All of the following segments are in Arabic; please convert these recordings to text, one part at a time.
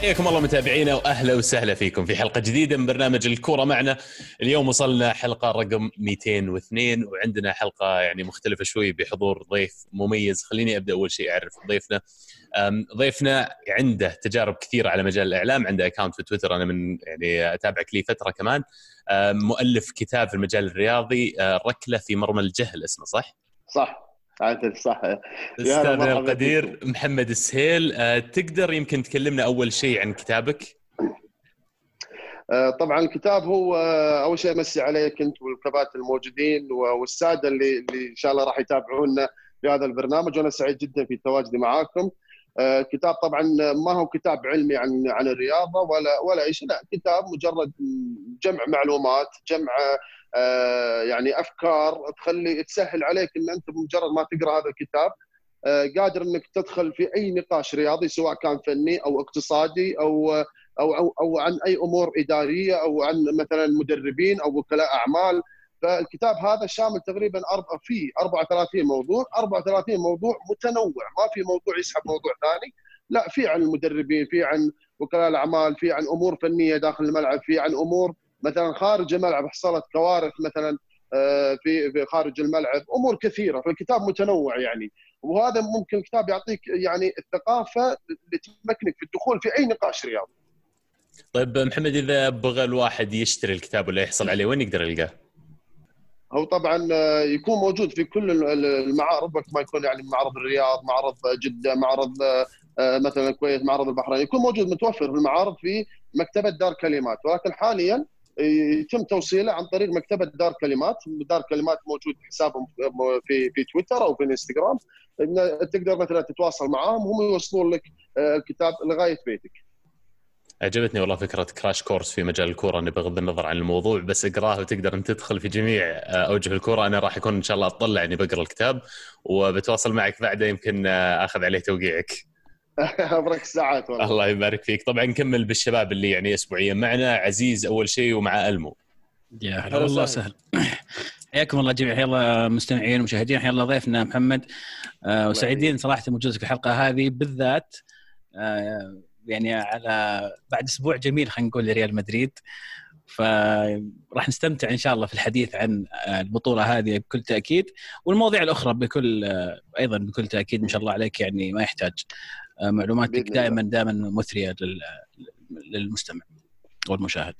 حياكم الله متابعينا واهلا وسهلا فيكم في حلقه جديده من برنامج الكوره معنا. اليوم وصلنا حلقه رقم 202 وعندنا حلقه يعني مختلفه شوي بحضور ضيف مميز. خليني ابدا اول شيء اعرف ضيفنا. ضيفنا عنده تجارب كثيره على مجال الاعلام، عنده اكاونت في تويتر انا من يعني اتابعك لي فتره كمان. مؤلف كتاب في المجال الرياضي، ركله في مرمى الجهل اسمه صح؟ صح عادل صح. يا هلا استاذنا مرحبا القدير فيكم. محمد السهيل، تقدر يمكن تكلمنا اول شيء عن كتابك؟ طبعا الكتاب هو اول شيء امسي عليك انت والكباتن الموجودين والساده اللي ان شاء الله راح يتابعونا في هذا البرنامج، وانا سعيد جدا في تواجدي معاكم. كتاب طبعا ما هو كتاب علمي عن الرياضه ولا اي شيء، لا كتاب مجرد جمع معلومات، جمع يعني افكار تسهل عليك ان انت بمجرد ما تقرا هذا الكتاب قادر انك تدخل في اي نقاش رياضي سواء كان فني او اقتصادي او عن اي امور اداريه او عن مثلا مدربين او وكلاء اعمال. فالكتاب هذا شامل تقريبا في 34 موضوع متنوع، ما في موضوع يسحب موضوع ثاني، لا في عن المدربين، في عن وكلاء الاعمال، في عن امور فنيه داخل الملعب، في عن امور مثلا خارج الملعب حصلت كوارث مثلا في خارج الملعب، امور كثيره. فالكتاب متنوع يعني، وهذا ممكن الكتاب يعطيك يعني الثقافه اللي تمكنك في الدخول في اي نقاش رياضي. طيب محمد، إذا بغى الواحد يشتري الكتاب ولا يحصل عليه وين يقدر يلقاه؟ هو طبعا يكون موجود في كل المعارض، وقت ما يكون يعني معرض الرياض، معرض جدة، معرض مثلا الكويت، معرض البحرين، يكون موجود متوفر في المعارض في مكتبة دار كلمات. ولكن حاليا يتم توصيله عن طريق مكتبة دار كلمات. دار كلمات موجود حسابهم في تويتر او في الانستغرام، تقدر مثلا تتواصل معهم وهم يوصلون لك الكتاب لغاية بيتك. عجبتني والله فكرة كراش كورس في مجال الكورة، أنا بغض النظر عن الموضوع بس اقراه وتقدر أن تدخل في جميع أوجه الكورة. أنا راح أكون إن شاء الله أطلع يعني بقرأ الكتاب وبتواصل معك بعده، يمكن أخذ عليه توقيعك. أبرك الساعات والله. الله يبارك فيك. طبعا نكمل بالشباب اللي يعني أسبوعيا معنا، عزيز أول شيء ومع ألمو. يا هلا والله وسهلا. حياكم الله جميعا، حيا الله مستمعين ومشاهدين، حيا الله ضيفنا محمد. وسعيدين صراحة موجودك في الحلقة هذه بالذات، يعني على بعد أسبوع جميل خلينا نقول لريال مدريد، فراح نستمتع إن شاء الله في الحديث عن البطولة هذه بكل تأكيد، والمواضيع الأخرى أيضا بكل تأكيد. إن شاء الله عليك يعني ما يحتاج معلوماتك دائما مثرية للمستمع والمشاهد.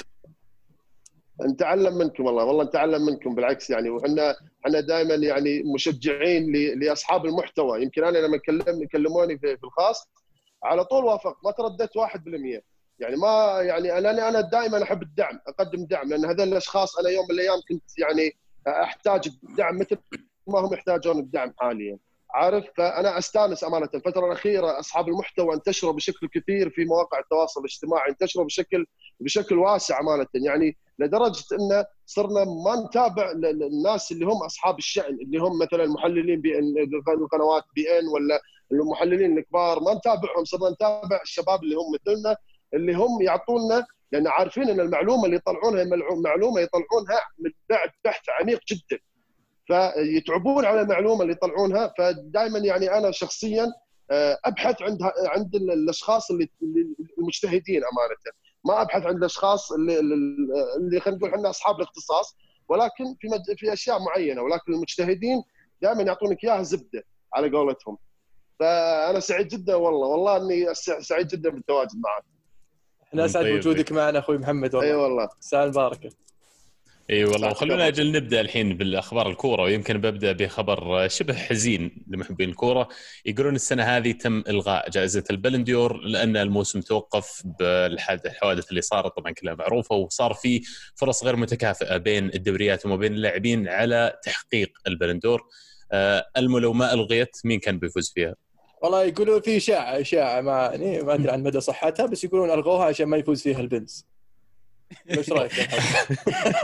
نتعلم منكم والله نتعلم منكم بالعكس يعني، وحنا دائما يعني مشجعين لاصحاب المحتوى. يمكن انا لما كلموني في الخاص على طول وافقت، ما ترددت 1%. يعني ما يعني انا دائما احب الدعم، اقدم دعم، لان هذول الاشخاص انا يوم من الايام كنت يعني احتاج الدعم مثل ما هم يحتاجون الدعم حاليا، عارف. فانا استانس امانه الفتره الاخيره اصحاب المحتوى انتشروا بشكل كثير في مواقع التواصل الاجتماعي، انتشروا بشكل واسع امانه، يعني لدرجه ان صرنا ما نتابع الناس اللي هم اصحاب الشأن، اللي هم مثلا المحللين القنوات BN ولا المحللين الكبار، ما نتابعهم، صرنا نتابع الشباب اللي هم مثلنا، اللي هم يعطونا، لان عارفين ان المعلومه اللي يطلعونها معلومه يطلعونها من بعد بحث عميق جدا، فيتعبون على المعلومه اللي يطلعونها. فدائما يعني انا شخصيا ابحث عند الاشخاص اللي المجتهدين امانه، ما ابحث عند الاشخاص اللي خلينا نقول احنا اصحاب الاختصاص، ولكن في اشياء معينه، ولكن المجتهدين دائما يعطونك اياها زبده على قولتهم. فانا سعيد جدا والله اني سعيد جدا بالتواجد معك. احنا اسعد بوجودك معنا اخوي محمد والله. اي والله سال بركه. اي والله. وخلونا اجل نبدا الحين بالاخبار الكوره، ويمكن ببدا بخبر شبه حزين لمحبين الكوره. يقولون السنه هذه تم الغاء جائزه البلنديور لان الموسم توقف بالحوادث اللي صارت، طبعا كلها معروفه، وصار في فرص غير متكافئه بين الدوريات وما بين اللاعبين على تحقيق البلندور. المو لو ما الغيت مين كان بيفوز فيها؟ والله يقولون في اشاعه ما ادري عن مدى صحتها، بس يقولون الغوها عشان ما يفوز فيها البنز. ايش رايك يا حبيبي؟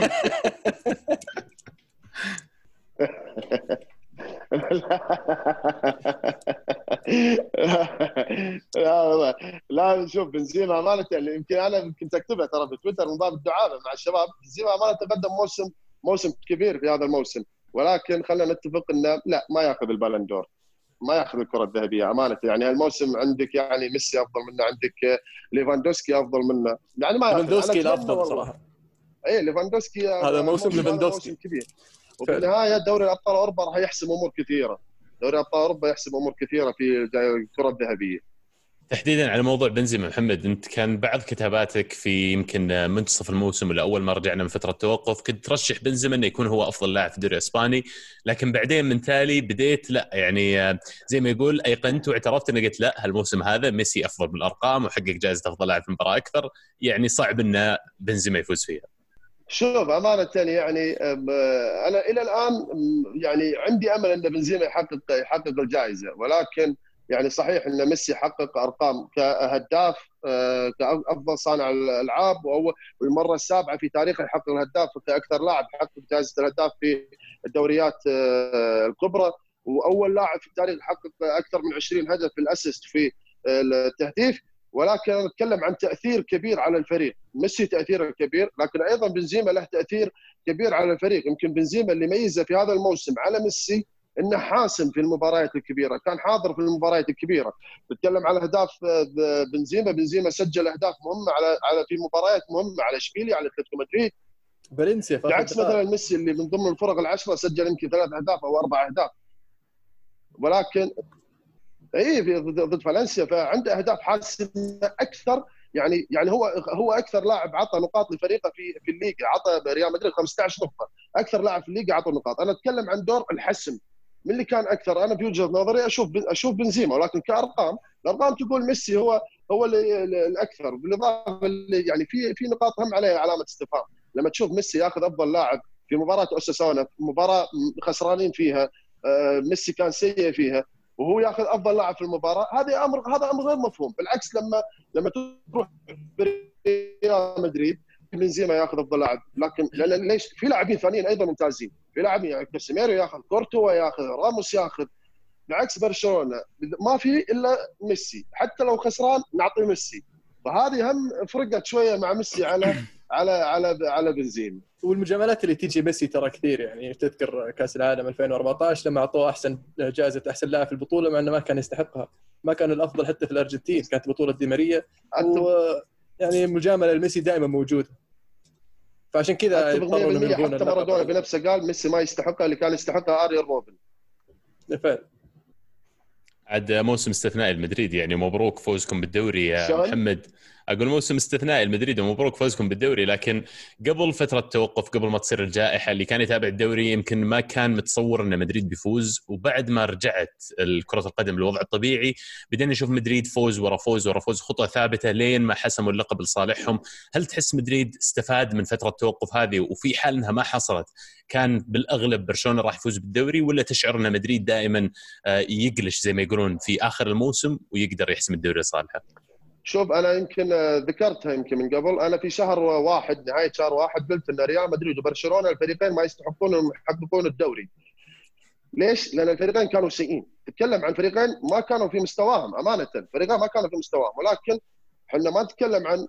لا والله لا، شوف بنزيما امانه اللي يمكن انا كنت اكتبها ترى في تويتر من باب الدعابه مع الشباب. بنزيما امانه قدم موسم كبير في هذا الموسم، ولكن خلينا نتفق انه لا ما ياخذ البالندور، ما ياخذ الكره الذهبيه امانه. يعني هالموسم عندك يعني ميسي افضل منه، عندك ليفاندوسكي افضل منه، يعني ما ياخذ. ليفاندوسكي الافضل صراحه. اي ليفاندوسكي هذا موسم ليفاندوسكي كبير. وفي النهايه دوري الابطال اوروبا راح يحسم امور كثيره، دوري ابطال اوروبا يحسم امور كثيره في الكره الذهبيه. تحديدا على موضوع بنزيما محمد، انت كان بعض كتاباتك في يمكن منتصف الموسم ولا اول ما رجعنا من فتره توقف كنت ترشح بنزيما انه يكون هو افضل لاعب في الدوري الاسباني، لكن بعدين من تالي بديت لا يعني زي ما يقول ايقنت واعترفت انه قلت لا، هالموسم هذا ميسي افضل بالارقام وحقق جائزه افضل لاعب في المباراه اكثر، يعني صعب ان بنزيما يفوز فيها. شوف امانه يعني انا الى الان يعني عندي امل ان بنزيما يحقق الجائزه، ولكن يعني صحيح ان ميسي حقق ارقام كهداف، كافضل صانع الالعاب، والمره السابعه في تاريخه يحقق الهداف كاكثر لاعب حقق جائزه الهداف في الدوريات الكبرى، واول لاعب في التاريخ يحقق اكثر من 20 هدف في الاسيست في التهديف. ولكن انا اتكلم عن تاثير كبير على الفريق. ميسي تاثيره كبير، لكن ايضا بنزيما له تاثير كبير على الفريق. يمكن بنزيما اللي ميزه في هذا الموسم على ميسي انه حاسم في المباريات الكبيره، كان حاضر في المباريات الكبيره. تتكلم على اهداف بنزيما سجل اهداف مهمه على في مباريات مهمه على اشبيليا، على اتلتيكو مدريد، فالنسيا، بعكس مثلا ميسي اللي من ضمن الفرق العشره سجل يمكن 3 اهداف او 4 اهداف. ولكن ضد فالنسيا فعنده اهداف حاسمه اكثر. يعني هو اكثر لاعب عطى نقاط لفريقه في الليغا، عطى ريال مدريد 15 نقطه، اكثر لاعب في الليغا عطى نقاط. انا اتكلم عن دور الحسم، من اللي كان اكثر. انا في وجهه نظري اشوف بنزيما، ولكن كارقام الارقام تقول ميسي هو الاكثر. بالاضافه يعني في نقاط هم عليها علامه استفهام. لما تشوف ميسي ياخذ افضل لاعب في مباراه اوساسونا، مباراه خسرانين فيها، ميسي كان سيء فيها، وهو ياخذ افضل لاعب في المباراه، هذا امر غير مفهوم. بالعكس لما تروح ريال مدريد بنزيما ياخذ افضل لاعب، لكن ليش في لاعبين ثانيين ايضا ممتازين، في لاعبين يعني كاسيميرو ياخذ، كورتوا ياخذ، راموس ياخذ. بعكس برشلونه ما في الا ميسي، حتى لو خسران نعطي ميسي. فهذه هم فرقت شويه مع ميسي على بنزيما. والمجاملات اللي تيجي ميسي ترى كثير. يعني تذكر كاس العالم 2014 لما اعطوه احسن جائزه احسن لاعب في البطوله مع انه ما كان يستحقها، ما كان الافضل حتى في الارجنتين، كانت بطوله دي ماريا. يعني المجامله لميسي دائما موجوده، فعشان كذا يضطروا انهم يلغون. حتى مارادونا بنفسه قال ميسي ما يستحقها، اللي كان يستحقها اريال روبن. فعلا عاد موسم استثنائي المدريد، يعني مبروك فوزكم بالدوري يا محمد. اقول موسم استثنائي المدريد ومبروك فوزكم بالدوري، لكن قبل فتره توقف، قبل ما تصير الجائحه، اللي كان يتابع الدوري يمكن ما كان متصور ان مدريد بيفوز. وبعد ما رجعت كره القدم للوضع الطبيعي بدينا نشوف مدريد فوز ورا فوز ورا فوز، خطوه ثابته لين ما حسموا اللقب لصالحهم. هل تحس مدريد استفاد من فتره التوقف هذه، وفي حال انها ما حصلت كان بالاغلب برشلونه راح يفوز بالدوري، ولا تشعر ان مدريد دائما يقلش زي ما يقولون في اخر الموسم ويقدر يحسم الدوري لصالحه؟ شوف انا يمكن ذكرتها يمكن من قبل، انا في شهر 1 نهايه شهر 1 قلت ان ريال مدريد وبرشلونه الفريقين ما يستحقون انهم يحققون الدوري. ليش؟ لان الفريقين كانوا سيئين. تتكلم عن فريقين ما كانوا في مستواهم امانه، فريقين ما كانوا في مستواهم. ولكن احنا ما نتكلم عن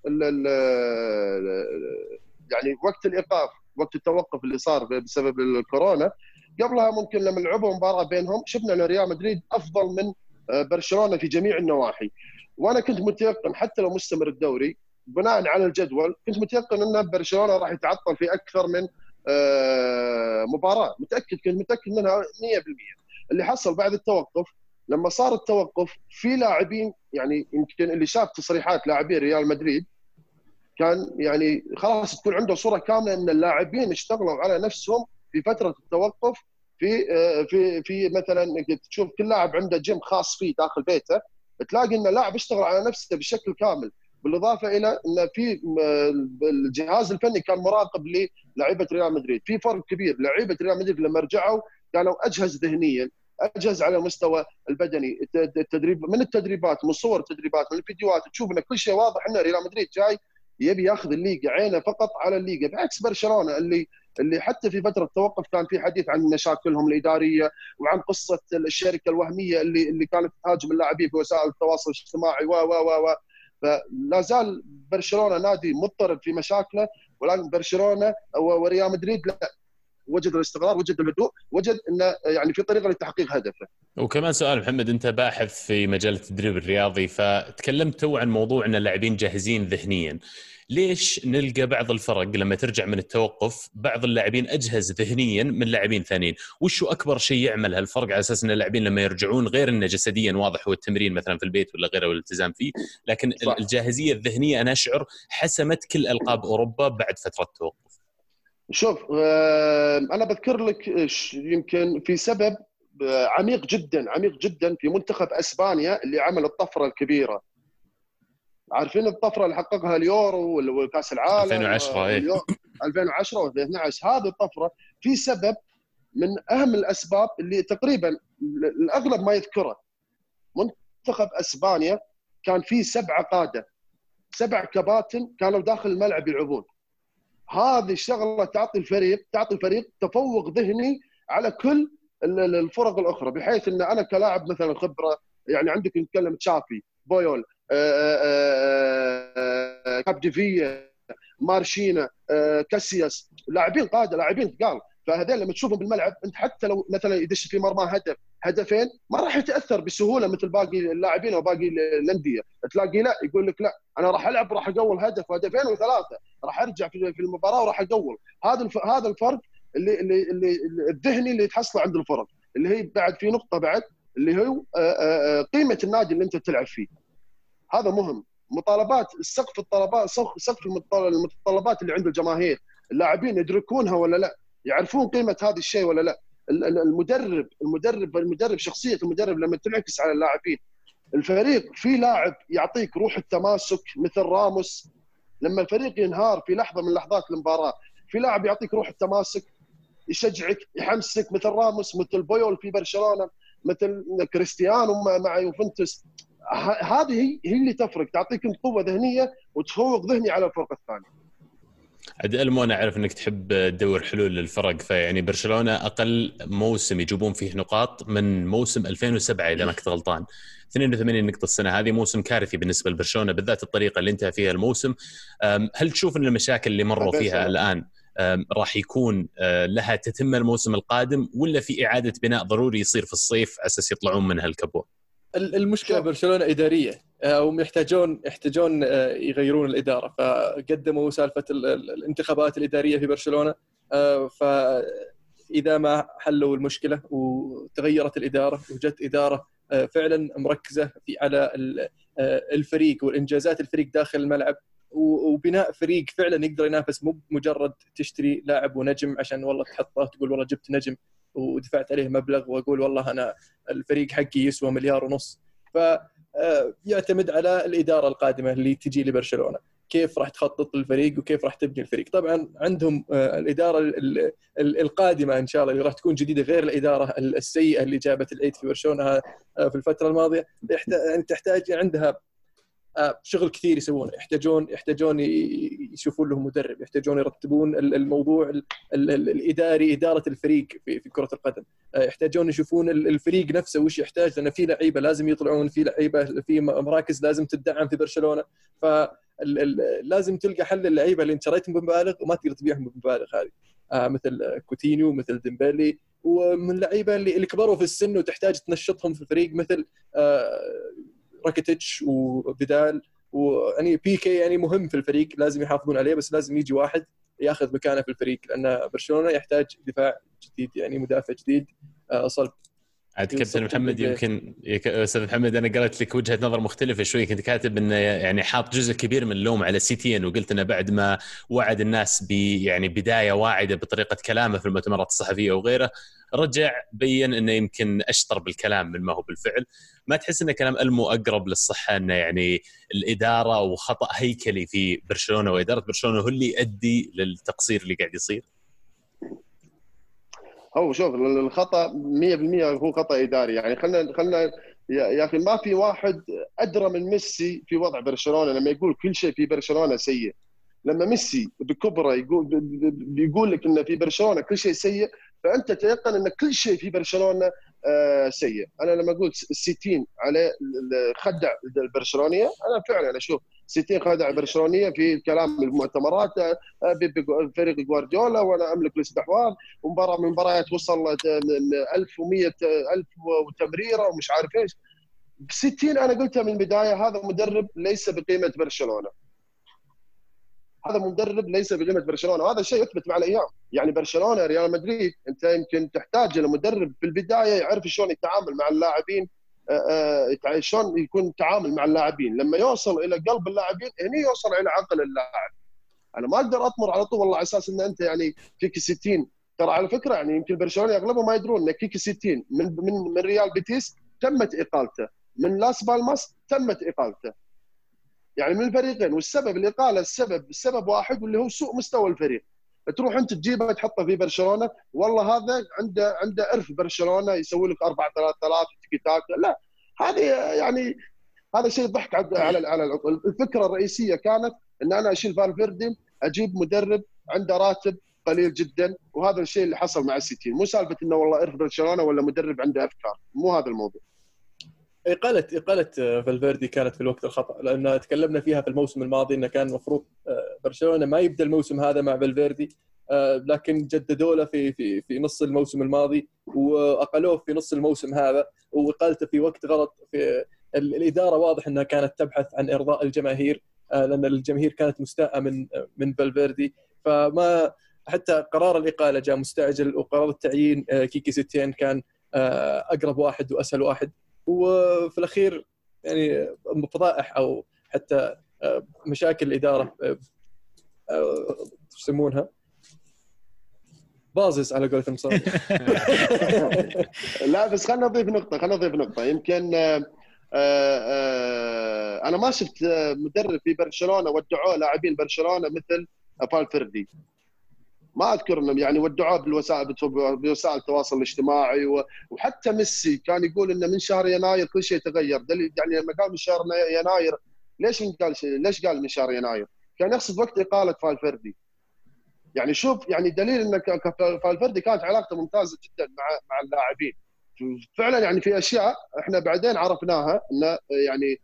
يعني وقت الايقاف، وقت التوقف اللي صار بسبب الكورونا. قبلها ممكن لما لعبوا مباراه بينهم شفنا ان ريال مدريد افضل من برشلونه في جميع النواحي. وانا كنت متيقن حتى لو مستمر الدوري بناء على الجدول، كنت متيقن ان برشلونه راح يتعطل في اكثر من مباراه، كنت متاكد منها 100%. اللي حصل بعد التوقف، لما صار التوقف في لاعبين، يعني يمكن اللي شاف تصريحات لاعبين ريال مدريد كان يعني خلاص تكون عنده صوره كامله ان اللاعبين اشتغلوا على نفسهم في فتره التوقف. في مثلا تشوف كل لاعب عنده جيم خاص فيه داخل بيته، تلاقي ان اللاعب اشتغل على نفسه بشكل كامل. بالاضافه الى ان في الجهاز الفني كان مراقب للاعيبه ريال مدريد. في فرق كبير، لعيبه ريال مدريد لما رجعوا كانوا اجهز ذهنيا، اجهز على المستوى البدني. التدريب من التدريبات، من صور التدريبات، من الفيديوهات تشوف ان كل شيء واضح ان ريال مدريد جاي يبي ياخذ الليغا، عينه فقط على الليغا، بعكس برشلونه اللي حتى في فتره التوقف كان في حديث عن مشاكلهم الاداريه وعن قصه الشركه الوهميه اللي كانت تهاجم اللاعبين في وسائل التواصل الاجتماعي و فلا زال برشلونه نادي مضطرب في مشاكله. ولكن برشلونه وريال مدريد لا، وجد الاستقرار، وجد الهدوء، وجد انه يعني في طريقه لتحقيق هدفه. وكمان سؤال محمد، انت باحث في مجال التدريب الرياضي، فتكلمت تو عن موضوع ان اللاعبين جاهزين ذهنيا. ليش نلقى بعض الفرق لما ترجع من التوقف بعض اللاعبين اجهز ذهنيا من لاعبين ثانيين؟ وشو اكبر شيء يعمل هالفرق على اساس ان اللاعبين لما يرجعون، غير انه جسديا واضح هو التمرين مثلا في البيت ولا غيره والالتزام فيه، لكن صح. الجاهزيه الذهنيه انا اشعر حسمت كل القاب اوروبا بعد فتره توقف. شوف، انا بذكر لك يمكن في سبب عميق جدا عميق جدا في منتخب اسبانيا اللي عمل الطفره الكبيره. عارفين الطفره اللي حققها اليورو وكاس العالم 2010 2010 و2012. هذه الطفره في سبب من اهم الاسباب اللي تقريبا الاغلب ما يذكره. منتخب اسبانيا كان فيه 7 قاده، 7 كباتن كانوا داخل الملعب يلعبون. هذه الشغله تعطي الفريق تفوق ذهني على كل الفرق الاخرى، بحيث ان انا كلاعب مثلا خبره، يعني عندك نتكلم تشافي، بويول، كابديفيا، مارشينا، كاسياس، لاعبين قاده، لاعبين ثقال. فهذول لما تشوفهم بالملعب انت حتى لو مثلا يدش في مرمى هدف هدفين ما راح يتاثر بسهوله مثل باقي اللاعبين وباقي الانديه. تلاقي لا، يقول لك لا انا راح العب، راح اقول هدف وهدفين و3، راح ارجع في المباراه وراح اقول. هذا الفرق اللي الذهني اللي يتحصل عند الفرق، اللي هي بعد في نقطه بعد اللي هو قيمه النادي اللي انت تلعب فيه. هذا مهم. مطالبات سقف المتطلبات اللي عند الجماهير، اللاعبين يدركونها ولا لا؟ يعرفون قيمه هذا الشيء ولا لا؟ المدرب شخصيه المدرب لما تنعكس على اللاعبين. الفريق في لاعب يعطيك روح التماسك مثل راموس، لما الفريق ينهار في لحظه من لحظات المباراه في لاعب يعطيك روح التماسك، يشجعك، يحمسك، مثل راموس، مثل بويول في برشلونه، مثل كريستيانو مع يوفنتوس. هذه هي اللي تفرق، تعطيك قوه ذهنيه وتفوق ذهني على الفرق الثانيه. عاد ألمو، أنا أعرف أنك تحب تدور حلول للفرق، فيعني برشلونة أقل موسم يجيبون فيه نقاط من موسم 2007 إذا ما كنت غلطان، 82 نقطة السنة هذه. موسم كارثي بالنسبة لبرشلونة، بالذات الطريقة اللي انتهى فيها الموسم. هل تشوف أن المشاكل اللي مروا فيها الآن راح يكون لها تتم الموسم القادم، ولا في إعادة بناء ضروري يصير في الصيف أساس يطلعون من هالكبوة؟ المشكله برشلونه اداريه، وهم يحتاجون يغيرون الاداره، فقدموا سالفه الانتخابات الاداريه في برشلونه. فاذا ما حلوا المشكله وتغيرت الاداره وجت اداره فعلا مركزه على الفريق والانجازات الفريق داخل الملعب، وبناء فريق فعلا يقدر ينافس، مو مجرد تشتري لاعب ونجم عشان والله تحطه تقول والله جبت نجم ودفعت عليه مبلغ واقول والله انا الفريق حقي يسوى 1.5 مليار. فيعتمد على الاداره القادمه اللي تجي لبرشلونه، كيف راح تخطط للفريق وكيف راح تبني الفريق. طبعا عندهم الاداره القادمه ان شاء الله اللي راح تكون جديده، غير الاداره السيئه اللي جابت العيد في برشلونه في الفتره الماضيه. تحتاج عندها شغل كثير يسوونه، يحتاجون يشوفون لهم مدرب، يحتاجون يرتبون الموضوع الاداري، اداره الفريق في كره القدم، يحتاجون يشوفون الفريق نفسه وش يحتاج، لان في لعيبه لازم يطلعون، في لعيبه في مراكز لازم تدعم في برشلونه. فلازم تلقى حل للعيبه اللي انت شريتهم بمبالغ وما تقدر تبيعهم بمبالغ هذه، مثل كوتينيو، مثل ديمبلي، ومن اللعيبه اللي كبروا في السن وتحتاج تنشطهم في الفريق، مثل راكيتيتش وفيدال، ويعني بيكي يعني مهم في الفريق، لازم يحافظون عليه، بس لازم يجي واحد ياخذ مكانه في الفريق، لان برشلونه يحتاج دفاع جديد، يعني مدافع جديد صلب. عاد كابتن محمد، يمكن استاذ محمد انا قالت لك وجهه نظر مختلفه شوي. كنت كاتب انه يعني حاط جزء كبير من اللوم على سيتيان، وقلت انه بعد ما وعد الناس يعني بدايه واعده بطريقه كلامه في المؤتمرات الصحفيه وغيره، رجع بين انه يمكن اشطر بالكلام من ما هو بالفعل. ما تحس ان كلام ألمو اقرب للصحه، انه يعني الاداره وخطا هيكلي في برشلونه واداره برشلونه هو اللي يؤدي للتقصير اللي قاعد يصير؟ هو شوف، الخطا 100% هو خطا اداري. يعني خلنا يا اخي، ما في واحد ادرى من ميسي في وضع برشلونه لما يقول كل شيء في برشلونه سيء. لما ميسي بكبره بيقول لك ان في برشلونه كل شيء سيء، فانت تيقن ان كل شيء في برشلونه سيء. انا لما اقول السيتين على خدع البرشلونيه، انا فعلا اشوف 60 خادع برشلونيه في الكلام المؤتمرات، فريق جوارديولا وانا املك الاستحواذ، ومباراه من المباريات وصل 1100 1000 وتمريره ومش عارف ايش. 60 انا قلتها من البدايه، هذا مدرب ليس بقيمه برشلونه، هذا مدرب ليس بقيمه برشلونه، وهذا الشيء يثبت مع الايام. يعني برشلونه ريال مدريد انت يمكن تحتاج الى مدرب في البدايه يعرف شلون يتعامل مع اللاعبين، شلون يكون التعامل مع اللاعبين، لما يوصل الى قلب اللاعبين هني يوصل الى عقل اللاعب. انا ما اقدر اطمر على طول والله على اساس ان انت يعني فيك 60. ترى على فكره يعني يمكن برشلونه اغلبهم ما يدرون ان كيكي 60 من ريال بيتيس تمت اقالته، من لاس بالماس تمت اقالته، يعني من الفريقين. والسبب الاقاله السبب واحد واللي هو سوء مستوى الفريق. تروح انت تجيبه تحطه في برشلونه، والله هذا عنده عرف برشلونه يسوي لك 4-3-3 تيكي تاكا. لا، هذه يعني هذا شيء ضحك على الفكره الرئيسيه كانت ان انا اشيل فالفيردي، اجيب مدرب عنده راتب قليل جدا، وهذا الشيء اللي حصل مع السيتي. مو سالفه انه والله عرف برشلونه ولا مدرب عنده افكار، مو هذا الموضوع. إقالة فالفيردي كانت في الوقت الخطأ، لأن تكلمنا فيها في الموسم الماضي إنه كان المفروض برشلونة ما يبدأ الموسم هذا مع فالفيردي، لكن جددوا له في نص الموسم الماضي وأقلوه في نص الموسم هذا، وإقالته في وقت غلط. في الإدارة واضح أنها كانت تبحث عن إرضاء الجماهير، لأن الجماهير كانت مستاءة من فالفيردي، فما حتى قرار الإقالة جاء مستعجل، وقرار التعيين كيكي ستين كان أقرب واحد وأسهل واحد. وفي الأخير يعني فضائح أو حتى مشاكل الإدارة يسمونها بازز على قولة المصاري. لا بس خلنا نضيف نقطة يمكن أنا ما شفت مدرب في برشلونة ودعوه لاعبين برشلونة مثل فالفيردي، ما اذكر انهم يعني ودعوه بوسائل التواصل الاجتماعي، وحتى ميسي كان يقول انه من شهر يناير كل شيء تغير. يعني لما قال من شهر يناير ليش قال من شهر يناير؟ كان يقصد وقت اقاله فالفيردي. يعني شوف يعني دليل ان فالفيردي كانت علاقته ممتازه جدا مع اللاعبين فعلا. يعني في اشياء احنا بعدين عرفناها انه يعني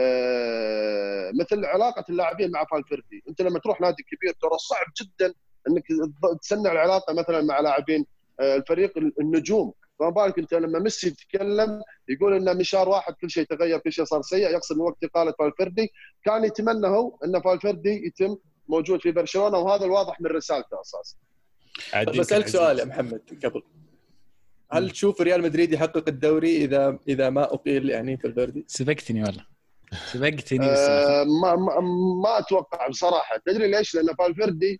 مثل علاقه اللاعبين مع فالفيردي. انت لما تروح نادي كبير ترى صعب جدا انك تسنع العلاقه مثلا مع لاعبين الفريق النجوم، فما بالك انت لما ميسي يتكلم يقول ان من شهر واحد كل شيء تغير، كل شيء صار سيء، يقصد من وقت اقاله فالفيردي. كان يتمنى هو ان فالفيردي يتم موجود في برشلونه، وهذا الواضح من رسالته اساسا. بسألك سؤال يا محمد قبل، هل تشوف ريال مدريد يحقق الدوري اذا ما اقيل يعني فالفيردي؟ سبقتني والله سبقتني. ما اتوقع بصراحه. تدري ليش؟ لان فالفيردي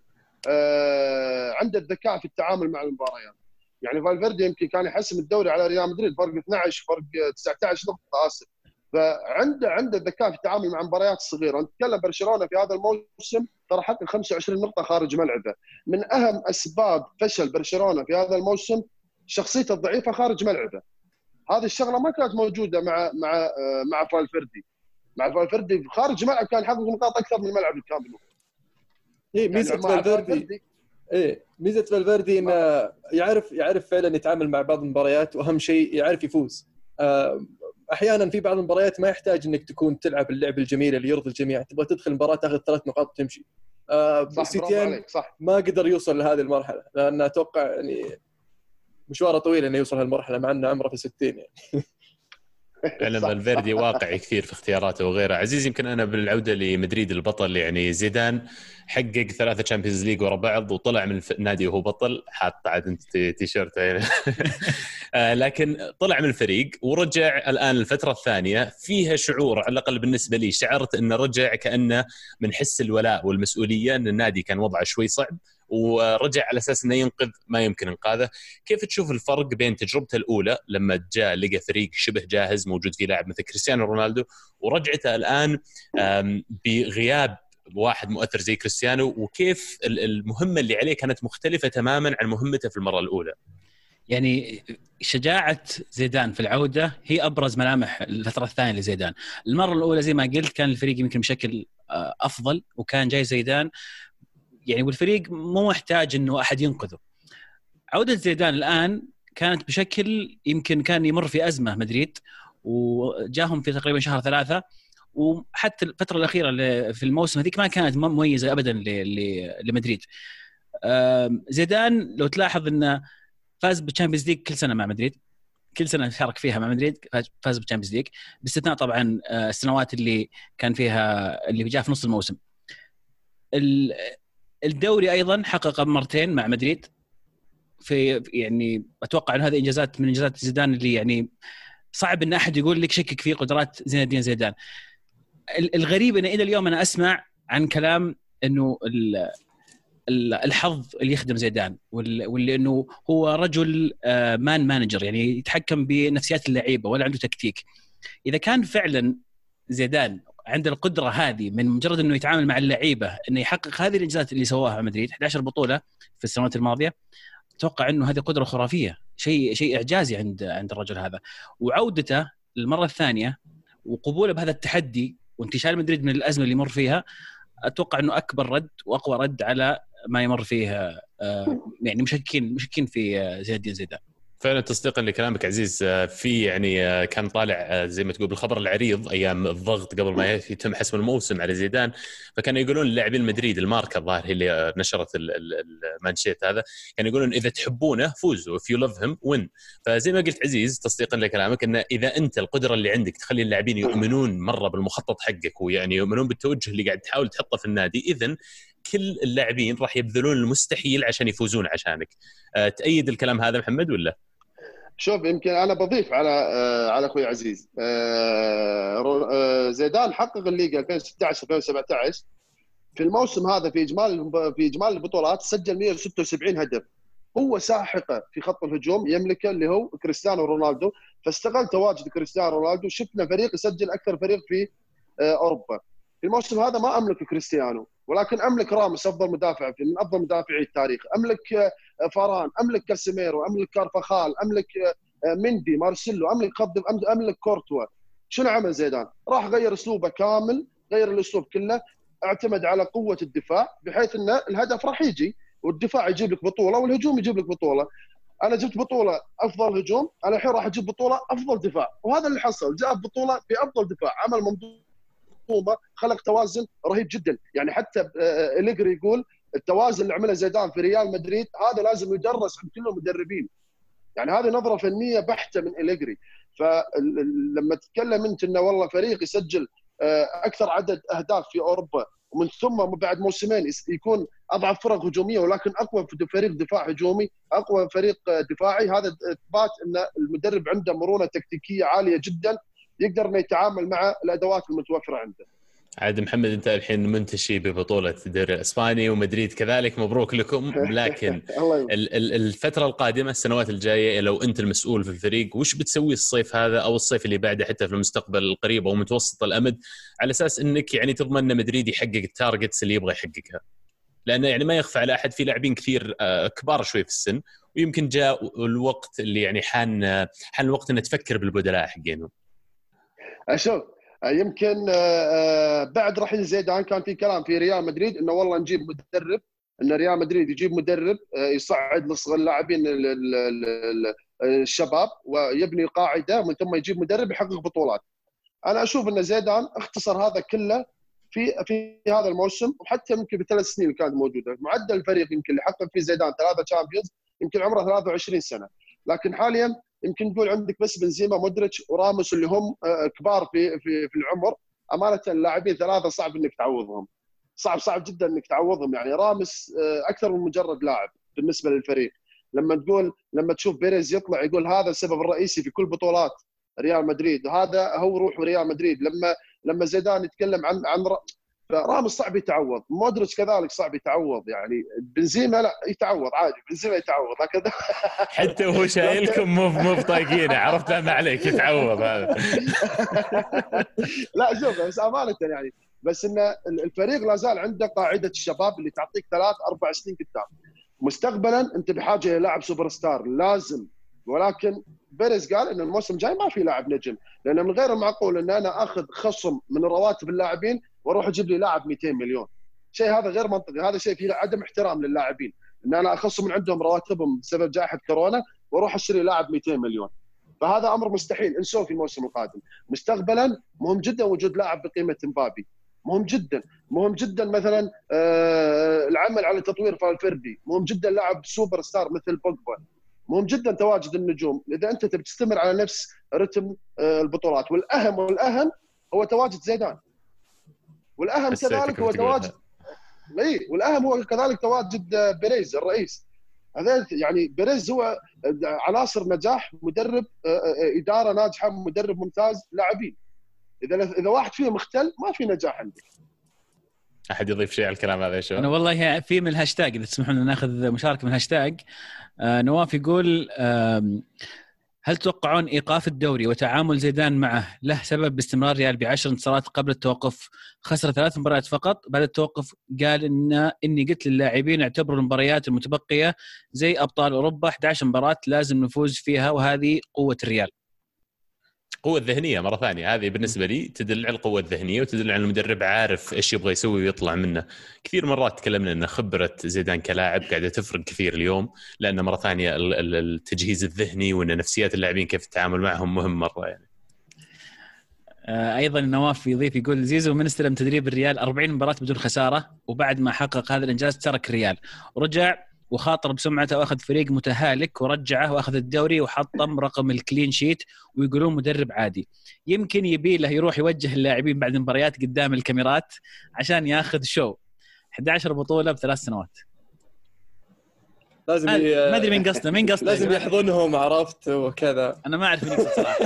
عنده الذكاء في التعامل مع المباريات. يعني فالفيردي يمكن كان يحسم الدوري على ريال مدريد فرق 12 فرق 19 نقطه اسف، فعنده الذكاء في التعامل مع المباريات الصغيره. نتكلم برشلونه في هذا الموسم ترى حقق 25 نقطه خارج ملعبه. من اهم اسباب فشل برشلونه في هذا الموسم شخصيته الضعيفه خارج ملعبه. هذه الشغله ما كانت موجوده مع فالفيردي. مع فالفيردي خارج الملعب كان يحقق نقاط اكثر من الملعب الكامل. ميزه فالفيردي ميزه فالفيردي انه يعرف فعلا يتعامل مع بعض المباريات، واهم شيء يعرف يفوز. احيانا في بعض المباريات ما يحتاج انك تكون تلعب اللعب الجميل اللي يرضي الجميع، تبغى تدخل المباراه تاخذ 3 نقاط وتمشي. سيتيان ما قدر يوصل لهذه المرحله، لان اتوقع يعني مشواره طويل انه يوصل هالمرحله مع انه عمره في 60 يعني. فعلا فالفيردي واقعي كثير في اختياراته وغيره. عزيز يمكن انا بالعوده لمدريد البطل، يعني زيدان حقق 3 تشامبيونز ليج ورا بعض وطلع من النادي وهو بطل، حاط عاد انت تيشيرت هنا. لكن طلع من الفريق ورجع الان الفتره الثانيه فيها شعور، على الاقل بالنسبه لي شعرت انه رجع كانه من حس الولاء والمسؤوليه، ان النادي كان وضعه شوي صعب ورجع على اساس انه ينقذ ما يمكن انقاذه. كيف تشوف الفرق بين تجربته الاولى لما جاء لقى فريق شبه جاهز موجود فيه لاعب مثل كريستيانو رونالدو، ورجعته الان بغياب واحد مؤثر زي كريستيانو، وكيف المهمه اللي عليه كانت مختلفه تماما عن مهمته في المره الاولى؟ يعني شجاعة زيدان في العودة هي أبرز ملامح الفترة الثانية لزيدان. المرة الأولى زي ما قلت كان الفريق يمكن بشكل أفضل، وكان جاي زيدان يعني والفريق مو محتاج إنه أحد ينقذه. عودة زيدان الآن كانت بشكل يمكن كان يمر في أزمة مدريد، وجاهم في تقريبا شهر 3 وحتى الفتره الاخيره في الموسم هذيك ما كانت مميزه ابدا لمدريد. زيدان لو تلاحظ انه فاز بالتشامبيونز ليج كل سنه مع مدريد، كل سنه شارك فيها مع مدريد فاز بالتشامبيونز ليج، باستثناء طبعا السنوات اللي كان فيها اللي جاء في نص الموسم. الدوري ايضا حقق مرتين مع مدريد، في يعني اتوقع ان هذه انجازات من انجازات زيدان اللي يعني صعب ان احد يقول لك شكك في قدرات زين الدين زيدان. الغريب ان الى اليوم انا اسمع عن كلام انه الحظ اللي يخدم زيدان، واللي انه هو رجل مانجر، يعني يتحكم بنفسيات اللعيبه ولا عنده تكتيك. اذا كان فعلا زيدان عنده القدره هذه من مجرد انه يتعامل مع اللعيبه انه يحقق هذه الانجازات اللي سواها مدريد 11 بطوله في السنوات الماضيه، اتوقع انه هذه قدره خرافيه، شيء اعجازي عند الرجل هذا. وعودته المره الثانيه وقبوله بهذا التحدي وانتشال مدريد من الازمه اللي يمر فيها، اتوقع انه اكبر رد واقوى رد على ما يمر فيه يعني مشكين في زين الدين زيدان. فعلا تصديقا لكلامك عزيز، في يعني كان طالع زي ما تقول بالخبر العريض ايام الضغط قبل ما يتم حسم الموسم على زيدان، فكانوا يقولون اللاعبين المدريد الماركه الظاهر هي اللي نشرت المانشيت هذا، كانوا يقولون اذا تحبونه فوزوا، if you love him win. فزي ما قلت عزيز تصديقا لكلامك ان اذا انت القدره اللي عندك تخلي اللاعبين يؤمنون مره بالمخطط حقك ويعني يؤمنون بالتوجه اللي قاعد تحاول تحطه في النادي، اذا كل اللاعبين راح يبذلون المستحيل عشان يفوزون عشانك. تأيد الكلام هذا محمد ولا؟ شوف، يمكن انا بضيف على اخوي عزيز. زيدان حقق الليغا 2016 2017 في الموسم هذا في اجمال البطولات سجل 176 هدف، هو ساحقه في خط الهجوم يملكه اللي هو كريستيانو رونالدو، فاستغل تواجد كريستيانو رونالدو شفنا فريق يسجل اكثر فريق في اوروبا. في الموسم هذا ما املك كريستيانو، ولكن املك راموس افضل مدافع من افضل مدافعي التاريخ، املك فاران، املك كاسيميرو، املك كارفاخال، املك مندي، مارسيلو، املك كورتوا. شنو عمل زيدان؟ راح غير اسلوبه كامل، غير الاسلوب كله، اعتمد على قوه الدفاع بحيث ان الهدف راح يجي والدفاع يجيب لك بطوله والهجوم يجيب لك بطوله. انا جبت بطوله افضل هجوم، انا الحين راح اجيب بطوله افضل دفاع، وهذا اللي حصل، جاب بطوله بافضل دفاع، عمل منظومه، خلق توازن رهيب جدا. يعني حتى إليغري يقول التوازن اللي عمله زيدان في ريال مدريد هذا لازم يدرس عند كل المدربين، يعني هذه نظره فنيه بحته من إليغري. فلما تتكلم انت انه والله فريق يسجل اكثر عدد اهداف في اوروبا ومن ثم بعد موسمين يكون اضعف فرق هجوميه ولكن اقوى فريق دفاع هجومي، اقوى فريق دفاعي، هذا اثبات ان المدرب عنده مرونه تكتيكيه عاليه جدا، يقدر انه يتعامل مع الادوات المتوفره عنده. عاد محمد انت الحين منتشي ببطوله الدوري الاسباني ومدريد كذلك، مبروك لكم. لكن الفتره القادمه السنوات الجايه لو انت المسؤول في الفريق، وش بتسوي الصيف هذا او الصيف اللي بعده حتى في المستقبل القريب او متوسط الامد، على اساس انك يعني تضمن ان مدريد يحقق التارجتس اللي يبغى يحققها؟ لانه يعني ما يخفى على احد في لاعبين كثير كبار شوي في السن، ويمكن جاء الوقت اللي يعني حان الوقت ان تفكر بالبدلاء حقينهم. اشوف يمكن بعد رحيل زيدان كان في كلام في ريال مدريد انه والله نجيب مدرب، ان ريال مدريد يجيب مدرب يصعد اللاعبين الشباب ويبني قاعده، ومن ثم يجيب مدرب يحقق بطولات. انا اشوف ان زيدان اختصر هذا كله في هذا الموسم، وحتى يمكن بالثلاث سنين اللي كانت موجوده. معدل الفريق يمكن اللي حقق فيه زيدان 3 تشامبيونز يمكن عمره 23 سنه، لكن حاليا يمكن تقول عندك بس بنزيما، مودريتش وراموس اللي هم كبار في العمر. امانه اللاعبين ثلاثه صعب انك تعوضهم، صعب جدا انك تعوضهم. يعني راموس اكثر من مجرد لاعب بالنسبه للفريق. لما تشوف بيريز يطلع يقول هذا السبب الرئيسي في كل بطولات ريال مدريد، وهذا هو روح ريال مدريد. لما زيدان يتكلم عن فراموس صعب يتعوض، مودريتش كذلك صعب يتعوض، يعني بنزيما لا يتعوض عادي، بنزيما يتعوض هكذا حتى وهو شايلكم مو بطايقينه، عرفت ما عليك يتعوض هذا. لا شوف بس امانه يعني، بس ان الفريق لا زال عنده قاعده الشباب اللي تعطيك 3-4 سنين قدام. مستقبلا انت بحاجه الى لاعب سوبر ستار لازم، ولكن بيريز قال ان الموسم الجاي ما في لاعب نجم، لان من غير المعقول ان انا اخذ خصم من رواتب اللاعبين واروح اجيب لي لاعب 200 مليون. شيء هذا غير منطقي، هذا شيء فيه عدم احترام للاعبين، ان انا اخصم من عندهم رواتبهم بسبب جائحه كورونا واروح اشتري لاعب 200 مليون. فهذا امر مستحيل انسوه في الموسم القادم. مستقبلا مهم جدا وجود لاعب بقيمه مبابي، مهم جدا مثلا العمل على تطوير فالفيردي، مهم جدا لاعب سوبر ستار مثل بوجبا، مهم جدا تواجد النجوم اذا انت تبي تستمر على نفس رتم البطولات. والاهم هو تواجد زيدان، والاهم كذلك هو تواجد والاهم هو كذلك تواجد بيريز الرئيس. هذا يعني بيريز هو عناصر نجاح، مدرب اداره ناجحه، مدرب ممتاز، لاعبين. اذا واحد فيهم اختل ما في نجاح عندك. احد يضيف شيء على الكلام هذا يا شباب؟ انا والله في من الهاشتاج اذا تسمحون لنا ناخذ مشاركه من الهاشتاج. نواف يقول هل تتوقعون ايقاف الدوري وتعامل زيدان معه له سبب باستمرار ريال ب10 انتصارات قبل التوقف؟ خسر 3 مباريات فقط بعد التوقف. قال اني قلت للاعبين اعتبروا المباريات المتبقيه زي ابطال اوروبا، 11 مباراه لازم نفوز فيها، وهذه قوه الريال. قوة ذهنية مرة ثانية، هذه بالنسبة لي تدل على القوة الذهنية وتدل على المدرب عارف إيش يبغى يسوي ويطلع منه. كثير مرات تكلمنا أن خبرة زيدان كلاعب قاعدة تفرق كثير اليوم، لأن مرة ثانية التجهيز الذهني وأن نفسيات اللاعبين كيف التعامل معهم مهم مرة يعني. ايضا نواف يضيف يقول زيزو من استلم تدريب الريال 40 مباراة بدون خسارة، وبعد ما حقق هذا الانجاز ترك الريال ورجع وخاطر بسمعته واخذ فريق متهالك ورجعه واخذ الدوري وحطم رقم الكلين شيت، ويقولون مدرب عادي. يمكن يبي له يروح يوجه اللاعبين بعد المباريات قدام الكاميرات عشان ياخذ شو. 11 بطولة ب3 سنوات. لازم ما ادري مين قصده لازم يحضنهم، عرفت وكذا. انا ما اعرف مين يقصد صراحة.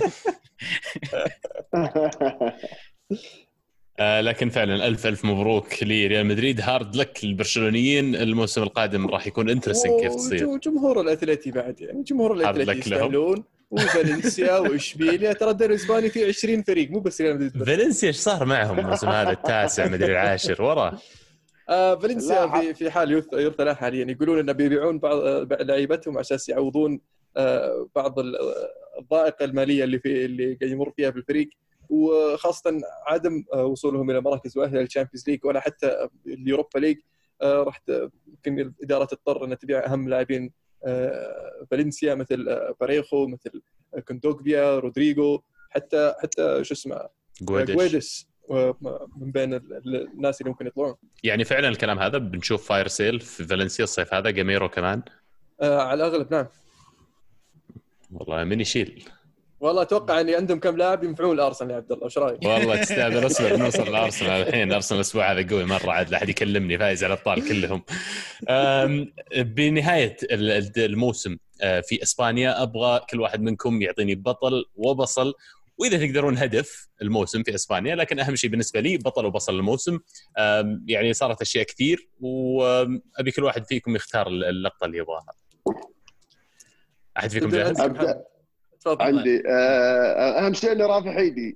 لكن فعلا ألف مبروك لريال مدريد. هارد لك البرشلونيين، الموسم القادم راح يكون انترستينج كيف تصير. جمهور الأتلتي بعد يعني جمهور الأتلتي يستاهلون، وفالنسيا وإشبيليا. ترى الدوري الإسباني فيه 20 فريق مو بس ريال مدريد. فالنسيا ايش صار معهم الموسم هذا؟ التاسع مدري العاشر ورا. فالنسيا في حال يرثى له حاليا. يقولون انه بيبيعون بعض لعيبتهم على اساس يعوضون بعض الضائقه الماليه اللي قاعد يمر فيها في الفريق، وخاصه عدم وصولهم الى مراكز مؤهله للشامبيونز ليج ولا حتى اليوروبا ليج. راح يمكن الاداره تضطر ان تبيع اهم لاعبين فالنسيا مثل باريخو، مثل كوندوغبيا، رودريغو، حتى شو اسمه غويدس من بين الناس اللي ممكن يطلعون. يعني فعلا الكلام هذا بنشوف فاير سيل في فالنسيا الصيف هذا، جاميرو كمان على الأغلب. نعم والله من يشيل. والله اتوقع اني عندهم كم لاعب ينفعون الارسنال يا عبد الله، ايش رايك؟ والله تستاهل. اصبر نوصل لارسنال الحين. ارسنال الاسبوع هذا قوي مره، عاد لا احد يكلمني، فايز على الابطال كلهم. بنهايه الموسم في اسبانيا ابغى كل واحد منكم يعطيني بطل وبصل، واذا تقدرون هدف الموسم في اسبانيا، لكن اهم شيء بالنسبه لي بطل وبصل الموسم. يعني صارت اشياء كثير وابي كل واحد فيكم يختار اللقطه اللي يبغاها. احد فيكم جاهز؟ عندي اهم شيء اني رافع ايدي.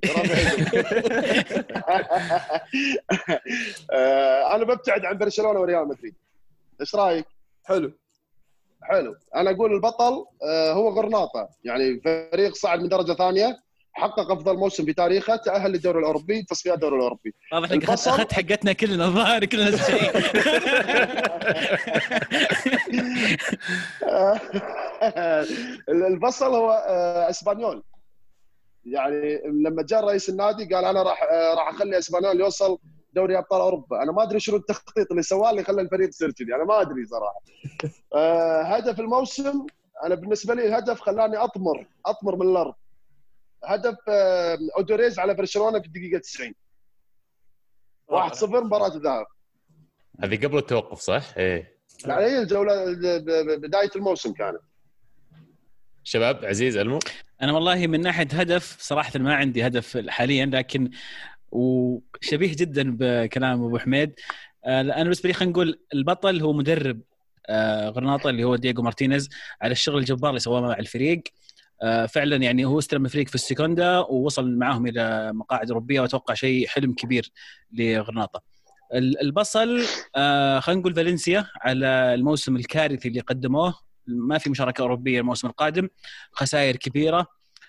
انا ببتعد عن برشلونه وريال مدريد. ايش رايك؟ حلو. انا اقول البطل هو غرناطه، يعني فريق صعد من درجه ثانيه، حقق افضل موسم في تاريخه، تاهل للدوري الاوروبي، تصفيات الدوري الاوروبي. واضح انك اخذت حقتنا كلنا، الظاهر كلنا نفس الشيء. البصل هو اسبانيول. يعني لما جاء رئيس النادي قال انا راح اخلي اسبانيول يوصل دوري ابطال اوروبا. انا ما ادري شنو التخطيط اللي سواه اللي خلى الفريق يصير كذي، انا ما ادري صراحه. هدف الموسم انا بالنسبه لي الهدف خلاني اطمر من الارض. هدف اودوريز على برشلونه في الدقيقه 90، 1-0 مباراه الذهاب. هذه قبل التوقف صح؟ ايه يعني هي الجوله بدايه الموسم كانت. شباب عزيز المو، انا والله من ناحيه هدف صراحه ما عندي هدف حاليا، لكن وشبيه جدا بكلام ابو حميد. انا بالنسبه لي خلينا نقول البطل هو مدرب غرناطه اللي هو دييغو مارتينيز على الشغل الجبار اللي سواه مع الفريق. فعلا يعني هو استلم الفريق في السكوندا ووصل معهم الى مقاعد اوروبيه، واتوقع شيء حلم كبير لغرناطه. البصل خلينا نقول فالنسيا على الموسم الكارثي اللي قدموه، ما في مشاركه اوروبيه الموسم القادم، خسائر كبيره،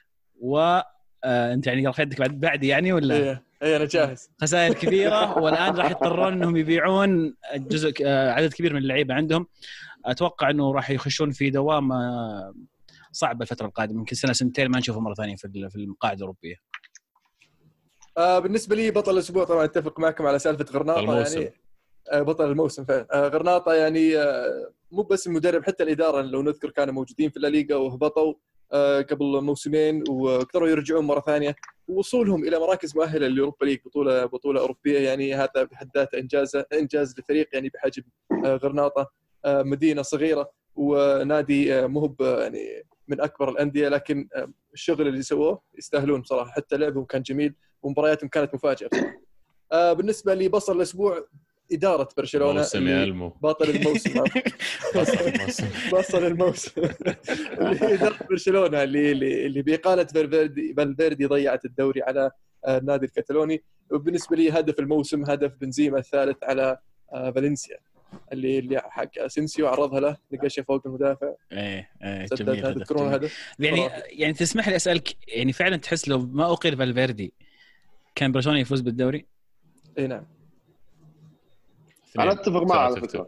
انت يعني خدك بعد يعني ولا اي انا جاهز. خسائر كبيره، والان راح يضطرون انهم يبيعون عدد كبير من اللعيبه عندهم. اتوقع انه راح يخشون في دوام صعب الفتره القادمه، يمكن سنه سنتين ما نشوفه مره ثانيه في المقاعد الاوروبيه. بالنسبه لي بطل الاسبوع طبعا اتفق معكم على سالفه غرناطه يعني بطل الموسم فعلا. غرناطه يعني مو بس المدرب حتى الاداره لو نذكر كانوا موجودين في الليغا وهبطوا قبل موسمين وقدروا يرجعون مره ثانيه، ووصولهم الى مراكز مؤهله للأوروبا ليج بطوله اوروبيه يعني هذا بحد ذاته انجاز لفريق يعني بحجم غرناطه، مدينه صغيره ونادي مو يعني من اكبر الانديه، لكن الشغل اللي سووه يستاهلون بصراحه، حتى لعبهم كان جميل ومبارياتهم كانت مفاجئه بصراحه. بالنسبه لي بصل الاسبوع اداره برشلونه اللي بطل الموسم بصل الموسم اللي اداره برشلونه اللي باقاله فالفيردي ضيعت الدوري على النادي الكتالوني. وبالنسبه لي هدف الموسم هدف بنزيما الثالث على فالنسيا اللي حق اسينسيو عرضها له نقشه فوق المدافع. جميل هدف يعني تسمح لي اسالك، يعني فعلا تحس لو ما اقيل فالفيردي كان برشلونه يفوز بالدوري؟ اي نعم انا اتفق معه على فكره،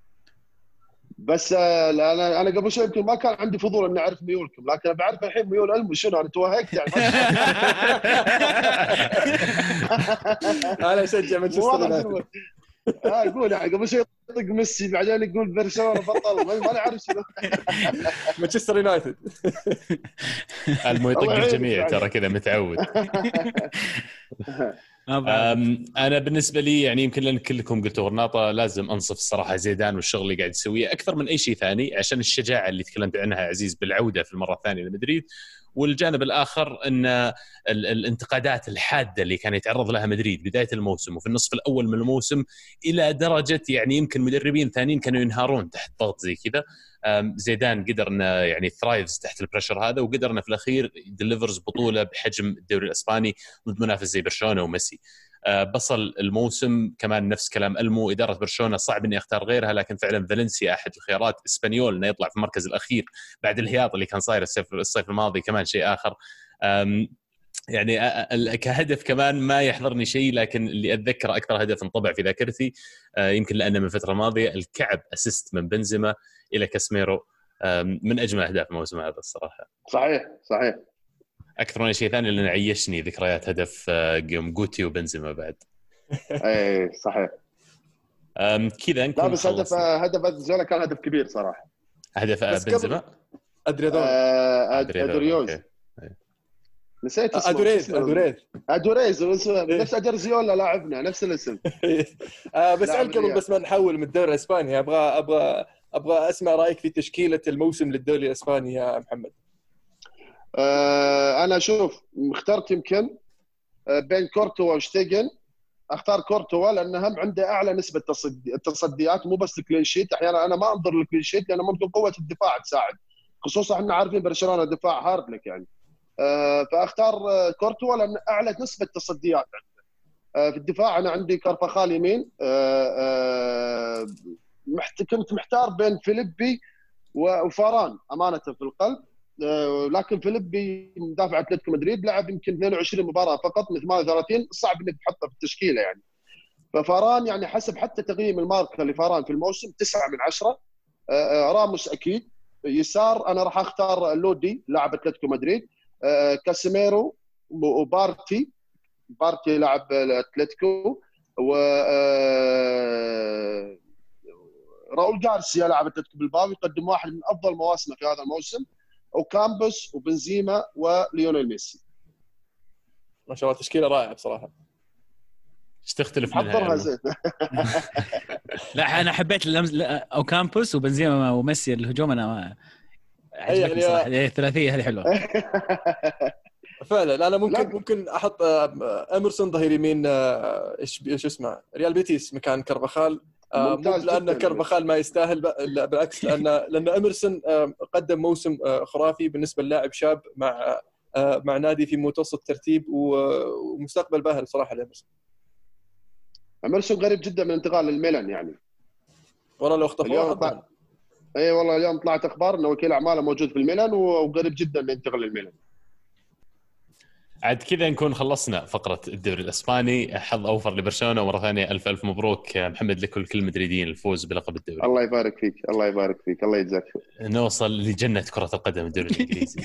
بس انا قبل شوي يمكن ما كان عندي فضول اني اعرف ميولكم، لكن بعرف الحين ميول المو شنو. انا توهقت يعني انا اشجع مانشستر يونايتد. اقول يعني قبل شوي يطق ميسي بعدين يقول برشلونه بطل، ما اعرف شنو. مانشستر يونايتد المو يطق الجميع ترى كذا متعود. انا بالنسبه لي يعني يمكن لان كلكم قلتوا غرناطه، لازم انصف الصراحه زيدان والشغل اللي قاعد يسويه اكثر من اي شيء ثاني، عشان الشجاعه اللي تكلمت عنها عزيز بالعوده في المره الثانيه لمدريد. والجانب الاخر ان الانتقادات الحاده اللي كان يتعرض لها مدريد بدايه الموسم وفي النصف الاول من الموسم، الى درجه يعني يمكن مدربين ثانيين كانوا ينهارون تحت ضغط زي كذا. زيدان قدرنا يعني ثرايفز تحت البريشر هذا، وقدرنا في الاخير ديليفرز بطوله بحجم الدوري الاسباني ضد منافس زي برشلونه وميسي. بصل الموسم كمان نفس كلام المو، اداره برشلونه صعب اني اختار غيرها، لكن فعلا فالنسيا احد الخيارات. اسبانيول انه يطلع في المركز الاخير بعد الهياط اللي كان صاير الصيف الماضي كمان شيء اخر. يعني كهدف كمان ما يحضرني شيء، لكن اللي اتذكره اكثر هدف انطبع في ذاكرتي يمكن لانه من فتره ماضيه، الكعب اسيست من بنزيما الى كاسميرو، من اجمل اهداف الموسم هذا الصراحه. صحيح اكثر من شيء ثاني لان عيشني ذكريات هدف يوم جوتي وبنزيما بعد. اي صحيح. كذا نكون. لا بس هدف بنزيما كان هدف كبير صراحه. هدف بنزيما ادريوز نسيت اسمه. ادوريز نفس ادرزيولا لاعبنا نفس الاسم. بسألك قبل بس ما نحول من الدوري الاسباني، ابغى اسمع رايك في تشكيله الموسم للدوري الاسباني يا محمد. انا شوف اخترت يمكن بين كورتوا وشتيجن. اختار كورتوا لانه هم عنده اعلى نسبه التصديات، مو بس الكلين شيت. احيانا انا ما انظر للكلين شيت لانه ممكن قوه الدفاع تساعد، خصوصا احنا عارفين برشلونه دفاع هارد لك يعني. فاختار كورتوا لان اعلى نسبه تصديات عنده. في الدفاع انا عندي كارفاخال يمين. كنت محتار بين فيليبي وفاران امانه في القلب، لكن فيليبي مدافع اتلتيكو مدريد لعب يمكن 22 مباراه فقط من 38، صعب انك تحطه في التشكيله يعني. ففاران يعني حسب حتى تقييم الماركه لفاران في الموسم 9/10. راموس اكيد. يسار انا راح اختار لودي لاعب اتلتيكو مدريد. كاسيميرو وبارتي لاعب اتلتيكو، و راؤول غارسيا لاعب اتلتيكو بالباو يقدم واحد من افضل مواسمه في هذا الموسم، وكامبوس وبنزيما وليونيل ميسي. ما شاء الله تشكيله رائعه بصراحه. ايش تختلف منها حضرها زين. لا انا حبيت او كامبوس وبنزيما وميسي الهجوم، انا عجبتني صراحه الثلاثيه هذه حلوه. فعلا انا ممكن احط اميرسون ظهير يمين ايش اسمه ريال بيتيس مكان كارفاخال. مو لان كارفاخال ما يستاهل، بالعكس لان اميرسون قدم موسم خرافي بالنسبه للاعب شاب مع نادي في متوسط الترتيب ومستقبل باهر صراحه اميرسون غريب جدا من انتقال للميلان يعني. والله لو اختفوا اي والله اليوم طلعت اخبار انه وكيل اعماله موجود في الميلان وقريب جدا من ينتقل للميلان. عاد كذا نكون خلصنا فقرة الدوري الإسباني. حظ أوفر لبرشلونة، ومرة ثانية ألف مبروك محمد لكل كل المدريديين الفوز بلقب الدوري. الله يبارك فيك، الله يبارك فيك، الله يجزاك. نوصل لجنة كرة القدم الدوري الإنجليزي.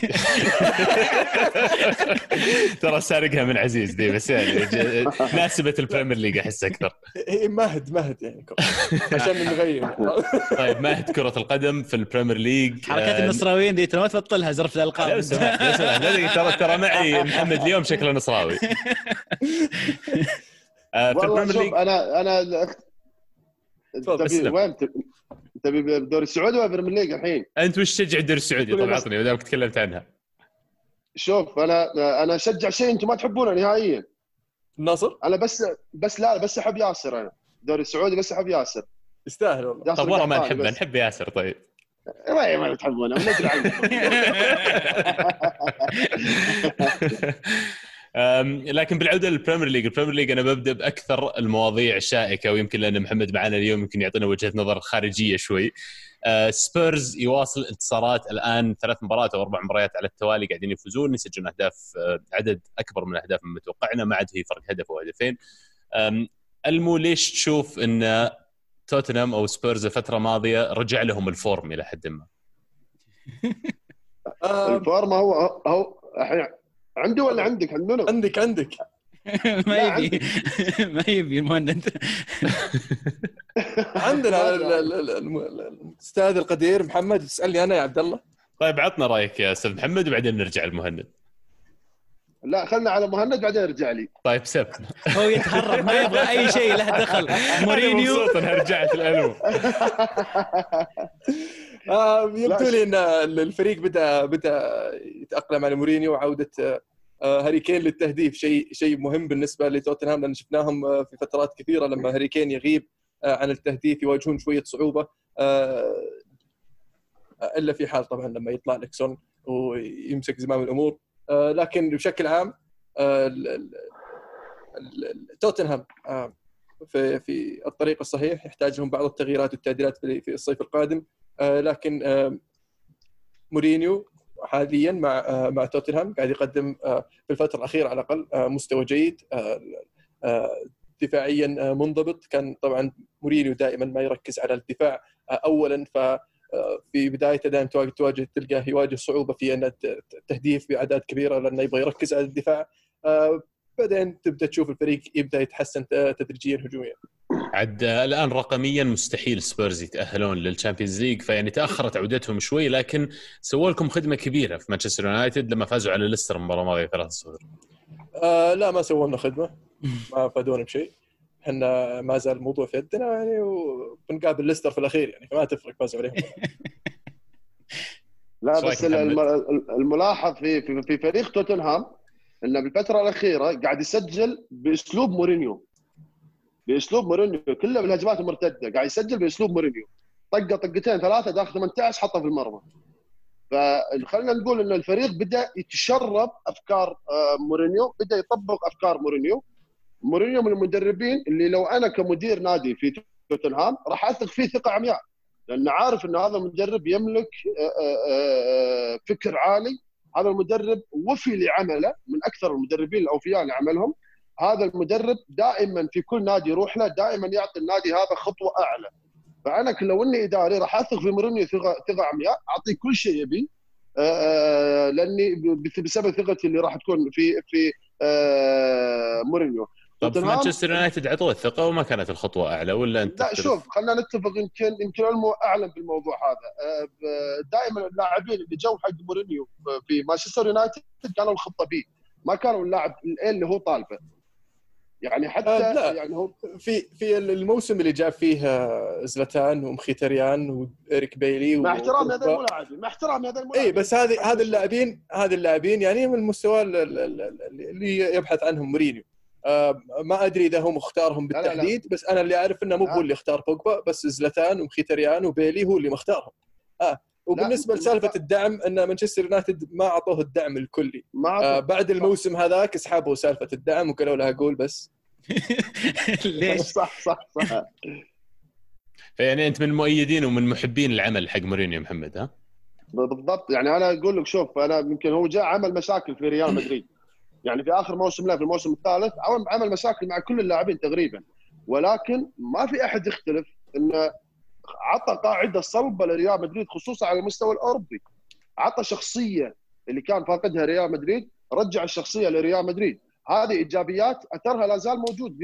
ترى سارقها من عزيز دي، بس يعني ناسبة البريمير ليج أحس أكثر. هي مهد يعني عشان نغير. طيب مهد كرة القدم في البريمير ليج. حركات النصراويين دي ترى ما تبطلها، زرف الألقاب. ترى معي محمد اليوم شكله نصراوي. والله شوف انا وين تبي بالدوري السعودي ولا بالبريمير ليج الحين؟ انت وش تشجع الدوري السعودي؟ طبعا عطني ما دامك تكلمت عنها. شوف انا اشجع شيء انتم ما تحبونه نهائيا. النصر. انا بس احب ياسر. انا الدوري السعودي بس احب ياسر، يستاهل والله. طب والله ما نحب ياسر. طيب ما تحبونه وندري عنه. لكن بالعوده للبريمير ليج انا ببدا باكثر المواضيع الشائكه، ويمكن لان محمد معنا اليوم يمكن يعطينا وجهه نظر خارجيه شوي. سبيرز يواصل انتصارات الان 3 مباريات او 4 مباريات على التوالي، قاعدين يفوزون، يسجلون اهداف عدد اكبر من الاهداف من متوقعنا، ما عاد هي فرق هدف او هدفين. المو ليش تشوف ان توتنهام او سبيرز الفتره الماضيه رجع لهم الفورم الى حد ما؟ الفورم هو عندي ولا عندك؟ عندك ما يبي المهند. عندنا الاستاذ القدير محمد. تسألني انا يا عبد الله؟ طيب عطنا رايك يا استاذ محمد وبعدين نرجع للمهند. لا خلنا على مهند بعدين ارجع لي. طيب سب هو يتهرب ما يبغى اي شيء له دخل. مورينيو مبسوط انها رجعت الالو. يبدو لي ان الفريق بدا يتاقلم على مورينيو، وعوده هاري كين للتهديف شيء مهم بالنسبه لتوتنهام، لان شفناهم في فترات كثيره لما هاري كين يغيب عن التهديف يواجهون شويه صعوبه، الا في حال طبعا لما يطلع لك سون ويمسك زمام الامور. لكن بشكل عام توتنهام في الطريق الصحيح، يحتاج لهم بعض التغييرات والتعديلات في الصيف القادم. لكن مورينيو حاليا مع توتنهام قاعد يقدم في الفترة الأخيرة على الأقل مستوى جيد، دفاعيا منضبط. كان طبعا مورينيو دائما ما يركز على الدفاع أولا، ففي بدايته دائما تلقاه يواجه صعوبة في أن التهديف بأعداد كبيرة لأنه يبغى يركز على الدفاع. بعدين تبدأ تشوف الفريق يبدأ يتحسن تدريجيا هجوميا. عد الآن رقميا مستحيل سبيرز يتأهلون للشامبيونز ليج، فيعني تأخرت عودتهم شوي، لكن سووا لكم خدمة كبيرة في مانشستر يونايتد لما فازوا على ليستر المباراة الماضية 3-0. لا ما سووا لنا خدمة، ما فادونا بشيء. احنا ما زال الموضوع في يدنا يعني، وبنقابل ليستر في الأخير يعني، فما تفرق فازوا عليهم. لا بس الملاحظ في فريق توتنهام انه بالفترة الأخيرة قاعد يسجل بأسلوب مورينيو، كله بالهجمات المرتده قاعد يسجل باسلوب مورينيو، طقتين 3 داخل 18 حطه في المرمى. فخلينا نقول ان الفريق بدا يتشرب افكار مورينيو، بدا يطبق افكار مورينيو من المدربين اللي لو انا كمدير نادي في توتنهام راح اثق فيه ثقه عمياء، لان عارف ان هذا المدرب يملك فكر عالي. هذا المدرب وفي لعمله، من اكثر المدربين الاوفياء لعملهم. هذا المدرب دائما في كل نادي يروح له دائما يعطي النادي هذا خطوه اعلى. فانا لو اني اداري راح اثق في مورينيو ثقه عمياء، اعطيه كل شيء يبي، لاني بسبب ثقتي اللي راح تكون في مورينيو. طب مانشستر يونايتد عطوه الثقه وما كانت الخطوه اعلى ولا انت؟ لا شوف خلينا نتفق، يمكن المو اعلم بالموضوع هذا. دائما اللاعبين اللي جو حق مورينيو في مانشستر يونايتد كانوا الخطه بي، ما كانوا اللاعب اللي هو طالبه يعني. حتى يعني هو في الموسم اللي جاب فيه زلاتان ومخيتريان وإيريك بيلي مع احترام هذا الملاعبين، اي بس هذا اللاعبين يعني من المستوى اللي يبحث عنهم مورينيو. ما ادري اذا هم اختارهم بالتحديد، لا. بس انا اللي اعرف انه مو هو اللي اختار بوجبا، بس زلاتان ومخيتريان وبيلي هو اللي مختارهم. وبالنسبه لسالفه الدعم، ان مانشستر يونايتد ما اعطوه الدعم الكلي. بعد الموسم هذاك اسحبوا سالفه الدعم وقالوا لها قول بس. ليش؟ صح يعني انت من مؤيدين ومن محبين العمل حق مورينيو محمد؟ ها بالضبط. يعني انا اقول لك شوف، انا يمكن هو جاء عمل مشاكل في ريال مدريد يعني في اخر موسم له في الموسم الثالث عمل مشاكل مع كل اللاعبين تقريبا، ولكن ما في احد يختلف انه عطى قاعده صلبه لريال مدريد خصوصا على المستوى الاوروبي. عطى شخصيه اللي كان فاقدها ريال مدريد، رجع الشخصيه لريال مدريد. هذه ايجابيات اثرها لا زال موجود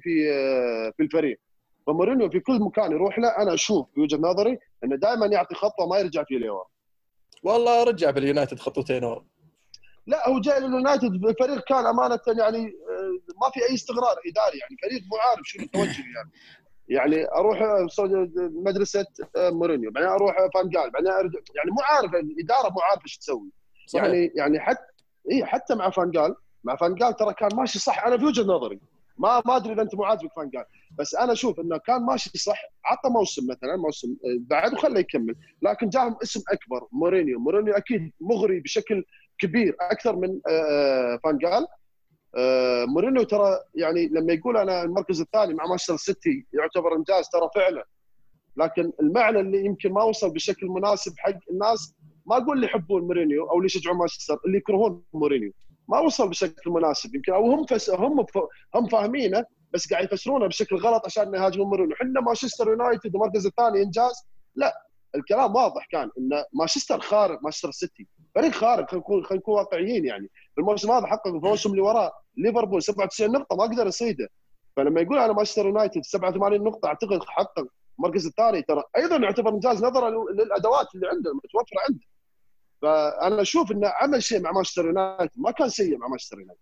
في الفريق. فمورينيو في كل مكان يروح له انا اشوف في وجهه نظري انه دائما يعطي خطوه ما يرجع فيه لورا. والله رجع باليونايتد خطوتين ورا. لا هو جاي لليونايتد، الفريق كان امانه يعني ما في اي استقرار اداري، يعني فريق مو عارف شو التوجه يعني اروح مدرسه مورينيو بعدين اروح فانجال بعدين ارجع، يعني مو عارف الاداره مو عارفه ايش تسوي. يعني حتى مع فانجال ترى كان ماشي صح. انا في وجهه نظري ما ادري اذا انت مو عاجبك فانجال، بس انا اشوف انه كان ماشي صح. عطى موسم مثلا موسم بعد وخليه يكمل، لكن جاهم اسم اكبر مورينيو اكيد مغري بشكل كبير اكثر من فانجال. مورينيو ترى يعني لما يقول انا المركز الثاني مع مانشستر سيتي يعتبر انجاز ترى فعلا، لكن المعنى اللي يمكن ما وصل بشكل مناسب حق الناس، ما اقول اللي يحبون مورينيو او اللي يشجعون مانشستر، اللي يكرهون مورينيو ما وصل بشكل مناسب يمكن، او هم فاهمينه بس قاعد يفسرونه بشكل غلط عشان يهاجمون مورينيو. احنا مانشستر يونايتد المركز الثاني انجاز، لا الكلام واضح كان ان مانشستر خارق مانشستر سيتي، فريق خارق. خلينا نكون واقعيين يعني. الموسم هذا حقق في الموسم اللي وراه ليفربول 97 نقطه ما قدر يصيده، فلما يقول انا مانشستر يونايتد 87 نقطه اعتقد حقق المركز الثاني ترى ايضا يعتبر انجاز نظرا للادوات اللي عنده المتوفره عنده. فانا اشوف انه عمل شيء مع مانشستر يونايتد ما كان سيء مع مانشستر يونايتد.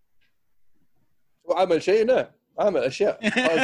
وعمل شيء نعم عمل اشياء،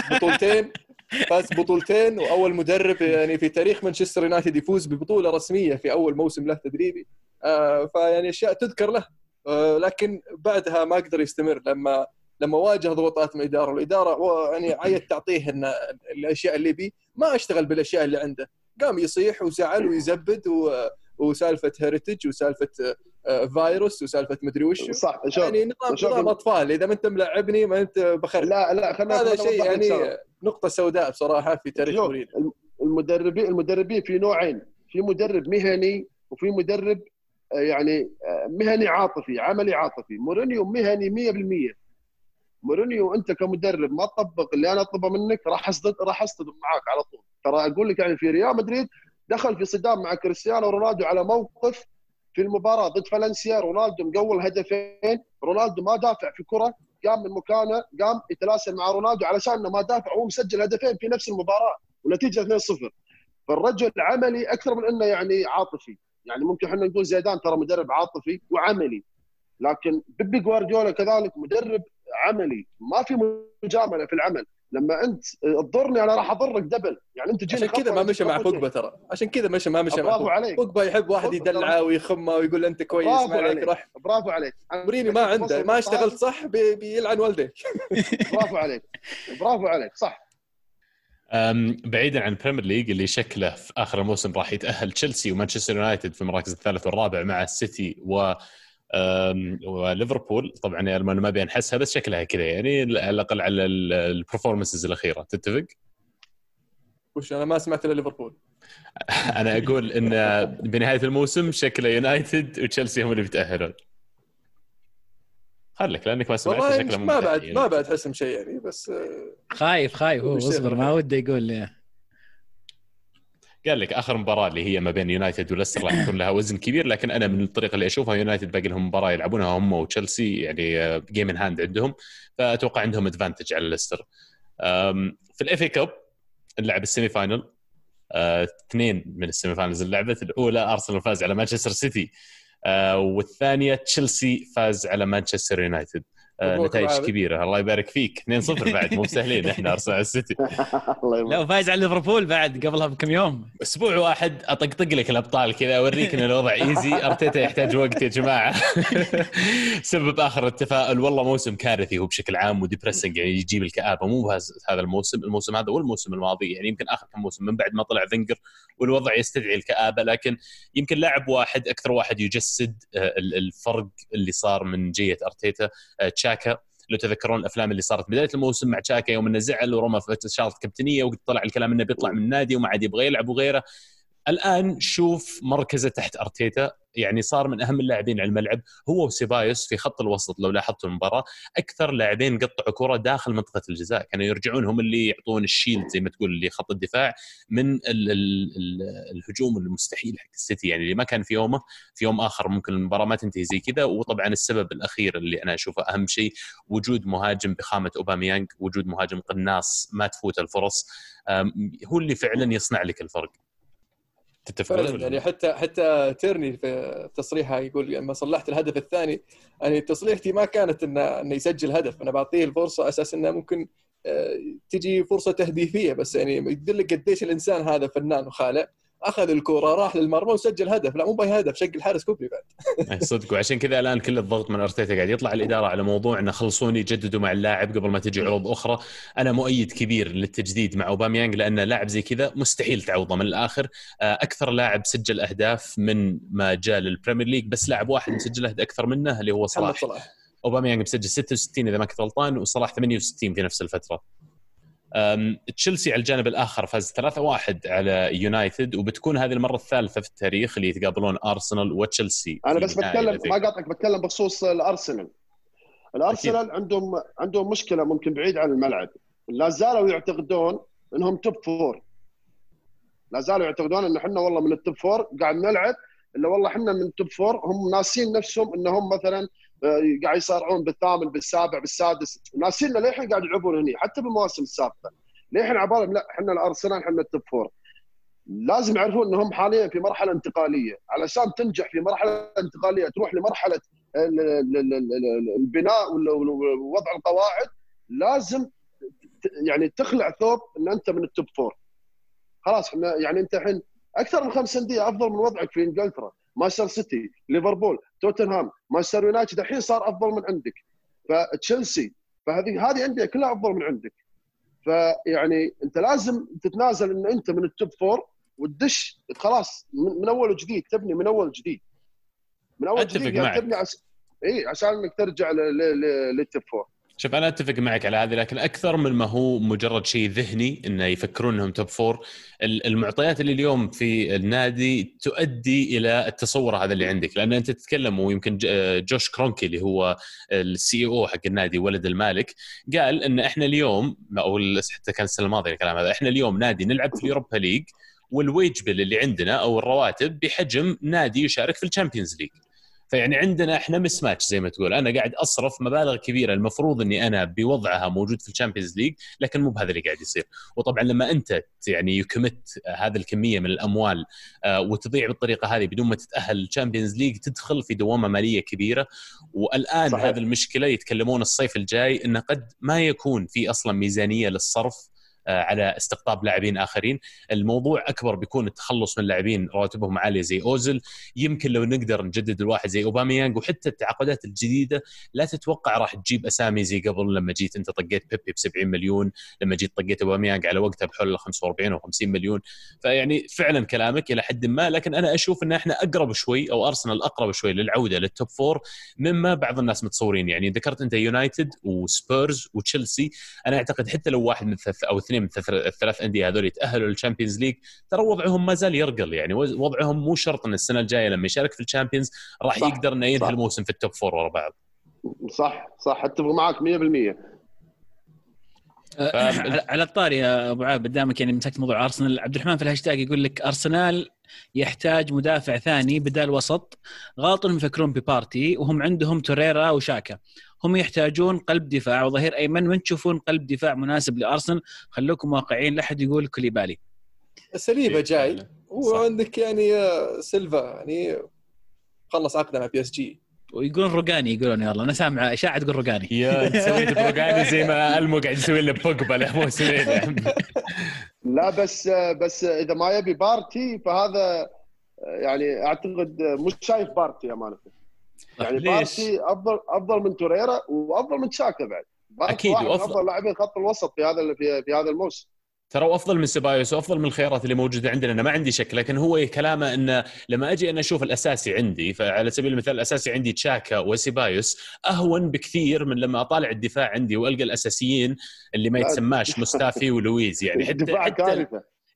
فاز بطولتين واول مدرب يعني في تاريخ مانشستر يونايتد يفوز ببطوله رسميه في اول موسم له تدريبي. فيعني اشياء تذكر له. لكن بعدها ما قدر يستمر لما واجه ضغوطات من الاداره، والاداره يعني عيت تعطيه ان الاشياء اللي بيه ما اشتغل بالاشياء اللي عنده، قام يصيح وزعل ويزبد وسالفه هيريتج وسالفه فيروس وسالفه مدري وش. صح يعني نظام اطفال، اذا ما انت ملعبني ما انت بخير. لا هذا شيء يعني نقطه سوداء بصراحه في تاريخ مورينيو. المدربين في نوعين، في مدرب مهني وفي مدرب يعني مهني عاطفي عملي عاطفي. مورينيو مهني 100%. مورينيو انت كمدرب ما تطبق اللي انا اطلبه منك راح اصطدم معاك على طول. ترى اقول لك يعني في ريال مدريد دخل في صدام مع كريستيانو رونالدو على موقف في المباراه ضد فالنسيا، رونالدو مقول هدفين، رونالدو ما دافع في كره، قام من مكانه قام يتلاسل مع رونالدو علشان انه ما دافع وهو مسجل هدفين في نفس المباراه ونتيجه 2-0. فالرجل عملي اكثر من انه يعني عاطفي. يعني ممكن احنا نقول زيدان ترى مدرب عاطفي وعملي، لكن بيبي جوارديولا كذلك مدرب عملي، ما في مجامله في العمل. لما انت تضرني انا راح اضرك دبل. يعني انت عشان كذا ما مشى مع بوجبا، ترى عشان كذا ما مشى مع بوجبا. يحب واحد يدلعه ويخمه ويقول انت كويس ما عليك راح. برافو عليك. مورينيو ما عنده ما اشتغلت صح بيلعن والديك. برافو عليك صح. بعيدا عن البريمير ليج اللي شكله في اخر الموسم راح يتاهل تشيلسي ومانشستر يونايتد في المراكز الثالث والرابع مع السيتي وليفربول. طبعا يا ما بينحسها بس شكلها كذا يعني على الاقل على البرفورمانسز الاخيره. تتفق؟ وش انا ما سمعت الا ليفربول. انا اقول ان بنهايه الموسم شكله يونايتد وتشيلسي هم اللي بيتاهلون. خليك لانك ما سمعت شكله ما بعد حسم شيء يعني، بس خايف هو اصبر ما وده يقول لي. قال لك اخر مباراه اللي هي ما بين يونايتد وليستر راح يكون لها وزن كبير، لكن انا من الطريقه اللي اشوفها يونايتد باقي لهم مباراه يلعبونها هم وتشيلسي يعني جيم ان هاند عندهم، فاتوقع عندهم ادفانتج على ليستر. في الاف اي كاب نلعب السيمي فاينل، اثنين من السيمي فاينلز اللعبه الاولى ارسنال فاز على مانشستر سيتي، والثانيه تشيلسي فاز على مانشستر يونايتد. نتائج كبيره الله يبارك فيك. 2-0 بعد مو سهلين احنا ارسنال السيتي. لا فايز على ليفربول بعد قبلها بكم يوم، اسبوع واحد اطقطق لك الابطال كذا اوريك ان الوضع ايزي. ارتيتا يحتاج وقت يا جماعه. سبب اخر التفاؤل والله موسم كارثي هو بشكل عام وديبريسنج يعني يجيب الكآبه. مو هذا الموسم هذا والموسم الماضي يعني يمكن اخر كم موسم من بعد ما طلع فينجر والوضع يستدعي الكآبه، لكن يمكن لاعب واحد اكثر واحد يجسد الفرق اللي صار من جيه ارتيتا. تشاكا، لو تذكرون الافلام اللي صارت بدايه الموسم مع تشاكا يوم انه زعل ورمى في شارة كابتنيه وقت طلع الكلام انه بيطلع من النادي وما عاد يبغى يلعب وغيره. الان شوف مركزه تحت ارتيتا يعني صار من اهم اللاعبين على الملعب هو وسيبايوس في خط الوسط. لو لاحظتوا المباراه اكثر لاعبين قطعوا كره داخل منطقه الجزاء، كانوا يرجعون هم اللي يعطون الشيلد زي ما تقول اللي خط الدفاع من الهجوم المستحيل حق السيتي، يعني اللي ما كان في يومه في يوم اخر ممكن المباراه ما تنتهي زي كذا. وطبعا السبب الاخير اللي انا اشوفه اهم شيء وجود مهاجم بخامه اوباميانغ، وجود مهاجم قناص ما تفوت الفرص، هو اللي فعلا يصنع لك الفرق. فعلا يعني حتى تيرني في تصريحه يقول لما صلحت الهدف الثاني، يعني تصريحتي ما كانت انه يسجل هدف، انا بعطيه الفرصه اساس انه ممكن تجي فرصه تهديفيه، بس يعني يدلك قديش الانسان هذا فنان وخالق، اخذ الكره راح للمرمى وسجل هدف. لا مو باي هدف، شق الحارس كوبري بعد. صدق. وعشان كذا الان كل الضغط من ارتيتا قاعد يطلع الاداره على موضوع انه خلصوني يجددوا مع اللاعب قبل ما تجي عروض اخرى. انا مؤيد كبير للتجديد مع اوباميانغ، لان لاعب زي كذا مستحيل تعوضه من الاخر. اكثر لاعب سجل اهداف من ما جاء للبريمير ليج، بس لاعب واحد مسجل اكثر منه اللي هو صلاح. اوباميانغ مسجل 66 اذا ما كنت غلطان، وصلاح 68 في نفس الفتره. تشيلسي على الجانب الآخر فاز 3-1 على يونايتد، وبتكون هذه المرة الثالثة في التاريخ اللي يتقابلون أرسنال وتشيلسي. أنا بس بتكلم ما قاطعك، بتكلم بخصوص الأرسنال عندهم مشكلة ممكن بعيد عن الملعب، لا زالوا يعتقدون أنهم توب فور، لا زالوا يعتقدون أن احنا والله من التوب فور قاعد نلعب، إلا والله احنا من التوب فور. هم ناسين نفسهم أنهم مثلا قاعد يصارعون بالثامن بالسابع بالسادس، ناسين للحين قاعد يلعبون هني حتى بالمواسم السابقه. للحين عبالهم لا احنا الارسنال احنا التوب فور. لازم يعرفون انهم حاليا في مرحله انتقاليه، علشان تنجح في مرحله انتقاليه تروح لمرحله البناء ووضع القواعد، لازم يعني تخلع ثوب ان انت من التوب فور. خلاص احنا يعني انت الحين اكثر من 5 انديه افضل من وضعك في انجلترا، مانشستر سيتي، ليفربول، توتنهام، مانشستر يونايتد الحين صار افضل من عندك، فتشيلسي، فهذه انديه كلها افضل من عندك. فيعني انت لازم تتنازل ان انت من التوب فور وتدش خلاص من اول وجديد، تبني من اول جديد، من اول جديد يعني تبني عشان انك ترجع للتوب فور. شوف أنا أتفق معك على هذه، لكن أكثر من ما هو مجرد شيء ذهني إنه يفكرون إنهم توب فور، المعطيات اللي اليوم في النادي تؤدي إلى التصور هذا اللي عندك. لأن أنت تتكلم، ويمكن جوش كرونكي اللي هو السي او حق النادي ولد المالك قال إن إحنا اليوم، أو حتى كان السنة الماضية الكلام هذا، إحنا اليوم نادي نلعب في اليوروبا ليج، والويج بيل اللي عندنا أو الرواتب بحجم نادي يشارك في الشامبيونز ليج. فيعني عندنا احنا مس ماتش زي ما تقول، انا قاعد اصرف مبالغ كبيره المفروض اني انا بوضعها موجود في الشامبيونز ليج، لكن مو بهذا اللي قاعد يصير. وطبعا لما انت يعني يكمت هذه الكميه من الاموال وتضيع بالطريقه هذه بدون ما تتاهل للشامبيونز ليج، تدخل في دوامه ماليه كبيره. والان صحيح. هذه المشكله يتكلمون الصيف الجاي انه قد ما يكون في اصلا ميزانيه للصرف على استقطاب لاعبين آخرين. الموضوع أكبر بيكون التخلص من لاعبين رواتبهم عالية زي أوزل. يمكن لو نقدر نجدد الواحد زي أوباميانغ، وحتى التعاقدات الجديدة لا تتوقع راح تجيب أسامي زي قبل لما جيت أنت طقيت بيبي ب70 مليون، لما جيت طقيت أوباميانغ على وقتها بحول 45 أو 50 مليون. فيعني فعلا كلامك إلى حد ما، لكن أنا أشوف أن احنا أقرب شوي، أو أرسنال أقرب شوي للعودة للتوب فور مما بعض الناس متصورين. يعني ذكرت أنت يونايتد وسبيرز وتشيلسي، أنا أعتقد حتى لو واحد من أو اثنين من الثلاث أندية هذول يتأهلوا للشامبيونز ليج، ترى وضعهم ما زال يرقل. يعني وضعهم مو شرط ان السنه الجايه لما يشارك في الشامبيونز راح يقدر انه ينهي الموسم في التوب فور ورا بعض. صح اتفق معك 100%. على الطاري يا ابو عابد، دامك يعني مسكت موضوع ارسنال، عبد الرحمن في الهاشتاج يقول لك ارسنال يحتاج مدافع ثاني بدال وسط. غلط انهم يفكرون ببارتي وهم عندهم توريرا وشاكا. هم يحتاجون قلب دفاع وظهير ايمن، وين تشوفون قلب دفاع مناسب لارسنال؟ خلوكم واقعيين، لا حد يقول كوليبالي. السليبه جاي، وعندك يعني سيلفا يعني خلص عقده مع بي اس جي، ويقولون روجاني، يقولون يلا انا سامع اشاعه تقول روجاني. يا سويت بروجاني زي ما المو قاعد يسوي له بوجبا له موسمين. لا بس اذا ما يبي بارتي فهذا يعني اعتقد مش شايف بارتي امانه. يعني بارتي افضل من توريرا وافضل من شاكا بعد. اكيد، وافضل لاعبين خط الوسط في هذا الموسم. ترى افضل من سيبايوس وافضل من الخيارات اللي موجوده عندنا، انا ما عندي شك. لكن هو كلامه انه لما اجي انا اشوف الاساسي عندي، فعلى سبيل المثال الاساسي عندي تشاكا وسيبايوس اهون بكثير من لما اطالع الدفاع عندي والقى الاساسيين اللي ما يتسماش مستافي ولويز. يعني حتى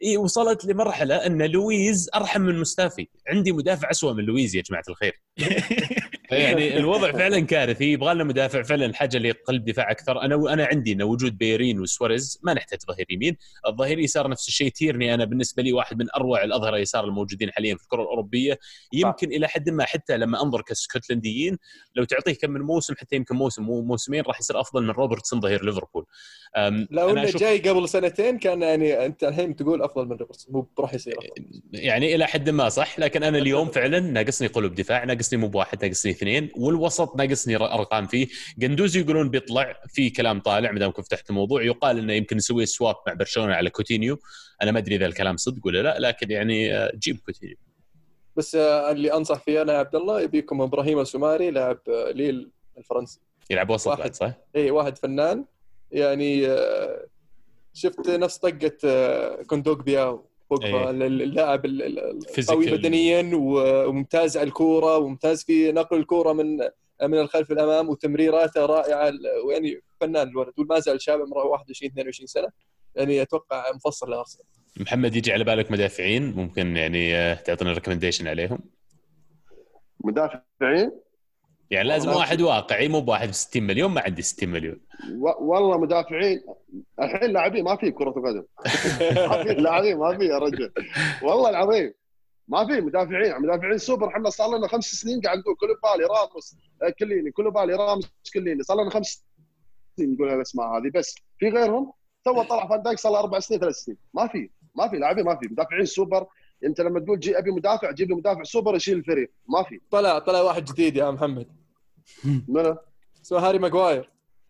وصلت لمرحله ان لويز ارحم من مستافي. عندي مدافع اسوأ من لويز يا جماعه الخير. يعني الوضع فعلا كارثي. يبغى لنا مدافع فعلا، حاجه لقلب دفاع اكثر. انا عندي انه وجود بيرين وسواريز ما نحتاج ظهير يمين. الظهير يسار نفس الشيء. تيرني انا بالنسبه لي واحد من اروع الاظهره يسار الموجودين حاليا في الكره الاوروبيه. يمكن الى حد ما حتى لما انظر كاسكتلنديين لو تعطيه كم من موسم، حتى يمكن موسم مو موسمين، راح يصير افضل من روبرتسون ظهير ليفربول. لو انه جاي قبل سنتين كان يعني انت الحين تقول افضل من روبرتسون، مو راح يصير أفضل. يعني الى حد ما صح، لكن انا اليوم فعلا ناقصني قلوب دفاع، ناقصني مو بواحد، ناقصني اثنين، والوسط ناقصني ارقام فيه. قندوزي يقولون بيطلع، في كلام طالع ما دامكم فتحت الموضوع، يقال انه يمكن نسوي سواب مع برشلونه على كوتينيو. انا ما ادري اذا الكلام صدق ولا لا، لكن يعني جيب كوتينيو. بس اللي انصح فيه انا يا عبد الله، يبيكم ابراهيم السوماري لاعب ليل الفرنسي، يلعب وسط بعد صح؟ اي واحد فنان يعني. شفت نفس طقه كوندوغبيا بوجبا، اللاعب القوي بدنيا وممتاز على الكوره، وممتاز في نقل الكوره من الخلف الامام، وتمريراته رائعه، ويعني فنان الولد، وما زال شاب عمره 21 22 سنه. يعني اتوقع مفصل لارسنال. محمد، يجي على بالك مدافعين ممكن يعني تعطينا ريكومنديشن عليهم؟ مدافعين يعني لازم واحد واقعي، مو بواحد ب 60 مليون. ما عندي 60 مليون والله. مدافعين الحين لاعبين ما في كرة القدم. ما في لاعبين، ما في يا رجل والله العظيم ما في مدافعين سوبر. احنا صار لنا 5 سنين قاعد نقول كولوبالي راموس كليني، كولوبالي راموس كليني، صار لنا 5 سنين نقول هالاسماء هذه بس. في غيرهم تو طلع فان دايك صار له 4 سنين 3 سنين. ما في لاعبين، ما في مدافعين سوبر. انت لما تقول جي ابي مدافع، جيب لي مدافع سوبر يشيل الفريق. ما في. طلع واحد جديد يا محمد. منو؟ اسمه هاري ماغواير.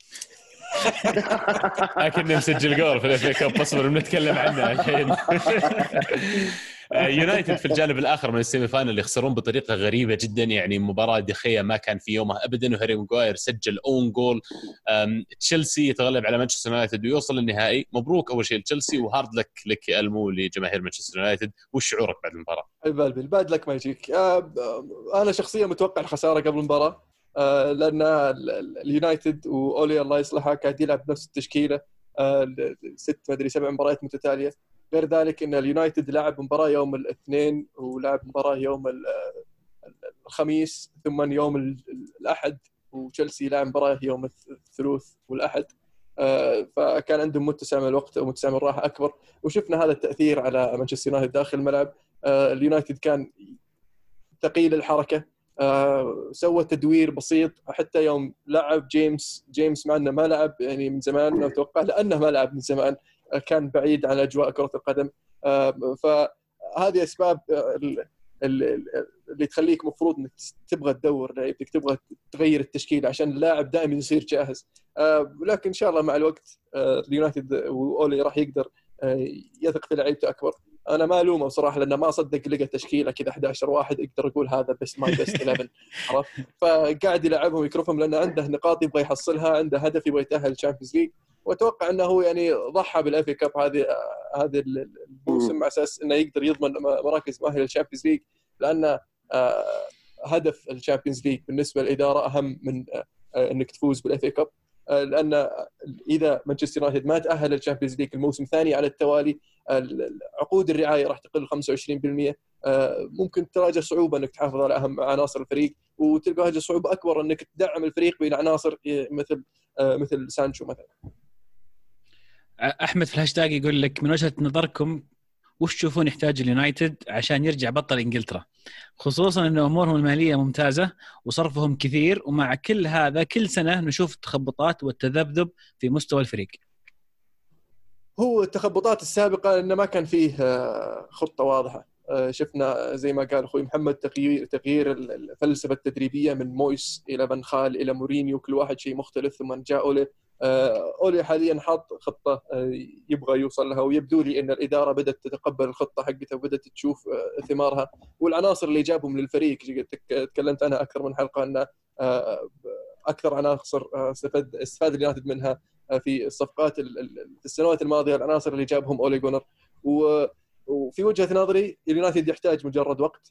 لكن مسجل جول في الافي كاب، اصبر بنتكلم عنه الحين. يونايتد في الجانب الاخر من السيمي فاينل اللي يخسرون بطريقه غريبه جدا. يعني مباراه دخيه ما كان في يومها ابدا، وهاري ماغواير سجل اون جول. تشيلسي يتغلب على مانشستر يونايتد ويوصل للنهائي. مبروك اول شيء لتشيلسي، وهارد لك يا المو لجماهير مانشستر يونايتد. وش شعورك بعد المباراه؟ الباد لك ما يجيك. انا شخصيا متوقع الخساره قبل المباراه، لان اليونايتد واولي الله يصلحه قاعد يلعب نفس التشكيله 7 مباريات متتاليه. غير ذلك ان اليونايتد لعب مباراه يوم الاثنين، ولعب مباراه يوم الخميس، ثم يوم الاحد، وتشيلسي لعب مباراه يوم الثلاث والاحد. فكان عندهم متسع من الوقت ومتسع من الراحه اكبر، وشفنا هذا التاثير على مانشستر يونايتد داخل الملعب. اليونايتد كان ثقيل الحركه، سوى تدوير بسيط. حتى يوم لعب جيمس مع انه ما لعب يعني من زمان، اتوقع لانه ما لعب من زمان، كان بعيد عن اجواء كرة القدم. فهذه اسباب اللي تخليك مفروض انك تبغى تدور لعيبتك، تبغى تغير التشكيل عشان اللاعب دائما يصير جاهز. ولكن ان شاء الله مع الوقت اليونايتد واولي راح يقدر يثق في لعيبته اكبر. انا ما الومه بصراحه، لانه ما صدق لقى تشكيله كذا 11 واحد يقدر يقول هذا بس ماي بيست 11. عرفت؟ فقاعد يلعبهم ويكرفهم لانه عنده نقاط يبغى يحصلها، عنده هدف يبغى يتاهل للشامبيونز ليج. واتوقع انه هو يعني ضحى بالافي كاب هذه الموسم على اساس انه يقدر يضمن مراكز مؤهله للشامبيونز ليج، لان هدف الشامبيونز ليج بالنسبه للاداره اهم من انك تفوز بالافي كاب. لان اذا مانشستر يونايتد ما تاهل للشامبيونز ليج الموسم الثاني على التوالي، عقود الرعايه راح تقل 25%. ممكن تواجه صعوبه انك تحافظ على اهم عناصر الفريق، وتواجه صعوبه اكبر انك تدعم الفريق بالعناصر مثل سانشو مثلا. احمد في الهاشتاج يقول لك من وجهه نظركم وش تشوفون يحتاج اليونايتد عشان يرجع بطل انجلترا، خصوصا ان امورهم الماليه ممتازه وصرفهم كثير، ومع كل هذا كل سنه نشوف التخبطات والتذبذب في مستوى الفريق. هو التخبطات السابقه انه ما كان فيه خطه واضحه. شفنا زي ما قال اخوي محمد تغيير الفلسفه التدريبيه من مويس الى فان خال الى مورينيو، كل واحد شيء مختلف. ثم جاء أولي حاليا حاط خطة يبغى يوصل لها، ويبدو لي أن الإدارة بدأت تتقبل الخطة حقتها وبدأت تشوف ثمارها. والعناصر اللي جابهم للفريق تكلمت عنها أكثر من حلقة، أن أكثر عناصر استفاد اليونايتد منها في الصفقات في السنوات الماضية، العناصر اللي جابهم أولي جونر. وفي وجهة نظري اليونايتد يحتاج مجرد وقت.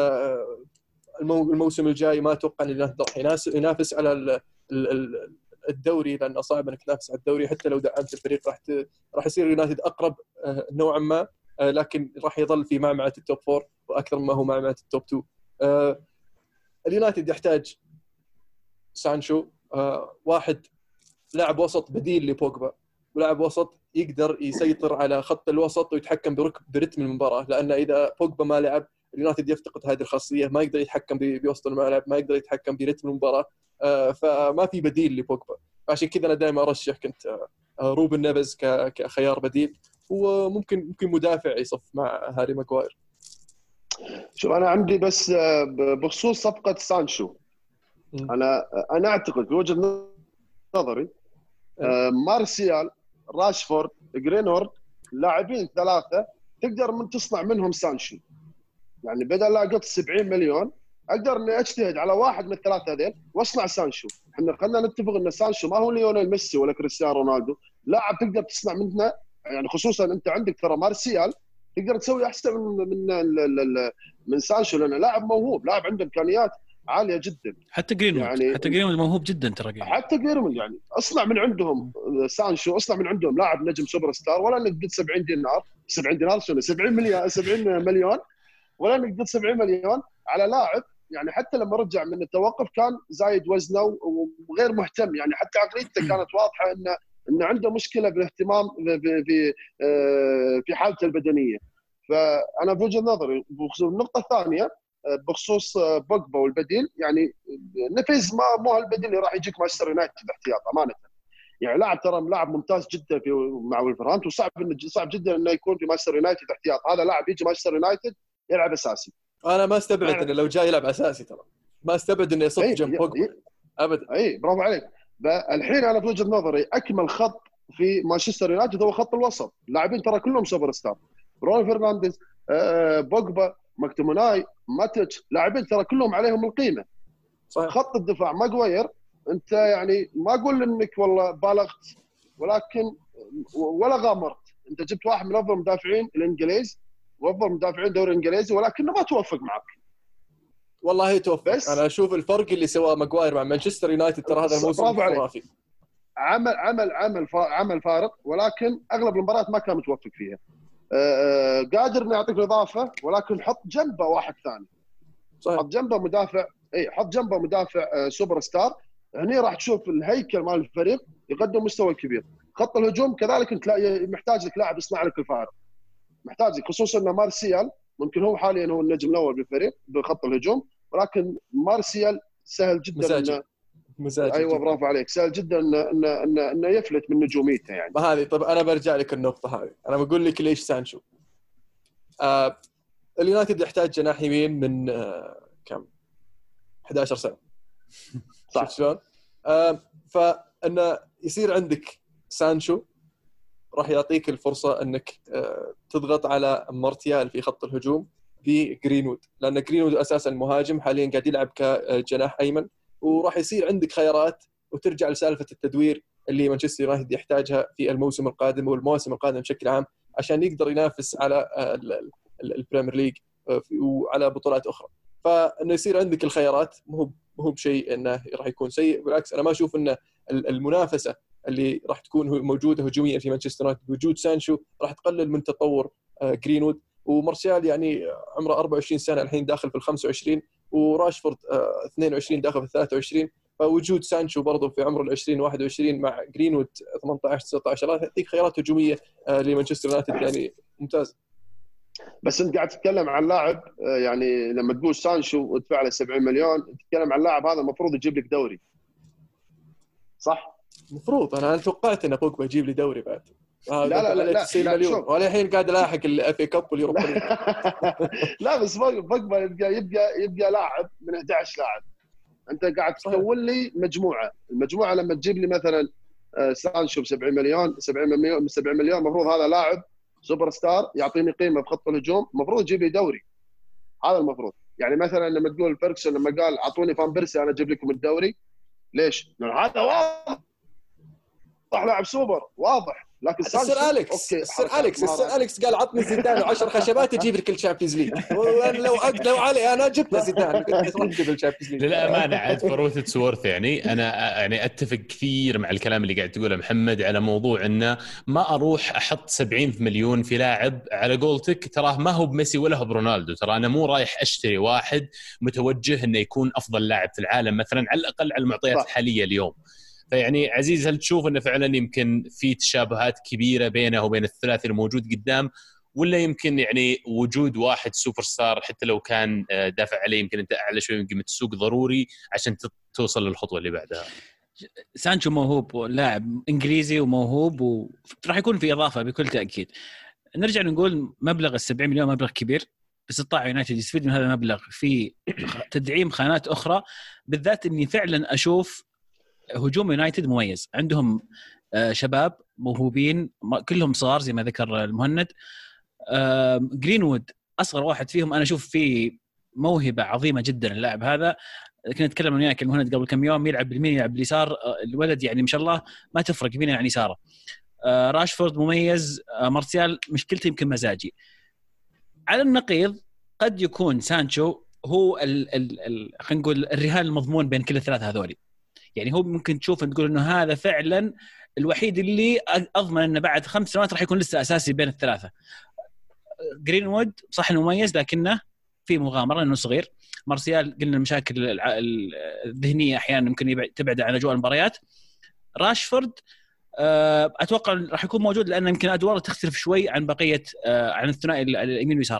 الموسم الجاي ما أتوقع أن اليونايتد راح ينافس على الدوري، لأنه صعب أنك تنافس على الدوري. حتى لو دعمت الفريق راح يصير يونايتد أقرب نوعا ما لكن راح يظل في معمعة التوب 4 وأكثر مما هو معمعة التوب 2. اليونايتد يحتاج سانشو، واحد لاعب وسط بديل لبوجبا، ولاعب وسط يقدر يسيطر على خط الوسط ويتحكم برتم المباراة، لأن إذا بوجبا ما لعب اليونايتد يفتقد هذه الخاصية، ما يقدر يتحكم بوسط الملعب، ما يقدر يتحكم برتم المباراة، فما في بديل لبوجبا. عشان كذا أنا دائما أرشح كنت روبن نيفز كخيار بديل، وممكن مدافع يصف مع هاري ماغواير. شوف أنا عندي بس بخصوص صفقة سانشو، أنا أعتقد في وجهة نظري مارسيال، راشفورد، جرينورد، لاعبين 3 تقدر من تصنع منهم سانشو. يعني بدل لا قط 70 مليون اقدر اني اجتهد على واحد من ال3 هذين واصنع سانشو. احنا خلينا نتفق ان سانشو ما هو ليونيل ميسي ولا كريستيانو رونالدو، لاعب تقدر تصنع منه، يعني خصوصا انت عندك ترى مارسيال تقدر تسوي احسن من سانشو، لانه لاعب موهوب، لاعب عنده امكانيات عاليه جدا. حتى جرينوود موهوب جدا ترى. حتى جرينوود يعني اصنع من عندهم سانشو، اصنع من عندهم لاعب نجم سوبر ستار، ولا نقد 70 دينار شنو 70 مليون ولا نقد 70 مليون على لاعب. يعني حتى لما رجع من التوقف كان زايد وزنه وغير مهتم، يعني حتى عقليته كانت واضحه انه عنده مشكله بالاهتمام في حالته البدنيه. فانا بوجهه نظري بخصوص النقطه الثانيه بخصوص بوجبا والبديل، يعني نفيز ما مو البديل اللي راح يجيك مانشستر يونايتد احتياط امانه. يعني لاعب ترى لاعب ممتاز جدا مع ولفرهامبتون، صعب جدا انه يكون في مانشستر يونايتد احتياط. هذا لاعب يجي مانشستر يونايتد يلعب اساسي. انا ما استبعد انه لو جاي يلعب اساسي، ترى ما استبعد انه يصف جنب بوجبا ابدا. اي برافو عليك. الحين انا في وجهه نظري اكمل خط في مانشستر يونايتد هو خط الوسط، اللاعبين ترى كلهم سوبر ستار، برونو فرنانديز، بوجبا، ماكتوموناي، ماتيتش، لاعبين ترى كلهم عليهم القيمه. صحيح. خط الدفاع ماغواير، انت يعني ما اقول انك والله بالغت ولكن ولا غامرت، انت جبت واحد من افضل مدافعين الانجليز وافضل مدافعين الدوري الانجليزي، ولكنه ما توفق معك. والله توفق. انا اشوف الفرق اللي سواه ماغواير مع مانشستر يونايتد، ترى هذا الموسم خرافي. عمل فارق، ولكن اغلب المباريات ما كان متوفق فيها. قادر انه يعطيك اضافه، ولكن حط جنبه واحد ثاني. صحيح. حط جنبه مدافع سوبر ستار، هني راح تشوف الهيكل مال الفريق يقدم مستوى كبير. خط الهجوم كذلك انت محتاج لك لاعب يصنع لك الفارق، محتاج لك، خصوصا ان مارسيال ممكن هو حاليا هو النجم الاول بالفريق بخط الهجوم، ولكن مارسيال سهل جدا مزاجي ايوه برافو عليك، سهل جدا انه يفلت من نجوميته يعني. ما هذه طب انا برجع لك النقطه هذه، انا بقول لك ليش سانشو. اليونايتد يحتاج جناح يمين من كم 11 سنه صح شلون؟ فانه يصير عندك سانشو راح يعطيك الفرصه انك تضغط على مارتيال في خط الهجوم بجرينوود، لان جرينوود اساسا مهاجم حاليا قاعد يلعب كجناح ايمن، وراح يصير عندك خيارات وترجع لسالفه التدوير اللي مانشستر يونايتد يحتاجها في الموسم القادم والمواسم القادمه بشكل عام عشان يقدر ينافس على البريمير ليج وعلى بطولات اخرى. فانه يصير عندك الخيارات مو بشيء انه راح يكون سيء، بالعكس انا ما اشوف ان المنافسه اللي راح تكون موجوده هجوميا في مانشستر يونايتد بوجود سانشو راح تقلل من تطور جرينوود. ومارسيال يعني عمره 24 سنه الحين داخل في ال 25، وراشفورد 22 داخل في 23، فوجود سانشو برضه في عمر ال 20 21 مع جرينوود 18 19 راح يعطيك خيارات هجوميه لمانشستر يونايتد يعني ممتاز. بس انت قاعد تتكلم عن لاعب، يعني لما تقول سانشو وتدفع له 70 مليون تتكلم عن لاعب هذا المفروض يجيب لك دوري صح؟ المفروض انا توقعت ان بوجبا يجيب لي دوري بعد. لا 90 مليون وانا الحين قاعد الاحق الاف اي كاب واليوروبا ليج. لا بس بوجبا يبقى لاعب من 11 لاعب. انت قاعد تكون لي المجموعه لما تجيب لي مثلا سانشو ب 70 مليون 70 مليون المفروض هذا لاعب سوبر ستار يعطيني قيمه بخط الهجوم، المفروض يجيب لي دوري. هذا المفروض. يعني مثلا لما تقول فيركسون لما قال اعطوني فان بيرسي انا اجيب لكم الدوري، ليش؟ لأن هذا واضح لاعب سوبر واضح، لكن السير أليكس قال عطني زيدان و10 خشبات يجيب لك الشامبيونز ليج. لو علي انا جبت زيدان كنت راح اجيب الشامبيونز ليج. للامانه عاد فروت سورث يعني انا يعني اتفق كثير مع الكلام اللي قاعد تقوله محمد على موضوع انه ما اروح احط 70 مليون في لاعب على قولتك تراه ما هو بميسي ولا هو برونالدو. ترى انا مو رايح اشتري واحد متوجه انه يكون افضل لاعب في العالم مثلا على الاقل على المعطيات الحاليه اليوم. فيعني عزيز هل تشوف انه فعلا يمكن في تشابهات كبيره بينه وبين الثلاثي الموجود قدام ولا يمكن يعني وجود واحد سوبر ستار حتى لو كان دافع عليه يمكن انت اعلى شوي من قيمه السوق ضروري عشان توصل للخطوه اللي بعدها؟ سانشو موهوب لاعب انجليزي وموهوب وراح يكون في اضافه بكل تاكيد. نرجع نقول مبلغ 70 مليون مبلغ كبير بس استطاع يونايتد يستفيد من هذا المبلغ في تدعيم خانات اخرى بالذات اني فعلا اشوف هجوم يونايتد مميز. عندهم شباب موهوبين كلهم صغار زي ما ذكر المهند. جرينوود أصغر واحد فيهم أنا أشوف فيه موهبة عظيمة جدا. اللاعب هذا كنا نتكلم وياك المهند قبل كم يوم يلعب باليمين يلعب باليسار الولد يعني ما شاء الله ما تفرق يمين يعني يساره. راشفورد مميز. مارسيال مشكلته يمكن مزاجي. على النقيض قد يكون سانشو هو خلينا نقول الرهان المضمون بين كل الثلاثة هذولي. يعني هو ممكن تشوف تقول إنه هذا فعلا الوحيد اللي أضمن إنه بعد 5 سنوات راح يكون لسه أساسي بين الثلاثة. جرينوود صح إنه مميز لكنه في مغامرة إنه صغير. مارسيال قلنا المشاكل الذهنية أحيانا ممكن تبعد عن أجواء المباريات. راشفورد أتوقع راح يكون موجود لأن يمكن أدواره تختلف شوي عن بقية عن الثنائي اليمين واليسار.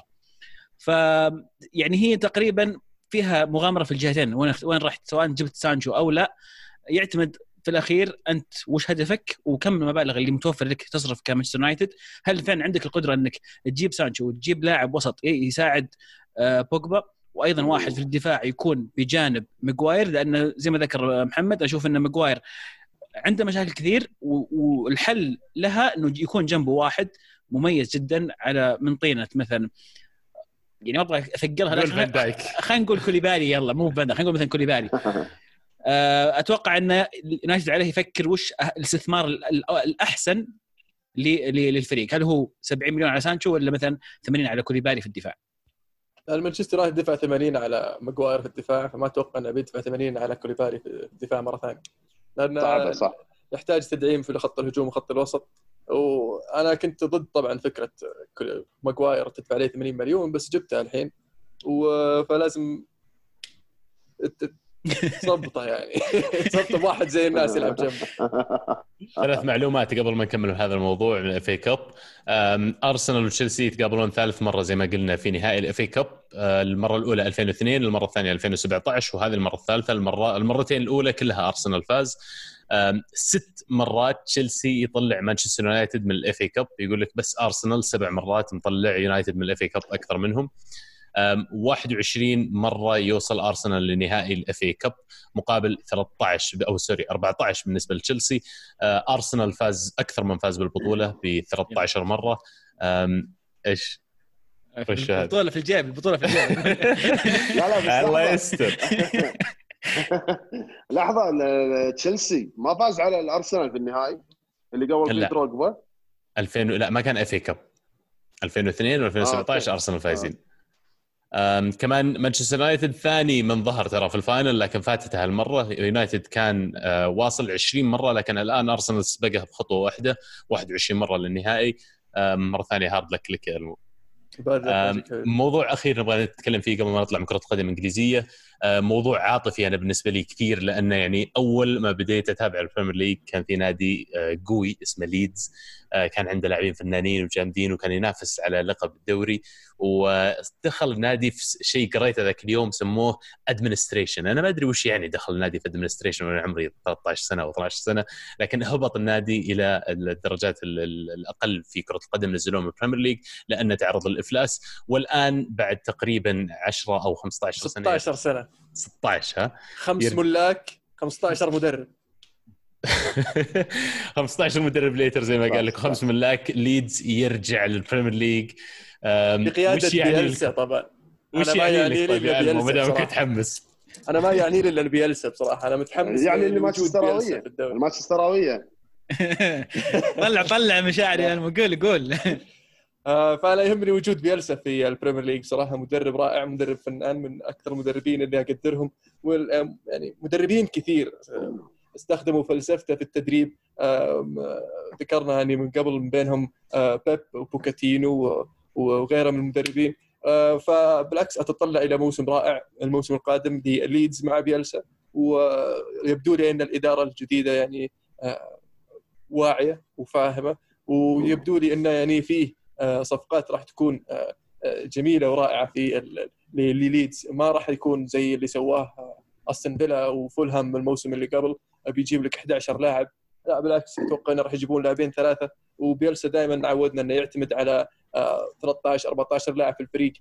فيعني هي تقريبا فيها مغامرة في الجهتين وين رحت سواء جبت سانشو أو لا. يعتمد في الأخير أنت وش هدفك وكم المبالغ اللي متوفر لك تصرف كمانشستر يونايتد. هل فعلا عندك القدرة أنك تجيب سانشو وتجيب لاعب وسط يساعد بوجبا وأيضا واحد في الدفاع يكون بجانب ماغواير لأنه زي ما ذكر محمد أشوف أن ماغواير عنده مشاكل كثير والحل لها أنه يكون جنبه واحد مميز جدا على من طينة مثلا يعني أبغى أثقلها خلينا نقول كوليبالي يلا مو بنا خلينا نقول مثلا كوليبالي. أتوقع أن يونايتد عليه يفكر وش الاستثمار الأحسن للفريق. هل هو 70 مليون على سانشو ولا مثلا 80 على كوليبالي في الدفاع؟ المانشستر راح يدفع 80 على ماغواير في الدفاع فما أتوقع أنه بيدفع 80 على كوليبالي في الدفاع مرة ثانية لأنه صح. يحتاج تدعيم في خط الهجوم وخط الوسط. وأنا كنت ضد طبعا فكرة ماغواير تدفع عليه 80 مليون بس جبتها الحين فلازم صبطه يعني صبطه واحد زي الناس يلعب جنبه. 3 معلومات قبل ما نكمل هذا الموضوع من الFA كاب. أرسنال وتشيلسي يتقابلون ثالث مرة زي ما قلنا في نهائي الFA كاب. المرة الأولى 2002 المرة الثانية 2017 وهذه المرة الثالثة. المرتين الأولى كلها أرسنال فاز. 6 مرات تشيلسي يطلع مانشستر يونايتد من الFA كاب. يقول لك بس أرسنال 7 مرات مطلع يونايتد من الFA كاب أكثر منهم. 21 مرة يوصل أرسنال لنهائي الFA كاب مقابل 14 بالنسبة لتشيلسي. أرسنال فاز أكثر من فاز بالبطولة ب 13 مرة. إيش؟ البطولة في الجيب لا الله يستر. لحظة تشيلسي ما فاز على الأرسنال في النهائي اللي قبل في دروغبا 2000 لا ما كان FA كاب 2002 و2017 أرسنال فايزين. كمان مانشستر يونايتد ثاني من ظهر ترى في الفاينل لكن فاتته هالمرة. يونايتد كان واصل 20 مرة لكن الآن أرسنال سبقه بخطوة واحدة 21 مرة للنهائي. مرة ثانية هارد لك موضوع أخير نبغى نتكلم فيه قبل ما نطلع من كرة القدم الإنجليزية. موضوع عاطفي أنا بالنسبة لي كثير لأنه يعني أول ما بديت أتابع البريمير ليج كان في نادي قوي اسمه ليدز. كان عنده لاعبين فنانين وجامدين وكان ينافس على لقب الدوري ودخل النادي في شيء قريته ذاك اليوم سموه ادمنستريشن. انا ما ادري وش يعني دخل النادي في ادمنستريشن وانا عمري 13 سنه او 12 سنه لكن هبط النادي الى الدرجات الاقل في كره القدم نزلوه من البريمير ليج لانه تعرض للافلاس. والان بعد تقريبا 10 او 15 سنه 16 5 ملاك 15 مدرب 15 مدرب ليتر زي ما قال لك 5 ملاك. ليدز يرجع للبريمير ليج بقيادة بيلسا طبعا. أنا ما يعني لي بيلسا ما دامك متحمس. أنا ما يعني لي إلا بيلسا بصراحة. أنا متحمس يعني المانشستراوية طلع مشاعري انا، قول. فانا يهمني وجود بيلسا في البريمير ليج صراحه. مدرب رائع، مدرب فنان، من اكثر المدربين اللي اقدرهم. يعني مدربين كثير استخدموا فلسفته في التدريب. ذكرنا يعني من قبل من بينهم بيب وبوكاتينو وغيره من المدربين. فبالعكس اتطلع الى موسم رائع الموسم القادم لليدز مع بيلسا. ويبدو لي ان الاداره الجديده يعني واعيه وفاهمه، ويبدو لي انه يعني فيه صفقات راح تكون جميله ورائعه في ليدز. ما راح يكون زي اللي سواه أستون فيلا وفولهام الموسم اللي قبل، بيجيب لك 11 لاعب. لا بالعكس، اتوقع انه راح يجيبون لاعبين 3. وبيلسا دائما عودنا انه يعتمد على 13 14 لاعب في الفريق،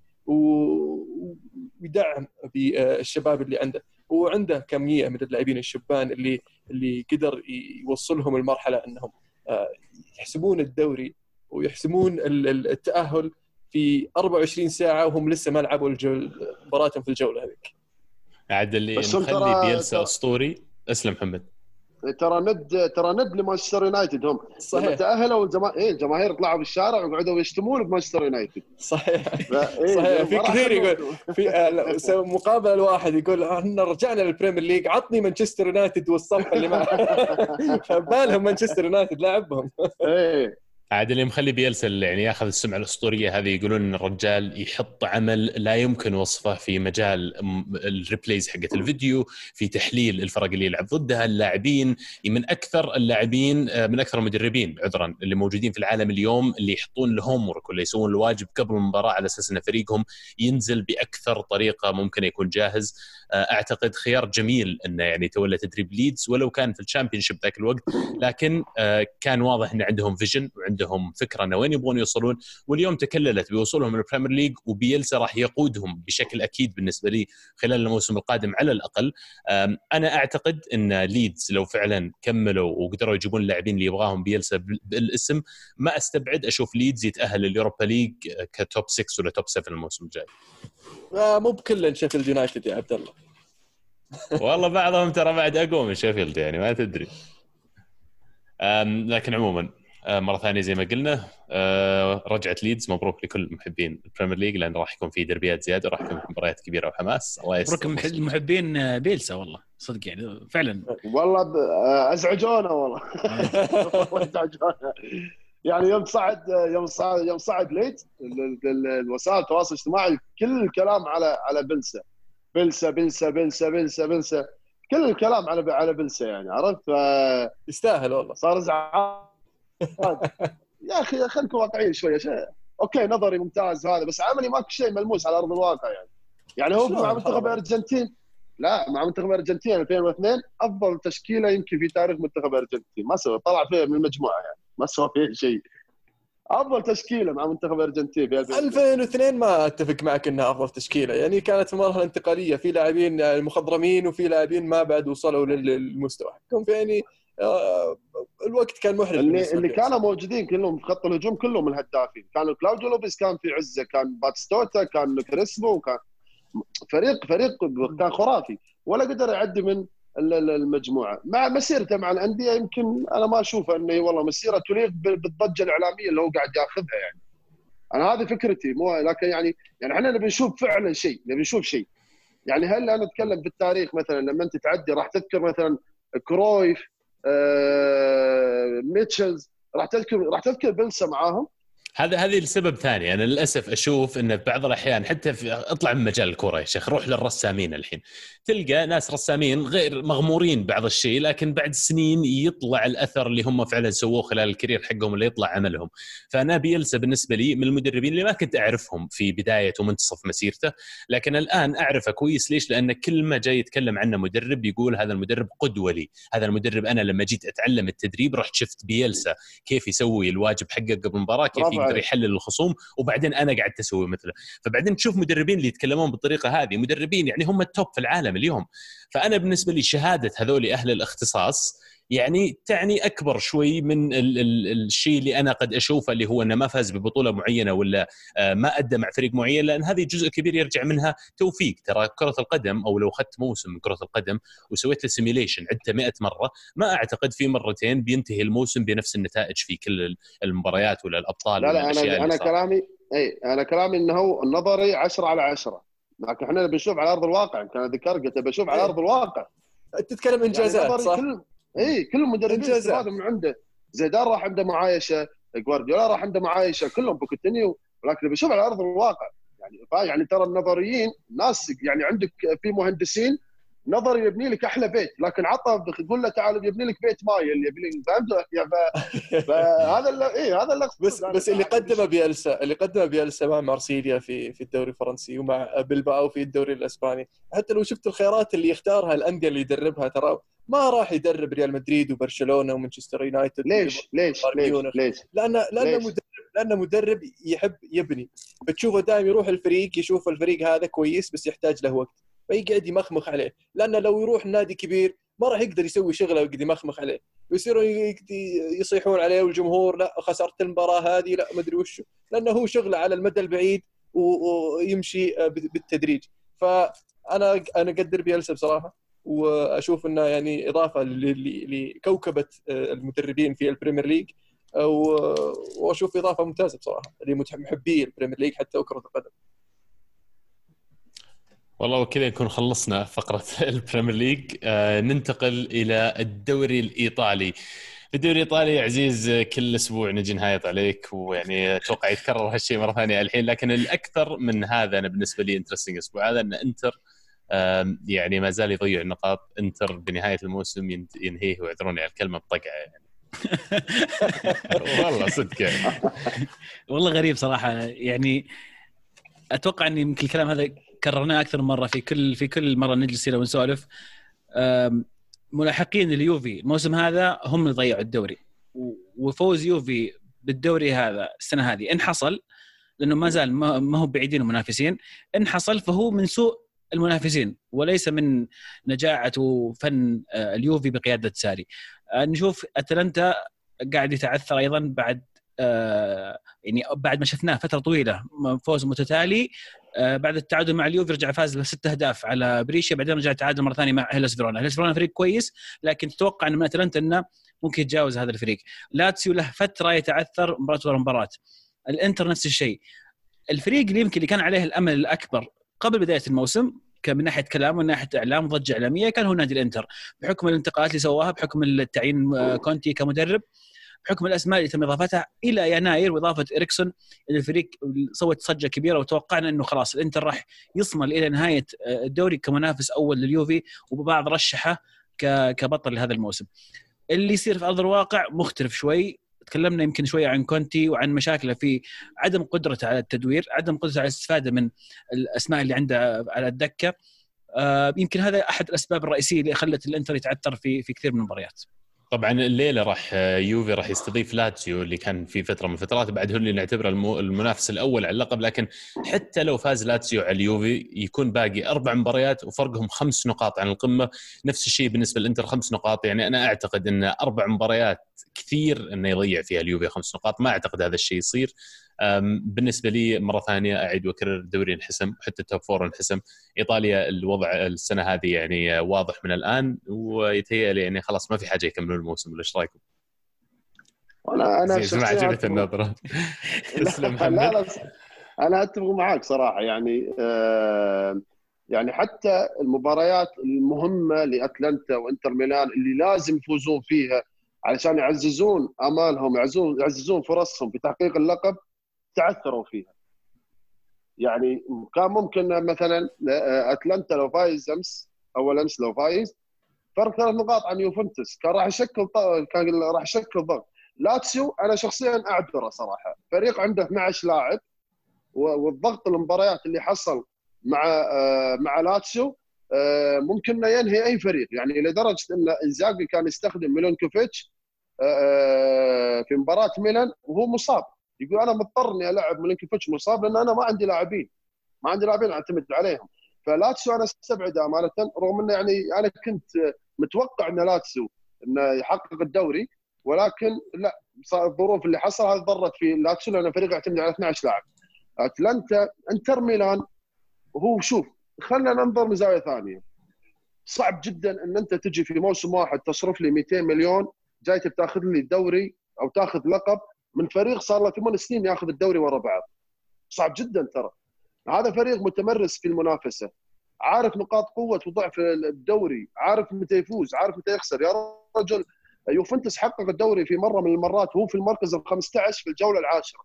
ويدعم بالشباب اللي عنده. وعنده كميه من اللاعبين الشبان اللي قدر يوصلهم المرحله انهم يحسمون الدوري ويحسمون التأهل في 24 ساعة وهم لسه ما لعبوا مباراتهم في الجولة هذيك. عاد اللي مخلي بيلسا أسطوري. اسلم محمد. ترى ند لمانشستر يونايتد هم صحيح. لما تأهلوا الجماهير طلعوا بالشارع وقعدوا يشتمون بمانشستر يونايتد. صحيح. صحيح. في كثير يقول في مقابله الواحد يقول احنا رجعنا للبريمير ليج، عطني مانشستر يونايتد والصف اللي معه. بالهم مانشستر يونايتد لعبهم. عاد اللي مخلي بيلسا يعني ياخذ السمعه الاسطوريه هذه، يقولون ان الرجال يحط عمل لا يمكن وصفه في مجال الريبليز حقت الفيديو، في تحليل الفرق اللي يلعب ضدها، اللاعبين من اكثر اللاعبين من اكثر المدربين عذرا اللي موجودين في العالم اليوم اللي يحطون الهوم ورك ولا يسوون الواجب قبل المباراه على اساس ان فريقهم ينزل باكثر طريقه ممكن يكون جاهز. اعتقد خيار جميل انه يعني تولى تدريب ليدز ولو كان في الشامبيونشيب ذاك الوقت، لكن كان واضح ان عندهم فيجن وعندهم فكره انه وين يبغون يوصلون، واليوم تكللت بوصولهم للبريمير ليج، وبيلسا راح يقودهم بشكل اكيد بالنسبه لي خلال الموسم القادم على الاقل. انا اعتقد ان ليدز لو فعلا كملوا وقدروا يجيبون اللاعبين اللي يبغاهم بيلسا بالاسم، ما استبعد اشوف ليدز يتاهل لليوروبا ليج كتوب 6 ولا توب 7 الموسم الجاي. مو بكل شيفيلد يونايتد يا عبد الله. والله بعضهم ترى بعد اقوى من شيفيلد يعني ما تدري. لكن عموما مرة ثانية زي ما قلنا رجعت ليدز، مبروك لكل محبين البريمير ليج لأن راح يكون في دربيات زيادة وراح يكون في مباريات كبيرة وحماس. الله يستر. مبروك محبين بيلسا والله صدق يعني فعلا والله أزعجونا والله. يعني يوم صعد ليت الوسائل التواصل الاجتماعي كل الكلام على بلسا كل الكلام على بلسا يعني عرفت. يستاهل والله. صار زعل يا اخي خليكم واقعيين شويه. اوكي نظري ممتاز هذا، بس عملي ماكو شيء ملموس على ارض الواقع. يعني هو مع منتخب الارجنتين، لا مع منتخب الارجنتين 2002 افضل تشكيله يمكن في تاريخ منتخب الارجنتين، ما سوى طلع فيه من المجموعه يعني ما سوى فيه شيء. افضل تشكيله مع منتخب الارجنتين في 2002 ما اتفق معك انها افضل تشكيله، يعني كانت في مرحله انتقاليه، في لاعبين مخضرمين وفي لاعبين ما بعد وصلوا للمستوى حقهم. يعني الوقت كان محرج. اللي كانوا موجودين كلهم في خط الهجوم كلهم الهدافين، كانوا كلاوديو لوبيس كان في عزه، كان باتستوتا، كان كريسبو، كان فريق كان خرافي ولا قدر يعدي من المجموعه. مع مسيرته مع الانديه يمكن انا ما اشوفه انه والله مسيره تليق بالضجه الاعلاميه اللي هو قاعد ياخذها. يعني انا هذه فكرتي، مو لكن يعني احنا نبي نشوف فعلا شيء، نبي نشوف شيء. يعني هل انا اتكلم بالتاريخ مثلا لما انت تعدي راح تذكر مثلا كرويف، ميتشلز، راح تذكر بيلسا معاهم. هذه السبب ثاني. انا للاسف اشوف ان بعض الاحيان حتى اطلع من مجال الكوره يا شيخ، روح للرسامين الحين تلقى ناس رسامين غير مغمورين بعض الشيء، لكن بعد سنين يطلع الاثر اللي هم فعلا سووه خلال الكارير حقهم اللي يطلع عملهم. فانا بيلسا بالنسبه لي من المدربين اللي ما كنت اعرفهم في بدايه ومنتصف مسيرته، لكن الان اعرفه كويس. ليش؟ لان كل ما جاي يتكلم عنه مدرب يقول هذا المدرب قدوه لي، هذا المدرب انا لما جيت اتعلم التدريب رحت شفت بيلسا كيف يسوي الواجب حقه قبل المباراه، كيف يقدر يحلل الخصوم، وبعدين انا قاعد اسوي مثله. فبعدين تشوف مدربين اللي يتكلمون بالطريقه هذه مدربين يعني هم التوب في العالم اليوم. فانا بالنسبه لي شهاده هذول اهل الاختصاص يعني تعني اكبر شوي من الشيء اللي انا قد اشوفه، اللي هو انه ما فاز ببطوله معينه ولا ما ادى مع فريق معين، لان هذه جزء كبير يرجع منها توفيق. ترى كره القدم، او لو اخذت موسم من كره القدم وسويت له سيميليشن عدته 100 مره، ما اعتقد في مرتين بينتهي الموسم بنفس النتائج في كل المباريات ولا الابطال ولا الاشياء اللي صارت. انا كلامي انه هو النظري 10 على 10، لكن احنا بنشوف على ارض الواقع. كان ذكر قلت بشوف على ارض الواقع. تتكلم انجازات يعني صح؟ كل المدربين استفادوا من عنده. زيدان راح عنده معايشه، جوارديولا راح عنده معايشه، كلهم بوكيتينيو، ولكن بشوف على ارض الواقع. يعني ترى النظريين ناس، يعني عندك في مهندسين نظري يبني لك احلى بيت، لكن عطى تقول له تعال يبني لك بيت ماي اللي يبني لك، فهمت؟ فهذا هذا اللي بس اللي قدمه بيلسا مع مارسيليا في الدوري الفرنسي، ومع بلباو في الدوري الاسباني. حتى لو شفت الخيارات اللي يختارها الانديه اللي يدربها، ترى ما راح يدرب ريال مدريد وبرشلونه ومانشستر يونايتد. ليش؟ لأنه مدرب يحب يبني، فتشوفه دائما يروح الفريق، يشوف الفريق هذا كويس بس يحتاج له وقت، فيقعد يمخمخ عليه. لأنه لو يروح نادي كبير ما راح يقدر يسوي شغله ويقعد يمخمخ عليه، ويصيروا يصيحون عليه والجمهور لا خسرت المباراة هذه، لا ما أدري وش، لأنه هو شغله على المدى البعيد ويمشي بالتدريج. فأنا أقدر بيلسا بصراحة، وأشوف أنه يعني إضافة لكوكبة المدربين في البريمير ليج، وأشوف إضافة ممتازة بصراحة لمحبي البريمير ليج حتى وكرة القدم. والله وكذا نكون خلصنا فقرة البريمير ليج. ننتقل إلى الدوري الإيطالي. الدوري الإيطالي عزيز كل أسبوع نجي نهايط عليك، ويعني أتوقع يتكرر هالشيء مرة ثانية الحين، لكن الأكثر من هذا أنا بالنسبة لي انترستينج الأسبوع هذا أن إنتر يعني ما زال يضيع النقاط. إنتر بنهاية الموسم ينهيه، ويعذروني على الكلمة، بطقعة يعني. والله صدق يعني. والله غريب صراحة. يعني أتوقع أن يمكن الكلام هذا كررناه أكثر من مرة في كل مرة نجلس هنا ونسولف. ملاحقين اليوفي الموسم هذا هم اللي ضيعوا الدوري، وفوز يوفي بالدوري هذا السنة هذه إن حصل، لأنه ما زال ما هو بعيدين المنافسين، إن حصل فهو من سوء المنافسين وليس من نجاعة وفن اليوفي بقيادة ساري. نشوف أتلانتا قاعد يتعثر أيضا بعد يعني بعد ما شفناه فترة طويلة فوز متتالي. بعد التعادل مع اليوفي رجع فاز ب6 أهداف على بريشيا، بعدين رجع تعادل مرة ثانية مع هيلاس فيرونا فريق كويس، لكن تتوقع أن من أتلانتا أنه ممكن يتجاوز هذا الفريق. لاتسيو له فترة يتعثر مباراة ورا مباراة. الانتر نفس الشيء. الفريق اللي يمكن اللي كان عليه الأمل الأكبر قبل بداية الموسم من ناحية كلام ومن ناحية إعلام ضجة إعلامية كان هو نادي الانتر، بحكم الانتقالات اللي سواها، بحكم التعيين كونتي كمدرب، بحكم الأسماء اللي تم إضافتها إلى يناير وإضافة إريكسون. الفريق صوت صجة كبيرة، وتوقعنا إنه خلاص الانتر راح يصمل إلى نهاية الدوري كمنافس أول لليوفي، وبعض رشحه كبطل لهذا الموسم. اللي يصير في أرض الواقع مختلف شوي. تكلمنا يمكن شوية عن كونتي وعن مشاكله في عدم قدرته على التدوير، عدم قدرته على الاستفادة من الأسماء اللي عنده على الدكة. يمكن هذا أحد الأسباب الرئيسية اللي خلت الانتر يتعثر في كثير من المباريات. طبعا الليله راح يوفي راح يستضيف لاتسيو اللي كان في فتره من الفترات بعد هو اللي نعتبره المنافس الاول على اللقب، لكن حتى لو فاز لاتسيو على اليوفي يكون باقي 4 مباريات وفرقهم 5 نقاط عن القمه. نفس الشيء بالنسبه للانتر 5 نقاط. يعني انا اعتقد ان 4 مباريات كثير انه يضيع فيها اليوفي 5 نقاط. ما اعتقد هذا الشيء يصير. بالنسبه لي مره ثانيه اعيد واكرر، الدوري انحسم، حتى التوب 4 انحسم. ايطاليا الوضع السنه هذه يعني واضح من الان، ويتهيأ لي يعني خلاص ما في حاجه يكملون الموسم. ولا ايش رايكم؟ انا شخصيا عجبت النظره. تسلم محمد. لا انا اتفق معاك صراحه. يعني حتى المباريات المهمه لاتلانتا وانتر ميلان اللي لازم يفوزون فيها علشان يعززون امالهم، يعززون فرصهم في تحقيق اللقب، تعثروا فيها. يعني كان ممكن مثلا اتلانتا لو فايز امس لو فايز فرق 3 نقاط عن يوفنتوس، كان راح يشكل ضغط. لاتسيو انا شخصيا اعذره صراحه، فريق عنده 12 لاعب، والضغط المباريات اللي حصل مع لاتسيو ممكن ينهي اي فريق. يعني لدرجه ان انزاغي كان يستخدم ميلونكوفيتش في مباراه ميلان وهو مصاب، يقول انا مضطر اني العب ميلونكوفيتش مصاب لان انا ما عندي لاعبين اعتمد عليهم. فلاتسيو انا استبعد امانه، رغم انه يعني انا كنت متوقع ان لاتسيو انه يحقق الدوري، ولكن لا، الظروف اللي حصل هذه ضرت في لاتسيو لأن فريق يعتمد على 12 لاعب. اتلانتا، انتر ميلان، وهو شوف خلينا ننظر من زاويه ثانيه. صعب جدا ان انت تجي في موسم واحد تصرف لي 200 مليون جاي تاخذ لي الدوري او تاخذ لقب من فريق صار له 8 سنين ياخذ الدوري ورا بعض. صعب جدا ترى. هذا فريق متمرس في المنافسه، عارف نقاط قوه وضعف الدوري، عارف متى يفوز، عارف متى يخسر. يا رجل يوفنتوس حقق الدوري في مره من المرات وهو في المركز ال15 في الجوله العاشره،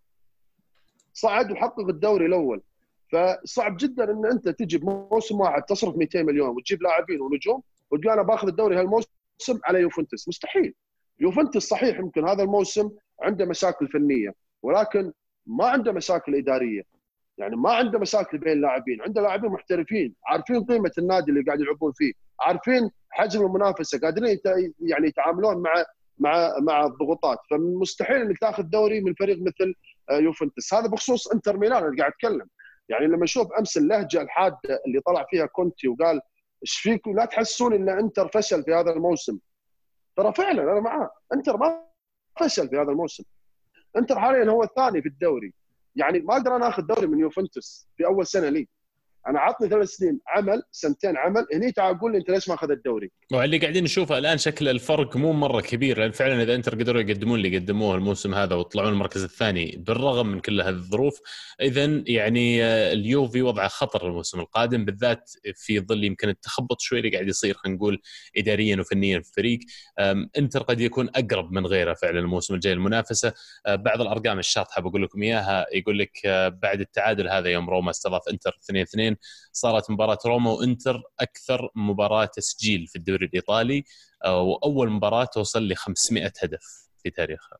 صعد وحقق الدوري الاول. فصعب جدا ان انت تجي بموسم واحد تصرف 200 مليون وتجيب لاعبين ونجوم وتقول انا باخذ الدوري هالموسم على يوفنتوس. مستحيل. يوفنتوس صحيح يمكن هذا الموسم عنده مشاكل فنيه، ولكن ما عنده مشاكل اداريه، يعني ما عنده مشاكل بين اللاعبين، عنده لاعبين محترفين عارفين قيمه النادي اللي قاعد يلعبون فيه، عارفين حجم المنافسه، قادرين يعني يتعاملون مع الضغوطات. فمستحيل انك تاخذ دوري من فريق مثل يوفنتوس. هذا بخصوص انتر ميلان اللي قاعد اتكلم. يعني لما اشوف امس اللهجه الحاده اللي طلع فيها كونتي وقال ايش فيكم لا تحسون ان انتر فشل في هذا الموسم، ترى فعلا انا معاه، انتر ما فشل في هذا الموسم. انتر حاليا هو الثاني في الدوري، يعني ما اقدر انا اخذ دوري من يوفنتوس في اول سنه لي. انا عطني 3 سنين عمل، سنتين عمل، هني تعال قول لي انت ليش ما اخذ الدوري. واللي قاعدين نشوفه الان شكل الفرق مو مره كبير، لان فعلا اذا انتر قدروا يقدمون اللي قدموه الموسم هذا ويطلعون المركز الثاني بالرغم من كل هذه الظروف، اذا يعني اليوفي وضعه خطر الموسم القادم، بالذات في ظل يمكن التخبط شوي اللي قاعد يصير خلينا نقول اداريا وفنيا في الفريق. انتر قد يكون اقرب من غيره فعلا الموسم الجاي المنافسه. بعض الارقام الشاطحه بقول لكم اياها، يقول لك بعد التعادل هذا يوم روما استضاف انتر 2-2 صارت مباراة روما وإنتر أكثر مباراة تسجيل في الدوري الإيطالي، وأول مباراة توصل ل 500 هدف في تاريخها.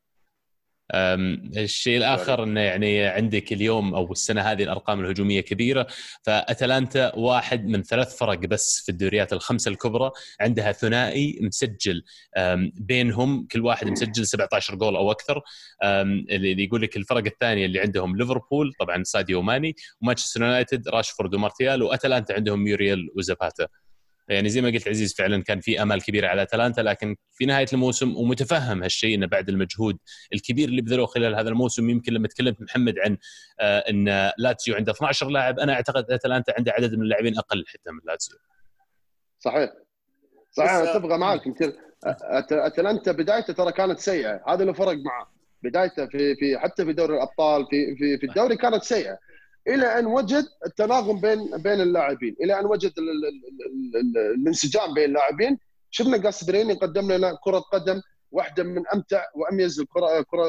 الشيء الآخر أنه يعني عندك اليوم أو السنة هذه الأرقام الهجومية كبيرة، فأتلانتا واحد من 3 فرق بس في الدوريات ال5 الكبرى عندها ثنائي مسجل بينهم كل واحد مسجل 17 جول أو أكثر. اللي يقول لك الفرق الثانية اللي عندهم ليفربول طبعا ساديو ماني، ومانشستر يونايتد راشفورد ومارتيال، وأتلانتا عندهم ميوريال وزاباتا. يعني زي ما قلت عزيز فعلا كان في امال كبيره على أتلانتا، لكن في نهايه الموسم ومتفهم هالشيء انه بعد المجهود الكبير اللي بذلوه خلال هذا الموسم، يمكن لما تكلمت محمد عن ان لاتسيو عنده 12 لاعب، انا اعتقد أتلانتا عنده عدد من اللاعبين اقل حتى من لاتسيو. صحيح انا اتفق معك. يمكن أتلانتا بدايته ترى كانت سيئه، هذا اللي فرق معه. بدايته في حتى في دوري الابطال في الدوري كانت سيئه، الى ان وجد التناغم بين اللاعبين، الى ان وجد الانسجام بين اللاعبين. شفنا جاسبريني قدم لنا كره قدم واحده من امتع واميز كره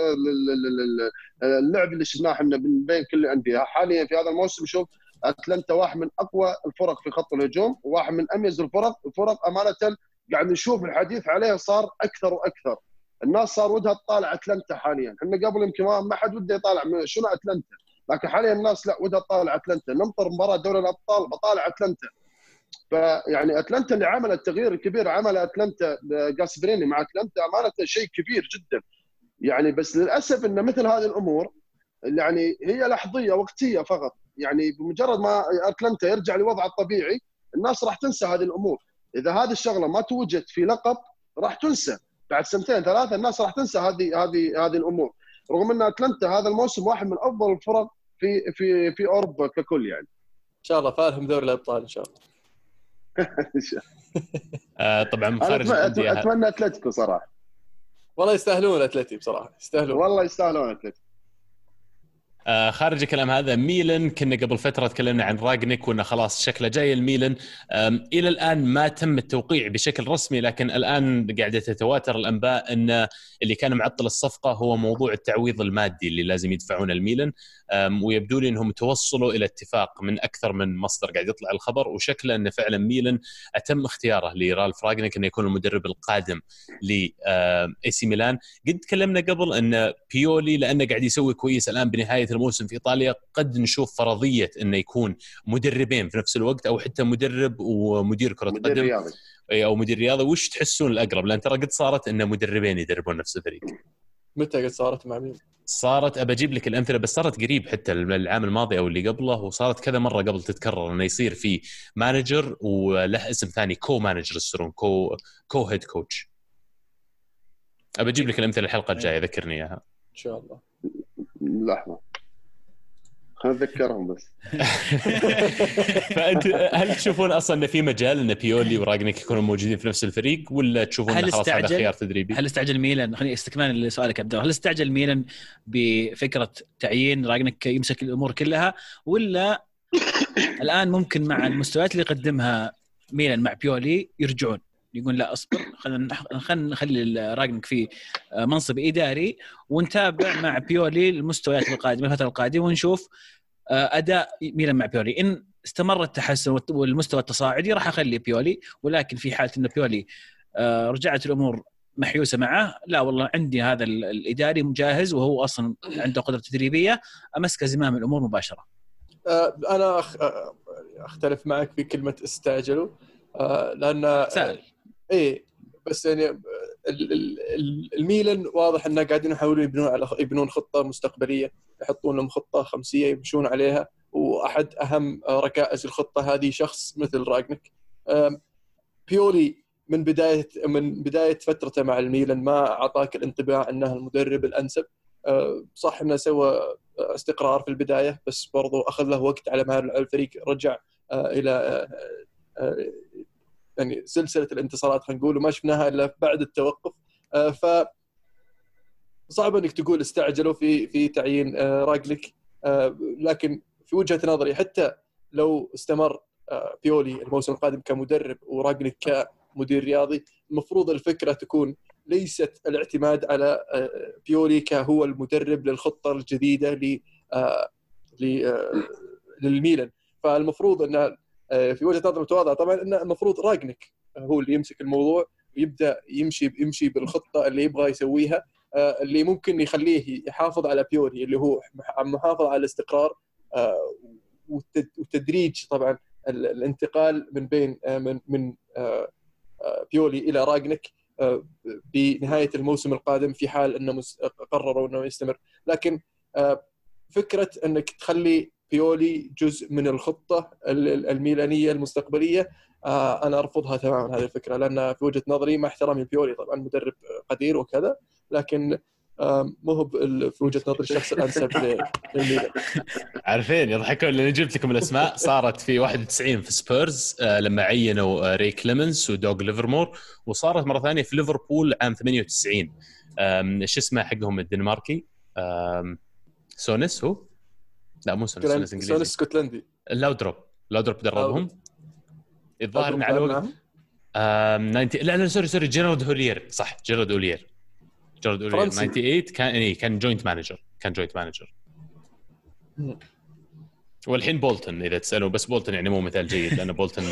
اللعب اللي شفناه احنا بين كل الانديه. حاليا في هذا الموسم شوف اتلانتا واحد من اقوى الفرق في خط الهجوم، وواحد من اميز الفرق امانه. قاعد نشوف الحديث عليه صار اكثر واكثر، الناس صار ودها تطالع اتلانتا حاليا. احنا قبل يمكن ما حد وده يطالع شنو اتلانتا، لكن حاليا الناس لا ودها تطالع اتلانتا. ننطر مباراه دوري الابطال بطالع اتلانتا. فيعني اتلانتا اللي عمل التغيير الكبير عمل اتلانتا جاسبريني مع اتلانتا امانه شيء كبير جدا. يعني بس للاسف ان مثل هذه الامور يعني هي لحظيه وقتيه فقط، يعني بمجرد ما اتلانتا يرجع لوضعه الطبيعي الناس راح تنسى هذه الامور. اذا هذه الشغله ما توجد في لقب راح تنسى بعد 2-3 سنين، الناس راح تنسى هذه الامور. رغم ان اتلانتا هذا الموسم واحد من افضل الفرق في اوروبا ككل. يعني ان شاء الله فالهم دوري الابطال ان شاء الله. طبعا خارج اتمنى اتلتيكو صراحه، والله يستاهلون اتلتي بصراحه، يستاهلون والله يستاهلون اتلتيكو. خارج الكلام هذا، ميلان كنا قبل فترة تكلمنا عن راغنيك وأنه خلاص شكله جاي الميلان. إلى الآن ما تم التوقيع بشكل رسمي، لكن الآن قاعدة تتواتر الأنباء أن اللي كان معطل الصفقة هو موضوع التعويض المادي اللي لازم يدفعونه الميلان. ويبدو لي أنهم توصلوا إلى اتفاق من أكثر من مصدر قاعد يطلع الخبر، وشكله أن فعلا ميلان أتم اختياره لرالف راغنيك أنه يكون المدرب القادم لإي سي ميلان. قد تكلمنا قبل أن بيولي لأنه قاعد يسوي كويس الآن بنهاية الموسم في إيطاليا، قد نشوف فرضية أنه يكون مدربين في نفس الوقت، أو حتى مدرب ومدير كرة قدم رياضي. أو مدير رياضي. وش تحسون الأقرب؟ لأن ترى قد صارت أن مدربين يدربون نفس الفريق. متى قد صارت مع مين؟ صارت أبجيب لك الأمثلة، بس صارت قريب حتى العام الماضي أو اللي قبله، وصارت كذا مرة قبل تتكرر أنه يصير في مانجر وله اسم ثاني كو مانجر يصيرون كو هيد كوتش. ابى اجيب لك الامثله الحلقه الجايه، ذكرني اياها ان شاء الله. لحظه خلينا نذكرهم بس. فانت هل تشوفون اصلا ان في مجال ان بيولي وراغنيك يكونوا موجودين في نفس الفريق، ولا تشوفون إن خلاص هذا خيار تدريبي؟ هل استعجل ميلان، خليني استكمالا لسؤالك عبد الله، هل استعجل ميلان بفكره تعيين راغنيك يمسك الامور كلها، ولا الان ممكن مع المستويات اللي قدمها ميلان مع بيولي يرجعون يقول لا اصبر خلينا نخلي راغنيك في منصب اداري ونتابع مع بيولي المستويات القادمه الفتره القادمه ونشوف اداء ميلان مع بيولي؟ ان استمر التحسن والمستوى التصاعدي راح اخلي بيولي، ولكن في حاله ان بيولي رجعت الامور محيوسه معه، لا والله عندي هذا الاداري مجهز وهو اصلا عنده قدره تدريبيه امسك زمام الامور مباشره. انا اختلف معك في كلمه استعجلوا، لان سهل ايه بس يعني الميلان واضح انه قاعدين يحاولون يبنون خطه مستقبليه، يحطون لهم خطه خمسيه يمشون عليها، واحد اهم ركائز الخطه هذه شخص مثل راغنيك. بيولي من بدايه فترته مع الميلان ما اعطاك الانطباع انه المدرب الانسب. صح انه سوى استقرار في البدايه، بس برضو اخذ له وقت على ما الفريق رجع الى يعني سلسله الانتصارات خلينا نقول، وما شفناها الا بعد التوقف. ف صعب انك تقول استعجلوا في تعيين راغنيك، لكن في وجهه نظري حتى لو استمر بيولي الموسم القادم كمدرب وراغنيك كمدير رياضي، المفروض الفكره تكون ليست الاعتماد على بيولي كهو المدرب للخطه الجديده للميلان. فالمفروض ان في وجهه نظري المتواضعه طبعا ان المفروض راغنيك هو اللي يمسك الموضوع ويبدا يمشي بالخطه اللي يبغى يسويها، اللي ممكن يخليه يحافظ على بيولي اللي هو محافظ على الاستقرار والتدريج. طبعا الانتقال من بين من بيولي الى راغنيك بنهايه الموسم القادم في حال انه قرروا انه يستمر. لكن فكره انك تخلي بيولي جزء من الخطه الميلانيه المستقبليه انا ارفضها تماما هذه الفكره، لان في وجهه نظري مع احترامي بيولي طبعا مدرب قدير وكذا، لكن مو هو في وجهه نظري الشخص الانسب للميلان. عارفين يضحكون لأن جبت لكم الاسماء. صارت في 91 في سبيرز لما عينوا ري كليمنز ودوغ ليفرمور، وصارت مره ثانيه في ليفربول عام 98. ايش اسمه حقهم الدنماركي؟ سونس هو؟ لا مو سونس انجليزي، سونس اسكتلندي. لاودروب دربهم الظاهر على وقت 90. لا سوري جيرارد هولير، صح جيرارد هولير 98 كان جوينت مانجر. والحين بولتون اذا تسالوا، بس بولتون يعني مو مثال جيد لان بولتون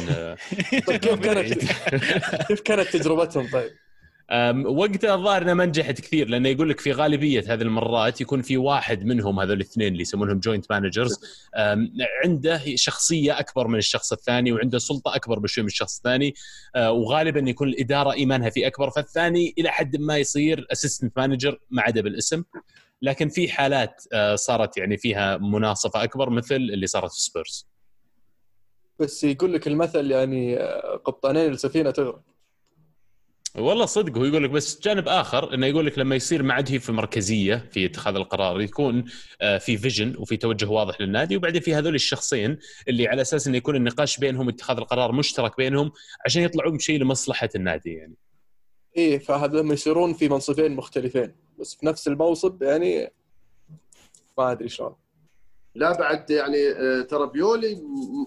كيف كانت تجربتهم؟ طيب وقتها الظاهر انها ما نجحت كثير، لانه يقول لك في غالبيه هذه المرات يكون في واحد منهم هذول الاثنين اللي يسمونهم جوينت مانجرز عنده شخصيه اكبر من الشخص الثاني وعنده سلطه اكبر بشوي من الشخص الثاني، وغالبا يكون الاداره ايمانها فيه اكبر، فالثاني الى حد ما يصير اسيستنت مانجر ما عدا بالاسم. لكن في حالات صارت يعني فيها مناصفه اكبر مثل اللي صارت في سبيرز. بس يقول لك المثل يعني قبطانين السفينه تغرق. والله صدق هو يقول لك، بس جانب آخر إنه يقول لك لما يصير ما عاد هي في مركزية في اتخاذ القرار، يكون في فيجن وفي توجه واضح للنادي، وبعدين في هذول الشخصين اللي على أساس إنه يكون النقاش بينهم اتخاذ القرار مشترك بينهم عشان يطلعون بشيء لمصلحة النادي يعني. إيه فهذا لما يصيرون في منصبين مختلفين بس في نفس الموصب يعني ما أدري شلون. لا بعد يعني ترى بيولي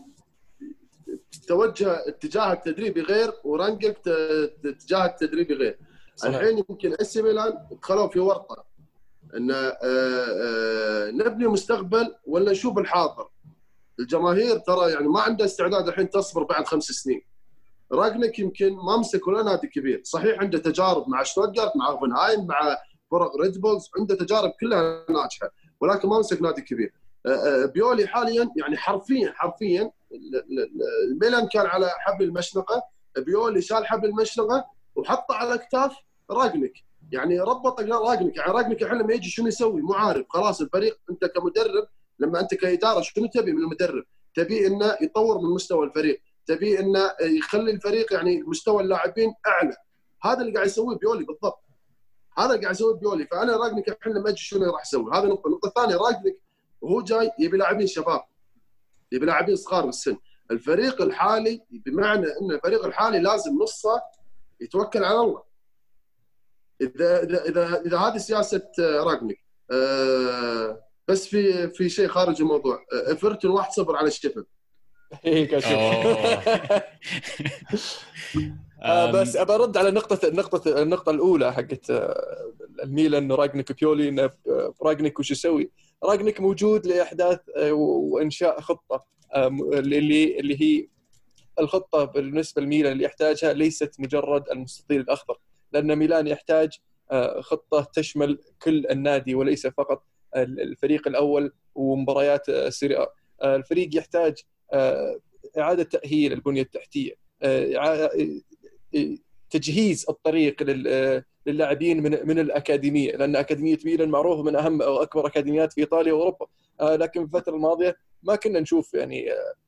توجه اتجاه التدريبي غير ورانجك اتجاه التدريبي غير. صحيح. الحين يمكن اسي ميلان دخلوا في ورطه ان نبني مستقبل ولا نشوف الحاضر. الجماهير ترى يعني ما عنده استعداد الحين تصبر بعد 5 سنين. راغنيك يمكن ما مسك ولا نادي كبير، صحيح عنده تجارب مع شتوتغارت مع اوفنهايم مع فرق ريد بولز، عنده تجارب كلها ناجحه ولكن ما مسك نادي كبير. بيولي حاليا يعني حرفيا الميلان كان على حبل المشنقه، بيولي شال حبل المشنقه وحطه على اكتاف راغنيك، يعني ربط راغنيك. يعني راغنيك الحين لما يجي شنو يسوي؟ مو عارف. خلاص الفريق انت كمدرب لما انت كاداره شنو تبي من المدرب؟ تبي انه يطور من مستوى الفريق، تبي انه يخلي الفريق يعني مستوى اللاعبين اعلى. هذا اللي قاعد يسويه بيولي بالضبط. هذا قاعد يسوي بيولي. فانا راجنك الحين لما اجي شنو راح اسوي؟ هذا نقطه. النقطه الثانيه، راجنك وهو جاي يبي لاعبين شباب، يبي لاعبين صغار بالسن. الفريق الحالي بمعنى ان الفريق الحالي لازم نصه يتوكل على الله. اذا هذه سياسه راجنك. بس في شيء خارج الموضوع. ايفرتون 1-0 على الشيفيلد. هيك بس ابى ارد على النقطه الاولى حقت الميلان راجنيك بيولي. ان راجنيك وش يسوي؟ راجنيك موجود لاحداث وانشاء خطه اللي هي الخطه بالنسبه لميلان اللي يحتاجها ليست مجرد المستطيل الاخضر، لان ميلان يحتاج خطه تشمل كل النادي وليس فقط الفريق الاول ومباريات سيريا. الفريق يحتاج اعاده تاهيل البنيه التحتيه، تجهيز الطريق للاعبين من الاكاديميه، لان اكاديميه ميلان معروفه من اهم او اكبر اكاديميات في ايطاليا واوروبا. لكن في الفتره الماضيه ما كنا نشوف يعني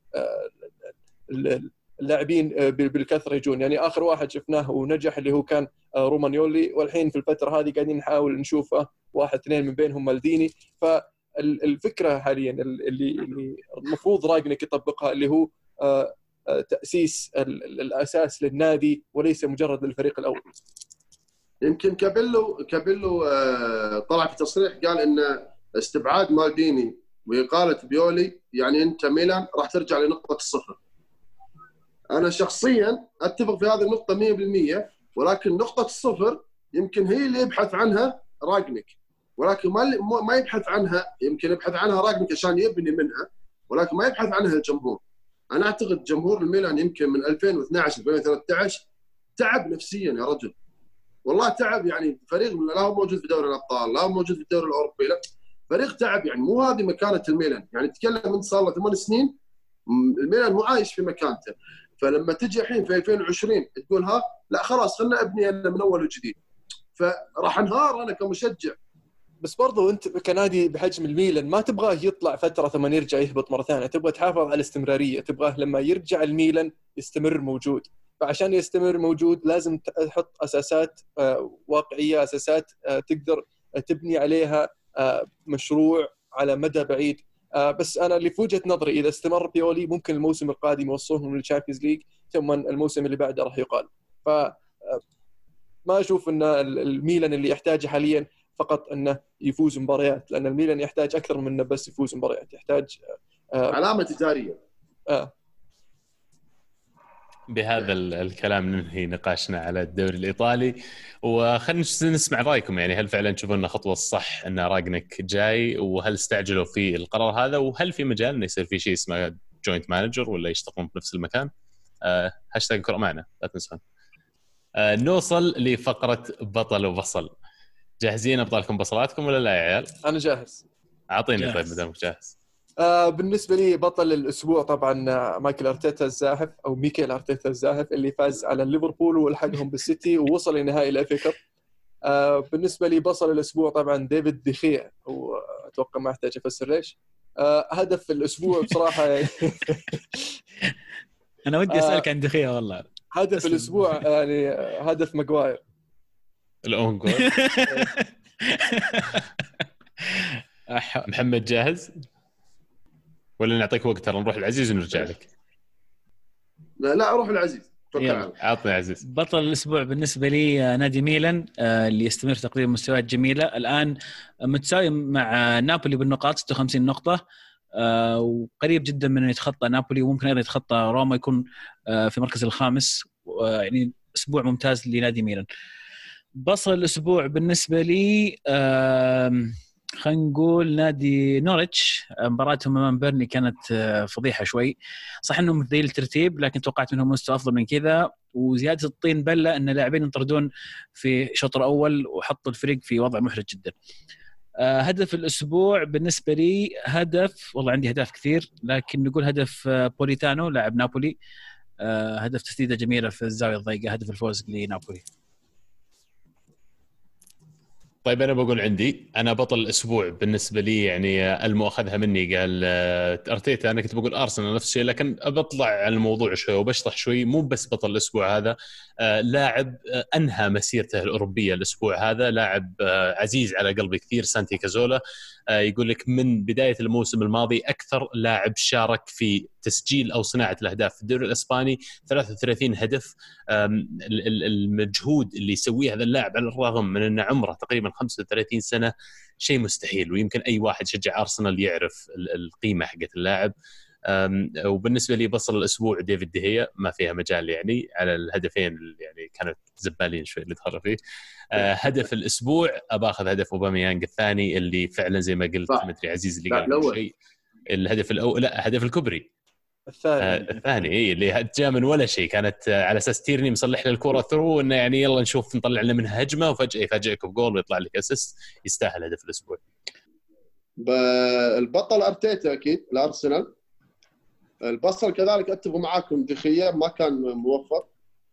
اللاعبين بالكثره يجون. يعني اخر واحد شفناه ونجح اللي هو كان رومانيولي، والحين في الفتره هذه قاعدين نحاول نشوفه 1-2 من بينهم مالديني. فالفكره حاليا اللي المفروض راجنيك يطبقها اللي هو تأسيس الأساس للنادي وليس مجرد للفريق الأول. يمكن كابيلو طلع في تصريح قال إن استبعاد مالديني وإقالة بيولي يعني أنت ميلان راح ترجع لنقطة الصفر. أنا شخصياً أتفق في هذه النقطة 100%، ولكن نقطة الصفر يمكن هي اللي يبحث عنها راجنيك، ولكن ما يبحث عنها. يمكن يبحث عنها راجنيك عشان يبني منها، ولكن ما يبحث عنها الجمهور. أنا أعتقد جمهور الميلان يمكن من 2012-2013 تعب نفسياً يا رجل، والله تعب. يعني فريق لا هو موجود في دوري الأبطال، لا هو موجود في الدوري الأوروبي، لا فريق تعب. يعني مو هذه مكانة الميلان. يعني تتكلم من صار له 8 سنين الميلان مو عايش في مكانته. فلما تجي الحين في 2020 تقول لا خلاص خلنا أبني أنا من أول وجديد، فراح انهار أنا كمشجع. بس برضو أنت كنادي بحجم الميلان ما تبغاه يطلع فترة ثم يرجع يهبط مرة ثانية، تبغى تحافظ على الاستمرارية، تبغاه لما يرجع الميلان يستمر موجود. فعشان يستمر موجود لازم تحط أساسات واقعية، أساسات تقدر تبني عليها مشروع على مدى بعيد. بس أنا اللي في وجهة نظري إذا استمر بيولي ممكن الموسم القادم يوصلهم للشامبيونز ليج، ثم الموسم اللي بعده راح يقال. ما أشوف أن الميلان اللي يحتاجه حالياً فقط أنه يفوز مباريات، لأن الميلان يحتاج أكثر من أنه بس يفوز مباريات، يحتاج علامة تجارية. بهذا الكلام ننهي نقاشنا على الدوري الإيطالي، وخلنا نسمع رأيكم. يعني هل فعلا تشوفون أنه خطوة الصح أن راجنيك جاي، وهل استعجلوا في القرار هذا، وهل في مجال أنه يصير في شيء اسمه جوينت مانجر ولا يشتغلون في نفس المكان؟ هاشتاج كرة معنا لا تنسون. نوصل لفقرة بطل وبصل. جاهزين أبطالكم بصلاتكم ولا لا يا عيال؟ أنا جاهز. أعطيني طيب مدامك جاهز. بالنسبة لي بطل الأسبوع طبعا مايكل أرتيتا الزاحف أو ميكيل أرتيتا الزاحف اللي فاز على ليفربول والحقهم بالسيتي ووصل لنهائي الإف إي كاب. بالنسبة لي بصل الأسبوع طبعا ديفيد ديخيا، وأتوقع ما أحتاج أفسر ليش. هدف الأسبوع بصراحة أنا ودي أسألك عن ديخيا والله. هدف الأسبوع يعني هدف ماغواير الأون جول. محمد جاهز ولا نعطيك وقت ترى نروح العزيز ونرجع لك؟ لا أروح العزيز. عطني عزيز. بطل الأسبوع بالنسبة لي نادي ميلان اللي يستمر تقديم مستويات جميلة. الآن متساوي مع نابولي بالنقاط 56 نقطة، وقريب جدا من يتخطى نابولي، وممكن أيضا يتخطى روما يكون في المركز الخامس. يعني أسبوع ممتاز لنادي ميلان. بصل الأسبوع بالنسبة لي خلينا نقول نادي نوريتش. مباراتهم امام بيرني كانت فضيحه شوي، صح انهم ذي الترتيب لكن توقعت منهم مستوى افضل من كذا، وزياده الطين بله ان لاعبين ينطردون في شوط اول وحطوا الفريق في وضع محرج جدا. هدف الاسبوع بالنسبه لي هدف، والله عندي اهداف كثير لكن نقول هدف بوليتانو لاعب نابولي. هدف تسديده جميله في الزاويه الضيقه، هدف الفوز لنابولي. طيب انا بقول عندي انا بطل الاسبوع بالنسبه لي، يعني المؤخذها مني قال ارتيتا. انا كنت بقول ارسنال نفس الشيء، لكن بطلع على الموضوع شوي وبشطح شوي. مو بس بطل الاسبوع هذا، لاعب انهى مسيرته الاوروبيه الاسبوع هذا، لاعب عزيز على قلبي كثير، سانتي كازولا. يقول لك من بدايه الموسم الماضي اكثر لاعب شارك في تسجيل او صناعه الاهداف في الدوري الاسباني، 33 هدف. المجهود اللي يسويه هذا اللاعب على الرغم من ان عمره تقريبا 35 سنه شيء مستحيل، ويمكن اي واحد شجع ارسنال يعرف القيمه حقت اللاعب. وبالنسبه لي بصل الاسبوع ديفيد دهيا، ما فيها مجال يعني على الهدفين اللي يعني كانت زبالين شوي اللي دخلوا فيه. هدف الاسبوع اباخذ هدف اوباميانغ الثاني اللي فعلا زي ما قلت مدري عزيز اللي قال شيء. الهدف الاول لا هدف الكبري الثاني اللي جاء من ولا شيء، كانت على اساس تيرني مصلح للكره ثرو انه يعني يلا نشوف نطلع لنا منها هجمه، وفجاه يفاجئك بجول ويطلع لك اسيست. يستاهل هدف الاسبوع. البطل ارتيتا اكيد الارسنال. البصل كذلك اتفق معاكم، دخية ما كان موفق.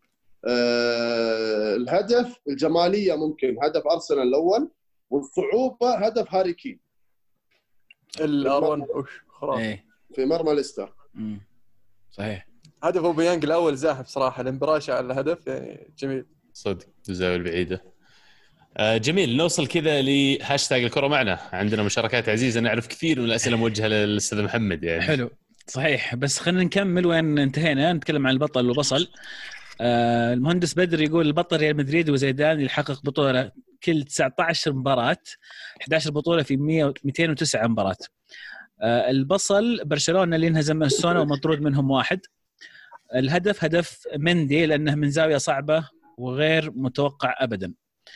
الهدف الجماليه ممكن هدف ارسنال الاول، والصعوبه هدف هاري كين الارون خرافي في مرمى ليستر. صحيح. هدف اوباميانغ الاول زاحف صراحه، الانبراشه على الهدف يعني جميل صدق، الزاويه البعيده. جميل. نوصل كذا لهاشتاج الكرة معنا. عندنا مشاركات عزيزة، نعرف كثير من الأسئلة موجهة للأستاذ محمد يعني. حلو صحيح، بس خلينا نكمل وين انتهينا. نتكلم عن البطل والبصل. المهندس بدر يقول البطل ريال مدريد وزيدان يحقق بطولة كل 19 مباراة، 11 بطولة في 209 مباراة. البصل برشلونة اللي انهزم من السونا ومطرود منهم واحد. الهدف هدف مندي لأنه من زاوية صعبة وغير متوقع أبدا.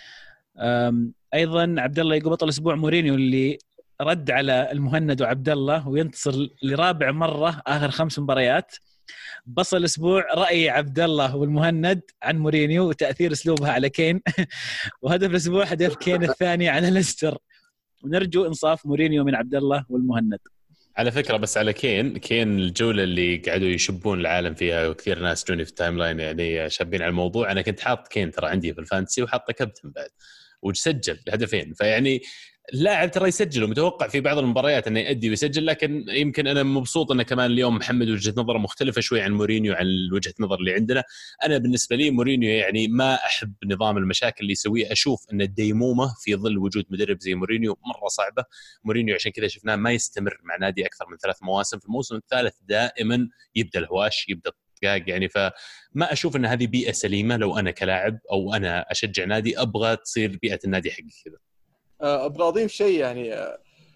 ايضا عبد الله يقول بطل اسبوع مورينيو اللي رد على المهند وعبد الله وينتصر لرابع مره اخر 5 مباريات. بصل الاسبوع راي عبد الله والمهند عن مورينيو وتاثير اسلوبها على كين. وهدف الاسبوع هدف كين الثاني على ليستر. ونرجو انصاف مورينيو من عبد الله والمهند. على فكرة بس على كين الجولة اللي قاعدوا يشبون العالم فيها وكثير ناس جوني في التايم لاين يعني شابين على الموضوع. أنا كنت حاط كين ترى عندي في الفانتسي وحاطه كابتن بعد وسجل الهدفين. فيعني اللاعب ترى يسجل ومتوقع في بعض المباريات انه يؤدي ويسجل، لكن يمكن انا مبسوط انه كمان اليوم محمد وجهة نظره مختلفة شوي عن مورينيو عن وجهة نظر اللي عندنا. انا بالنسبة لي مورينيو يعني ما احب نظام المشاكل اللي يسويه. اشوف ان الديمومة في ظل وجود مدرب زي مورينيو مرة صعبة. مورينيو عشان كذا شفناه ما يستمر مع نادي اكثر من 3 مواسم. في الموسم الثالث دائما يبدا الهواش، يبدا يعني. فما اشوف ان هذه بيئة سليمة. لو انا كلاعب او انا اشجع نادي ابغى تصير بيئة النادي حقي كذا. ابغى اضيف شيء يعني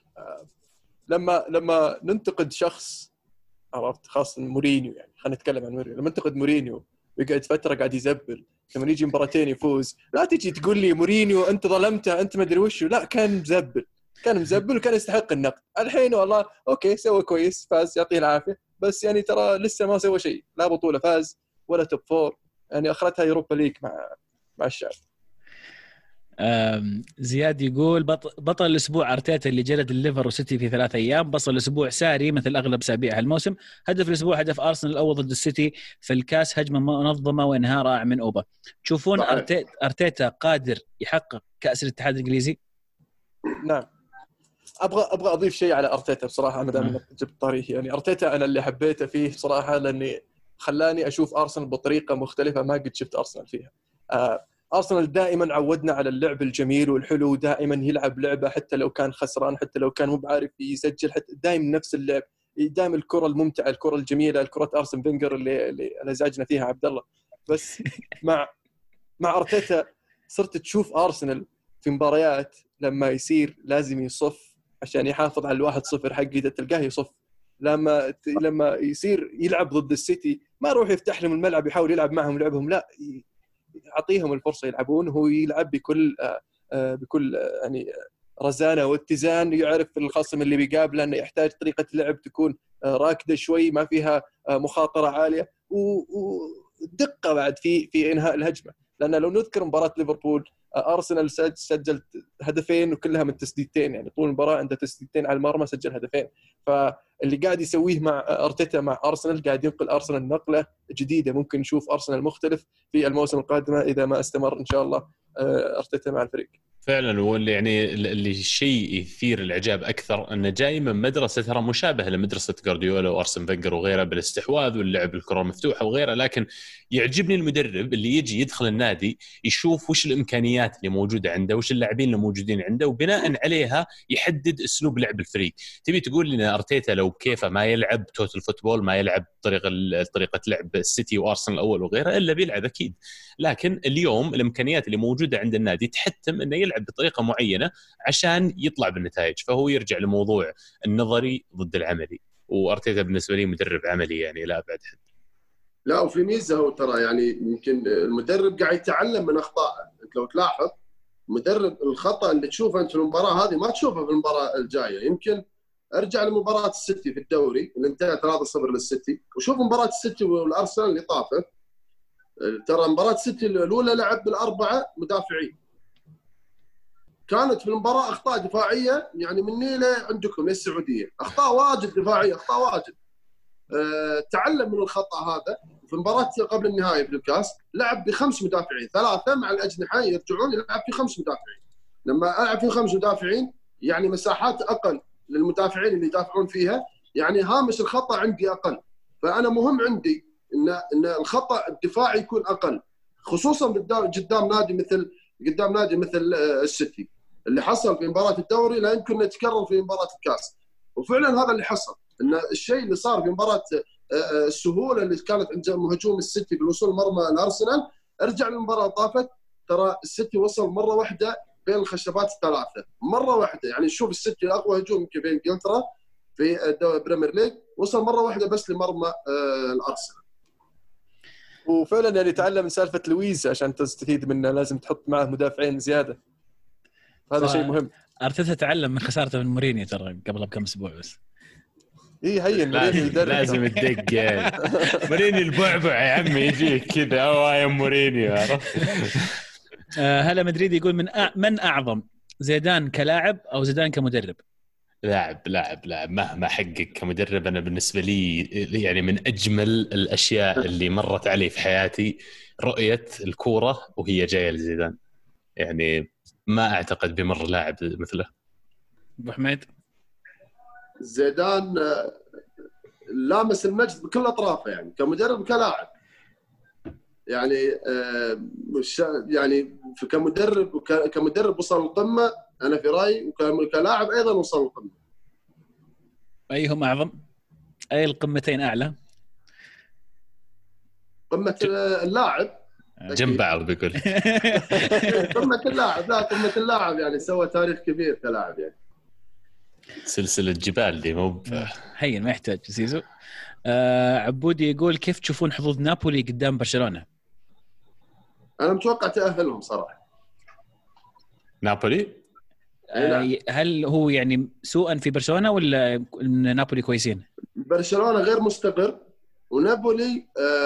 لما ننتقد شخص، عرفت، خاصه مورينيو، يعني خلينا نتكلم عن مورينيو. لما ننتقد مورينيو ويقعد فتره قاعد يزبل، لما يجي مباراتين يفوز لا تجي تقول لي مورينيو انت ظلمته انت ما ادري وش. لا، كان مزبل وكان يستحق النقد. الحين والله اوكي سوى كويس، فاز، يعطيه العافيه، بس يعني ترى لسه ما سوى شيء، لا بطوله فاز ولا توب 4، يعني اخرتها يوروبا ليج مع الشعب. زياد يقول بطل الاسبوع ارتيتا اللي جلد الليفر وسيتي في 3 أيام. بصل الاسبوع ساري مثل اغلب اسابيع هالموسم. هدف الاسبوع هدف ارسنال الاول ضد السيتي في الكاس، هجمه منظمه وانهاء رائع من اوبا. تشوفون ارتيتا قادر يحقق كاس الاتحاد الانجليزي؟ نعم. ابغى اضيف شيء على ارتيتا بصراحه، ما دام جبت طريقي. يعني ارتيتا انا اللي حبيته فيه بصراحه لاني خلاني اشوف ارسنال بطريقه مختلفه ما قد شفت ارسنال فيها. أرسنال دائما عودنا على اللعب الجميل والحلو، دائما يلعب لعبة حتى لو كان خسران، حتى لو كان مو بعارف يسجل، حتى دائما نفس اللعب، دائما الكرة الممتعة، الكرة الجميلة، الكرة أرسن فينجر اللي زاجنا فيها عبد الله. بس مع أرتيتا صرت تشوف أرسنال في مباريات لما يصير لازم يصف عشان يحافظ على 1-0 حقه، تلقاه يصف. لما يصير يلعب ضد السيتي ما يروح يفتح لهم الملعب يحاول يلعب معهم لعبهم، لا، يعطيهم الفرصه يلعبون. هو يلعب بكل يعني رزانه واتزان، يعرف الخصم اللي بيقابله انه يحتاج طريقه لعب تكون راكده شوي، ما فيها مخاطره عاليه، ودقه بعد في انهاء الهجمه. لان لو نذكر مباراه ليفربول، ارسنال سجل هدفين وكلها من تسديدتين، يعني طول المباراه عنده تسديدتين على المرمى، سجل هدفين. فاللي قاعد يسويه مع ارتيتا مع ارسنال قاعد ينقل ارسنال نقله جديده. ممكن نشوف ارسنال مختلف في الموسم القادم اذا ما استمر ان شاء الله ارتيتا مع الفريق. فعلا. واللي يعني اللي الشيء يثير الاعجاب اكثر انه جاي من مدرسه ترى مشابهه لمدرسه جوارديولا وارسن فينجر وغيره بالاستحواذ واللعب الكره المفتوحه وغيره، لكن يعجبني المدرب اللي يجي يدخل النادي يشوف وش الامكانيات اللي موجوده عنده، وش اللاعبين اللي موجودين عنده، وبناء عليها يحدد اسلوب لعب الفريق. تبي تقول لنا ارتيتا لو بكيفه ما يلعب توتال فوتبول، ما يلعب طريقه لعب السيتي وارسنال الاول وغيره، الا بيلعب اكيد. لكن اليوم الامكانيات اللي موجوده عند النادي تحتم انه يلعب بطريقه معينه عشان يطلع بالنتائج، فهو يرجع لموضوع النظري ضد العملي. وارتيتا بالنسبه لي مدرب عملي يعني لا ابعد حد. لا وفي ميزه هو ترى يعني يمكن المدرب قاعد يتعلم من اخطائه. انت لو تلاحظ مدرب الخطا اللي تشوفه انت في المباراه هذه ما تشوفه في المباراه الجايه. يمكن ارجع لمباراه السيتي في الدوري اللي انتهى 3-0 للسيتي، وشوف مباراه السيتي والارسنال اللي طافت. ترى مباراه السيتي الاولى لعب بالاربعه مدافعين، كانت في المباراه اخطاء دفاعيه يعني من نيله عندكم للسعوديه، اخطاء واجد دفاعيه، اخطاء واجد. تعلم من الخطا هذا. في مباراه قبل النهائي في الكاس لعب ب5 مدافعين، 3 مع الاجنحه يرجعون يلعب في 5 مدافعين. لما العب في 5 مدافعين يعني مساحات اقل للمدافعين اللي يدافعون فيها، يعني هامش الخطا عندي اقل. فانا مهم عندي ان الخطا الدفاعي يكون اقل، خصوصا قدام نادي مثل السيتي اللي حصل في مباراه الدوري لا يمكن يتكرر في مباراه الكاس. وفعلا هذا اللي حصل، ان الشيء اللي صار في مباراه السهوله اللي كانت عند هجوم السيتي بالوصول مرمى الارسنال، ارجع للمباراه طافت ترى السيتي وصل مره واحده بين الخشبات الثلاثه، مره واحده. يعني شوف السيتي اقوى هجوم يمكن في انجلترا في البريمير ليج، وصل مره واحده بس لمرمى الارسنال. وفعلا يعني تعلم من سالفه لويز عشان تستفيد منه لازم تحط معه مدافعين زياده، هذا شيء مهم. ارتيتا تعلم من خسارته من مورينيو ترى قبل بكم اسبوع بس. ايه هين مورينيو يدرب لازم تدق يعني. مورينيو البعبع يا عمي يجيك كذا يا مورينيو عرفت. هلا مدريد يقول من اعظم، زيدان كلاعب او زيدان كمدرب؟ لاعب مهما حقق كمدرب. انا بالنسبه لي يعني من اجمل الاشياء اللي مرت علي في حياتي رؤيه الكوره وهي جايه لزيدان. يعني ما اعتقد بمر لاعب مثله. ابو حميد؟ زيدان لامس المجد بكل اطرافه، يعني كمدرب وكلاعب. يعني كمدرب وصل القمه انا في رايي، وكلاعب ايضا وصل القمه. ايهم اعظم؟ اي القمتين اعلى؟ قمه اللاعب جنب بعض بكل. قمه اللاعب، لا قمه اللاعب يعني سوى تاريخ كبير كلاعب يعني. سلسله جبال دي مو هين ما يحتاج سيزو. عبودي يقول كيف تشوفون حظوظ نابولي قدام برشلونه؟ انا متوقع تاهلهم صراحه. نابولي هل هو يعني سوءا في برشلونه ولا نابولي كويسين؟ برشلونه غير مستقر، ونابولي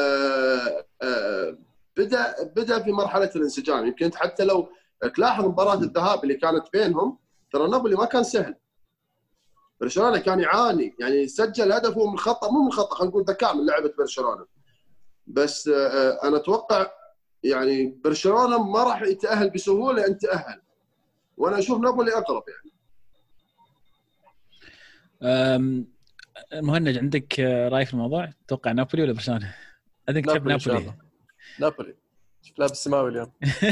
بدا في مرحله الانسجام. يمكن حتى لو تلاحظ مباراه الذهاب اللي كانت بينهم ترى نابولي ما كان سهل. برشلونه كان يعاني، يعني سجل هدفه من خطا، مو من خطا، خلينا نقول ذكاء من لعبه برشلونه. بس انا اتوقع يعني برشلونه ما راح يتاهل بسهوله ان تاهل، وانا اشوف نابولي اقرب يعني. مهند عندك راي في الموضوع؟ تتوقع نابولي ولا برشلونه؟ عندك تحب نابولي شوف لابس السماوي اليوم.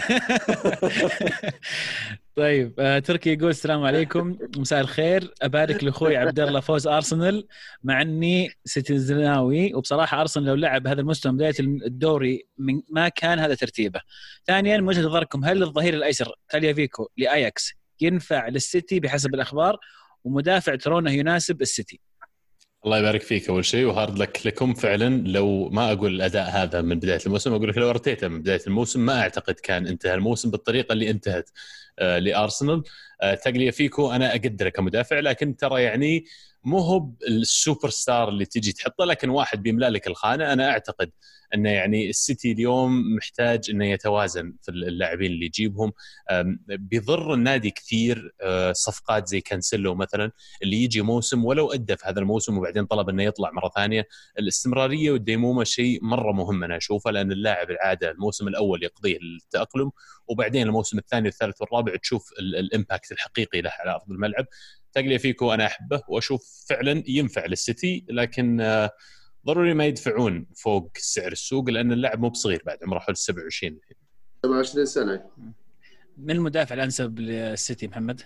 طيب تركي يقول السلام عليكم مساء الخير، ابارك لاخوي عبد الله فوز ارسنال مع اني سيتيزناوي، وبصراحه ارسنال لو لعب هذا المستوى بدايه الدوري ما كان هذا ترتيبه. ثانيا من وجهه نظركم هل الظهير الايسر تاليافيكو لاياكس ينفع للسيتي بحسب الاخبار، ومدافع ترونه يناسب السيتي؟ الله يبارك فيك اول شيء، وهارد لك لكم فعلا. لو ما اقول الاداء هذا من بدايه الموسم، اقول لك لو ارتيتا من بدايه الموسم ما اعتقد كان انتهى الموسم بالطريقه اللي انتهت لارسنال. تاغليافيكو انا اقدره كمدافع، لكن ترى يعني مو هو السوبر ستار اللي تجي تحطه، لكن واحد بيملا لك الخانه. انا اعتقد انه يعني السيتي اليوم محتاج انه يتوازن في اللاعبين اللي يجيبهم. بيضر النادي كثير صفقات زي كانسيلو مثلا اللي يجي موسم ولو ادى في هذا الموسم وبعدين طلب انه يطلع مره ثانيه. الاستمراريه والديمومه شيء مره مهم انا اشوفه، لان اللاعب العاده الموسم الاول يقضيه التاقلم، وبعدين الموسم الثاني والثالث والرابع الرابع تشوف الامباكت الحقيقي له على ارض الملعب. تاغليافيكو انا احبه واشوف فعلا ينفع للسيتي، لكن ضروري ما يدفعون فوق سعر السوق لان اللاعب مو بصغير بعد، عمره حول 27 سنه. من المدافع الانسب للسيتي محمد؟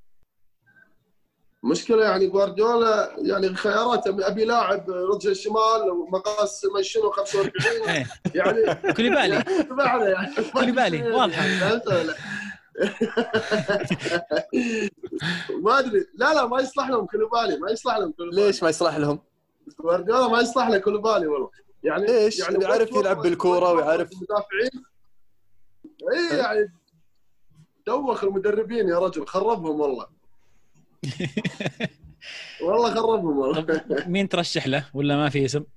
مشكله يعني جوارديولا يعني خياراته، ابي لاعب رجل الشمال ومقاس ما شنو 45 يعني كوليبالي يعني كوليبالي واضحه. ما ادري، لا ما يصلح لهم كوليبالي، ما يصلح لهم كوليبالي. ليش ما يصلح لهم؟ جوارديولا ما يصلح له كوليبالي والله. يعني ليش؟ يعني يعرف يلعب بالكوره ويعرف المدافعين. اي يعني دوخ المدربين يا رجل، خربهم والله. والله خربهم والله. طب مين ترشح له ولا ما في اسم؟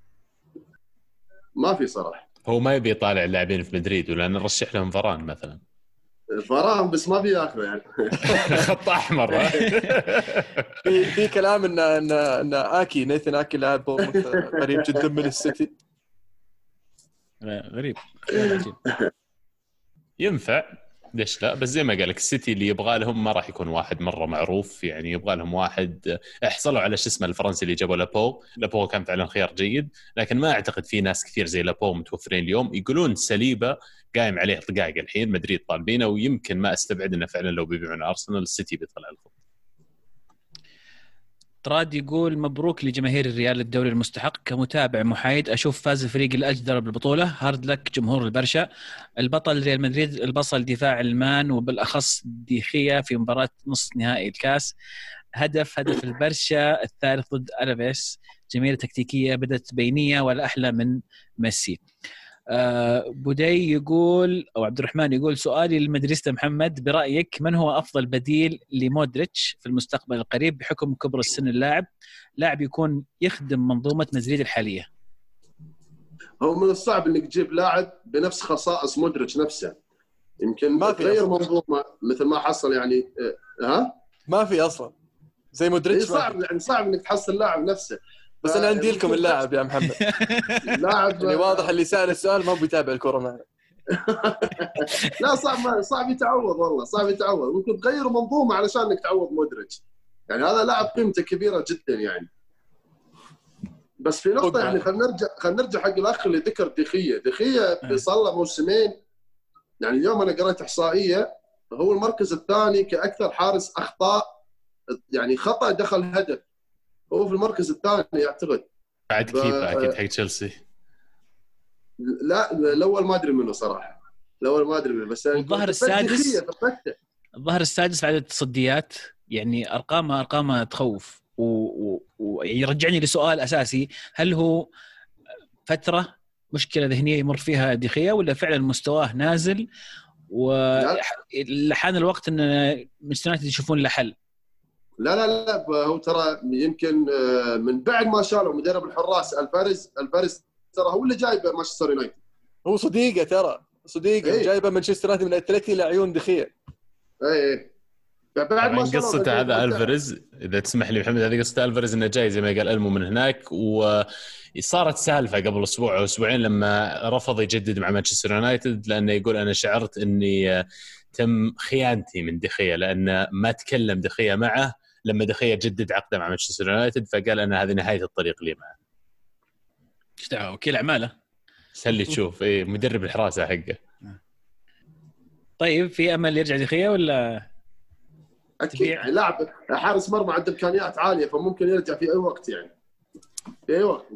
ما في صراحه. هو ما يبي يطالع اللاعبين في مدريد، ولا نرشح لهم فران مثلا. فران بس ما بياخذه يعني. خط احمر. في كلام ان اكي نيثن اكي لاعب قريب جدا من السيتي. غريب. ينفع ليش لا، بس زي ما قالك السيتي اللي يبغى لهم ما راح يكون واحد مره معروف، يعني يبغى لهم واحد حصلوا على شو اسمه الفرنسي اللي جابوا لابو كان فعلا خيار جيد، لكن ما اعتقد في ناس كثير زي لابو متوفرين اليوم. يقولون سليبة قايم عليه دقائق الحين، مدريد طالبينه، ويمكن ما استبعد انه فعلا لو بيبيعون ارسنال السيتي بيطلع الخط. تراد يقول مبروك لجماهير الريال الدوري المستحق، كمتابع محايد اشوف فاز الفريق الاجدر بالبطوله، هارد لك جمهور البرشا. البطل ريال مدريد البصل دفاع المان وبالاخص ديخيا في مباراه نصف نهائي الكاس. هدف البرشا الثالث ضد ألافيس، جميله تكتيكيه بدت بينيه ولا احلى من ميسي. بودي يقول او عبد الرحمن يقول سؤالي للمدرسة محمد، برأيك من هو أفضل بديل لمودريتش في المستقبل القريب بحكم كبر السن اللاعب، لاعب يكون يخدم منظومة مدريد الحالية؟ هو من الصعب انك تجيب لاعب بنفس خصائص مودريتش نفسه، يمكن ما تغير منظومه مثل ما حصل يعني. ما في اصلا زي مودريتش. صعب يعني صعب انك تحصل لاعب نفسه. بس انا عندي لكم اللاعب يا محمد. لاعب اللي واضح اللي سأل السؤال ما بيتابع الكرة معنا. لا صعب يتعوض والله، صعب يتعوض. ممكن تغير منظومه علشان انك تعوض مودريتش، يعني هذا لاعب قيمته كبيره جدا يعني. بس في نقطه يعني خلينا نرجع حق الاخ اللي ذكر دخية صار له موسمين. يعني اليوم انا قرأت احصائيه، هو المركز الثاني كاكثر حارس اخطاء، يعني خطا دخل هدف، هو في المركز الثاني اعتقد. بعد كيبا اكيد حق تشيلسي. لا الاول ما ادري منه صراحه، الاول ما ادري منه. بس الظهر السادس بعد التصديات، يعني ارقامه تخوف ويرجعني لسؤال اساسي، هل هو فتره مشكله ذهنيه يمر فيها ديخيا ولا فعلا مستواه نازل ولحان الوقت ان مانشستر يونايتد يشوفون له حل؟ لا هو ترى يمكن من بعد ما شالوا مدرب الحراس الفارس ترى هو اللي جايب مانشستر يونايتد. هو صديقه جايبه مانشستر يونايتد من الاتلتي لعيون دخية. اي بعد ما قصته هذا الفاريز، اذا تسمح لي محمد، هذه قصه الفاريز انه جاي زي ما قال المو من هناك، وصارت سالفه قبل اسبوع او اسبوعين لما رفض يجدد مع مانشستر يونايتد، لانه يقول انا شعرت اني تم خيانتي من دخية لأنه ما تكلم دخية معه لما دخية جدد عقده مع مانشستر يونايتد، فقال أنا هذه نهاية الطريق لي معه. ايش دعوه وكيل اعماله سلي تشوف مدرب الحراسه حقه. طيب في امل يرجع دخية ولا اكيد؟ يعني لاعب حارس مرمى عنده امكانيات عاليه، فممكن يرجع في اي وقت، يعني في اي وقت.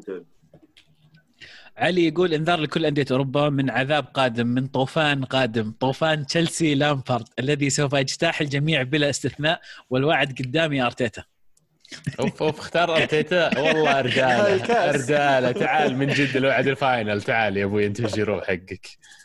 علي يقول انذار لكل أندية أوروبا من عذاب قادم، من طوفان قادم، طوفان تشيلسي لامبارد الذي سوف يجتاح الجميع بلا استثناء، والوعد قدامي أرتيتا. اوف اختار أرتيتا والله. أردالة تعال من جد الوعد الفاينل، تعال يا ابوي انت جيرو حقك.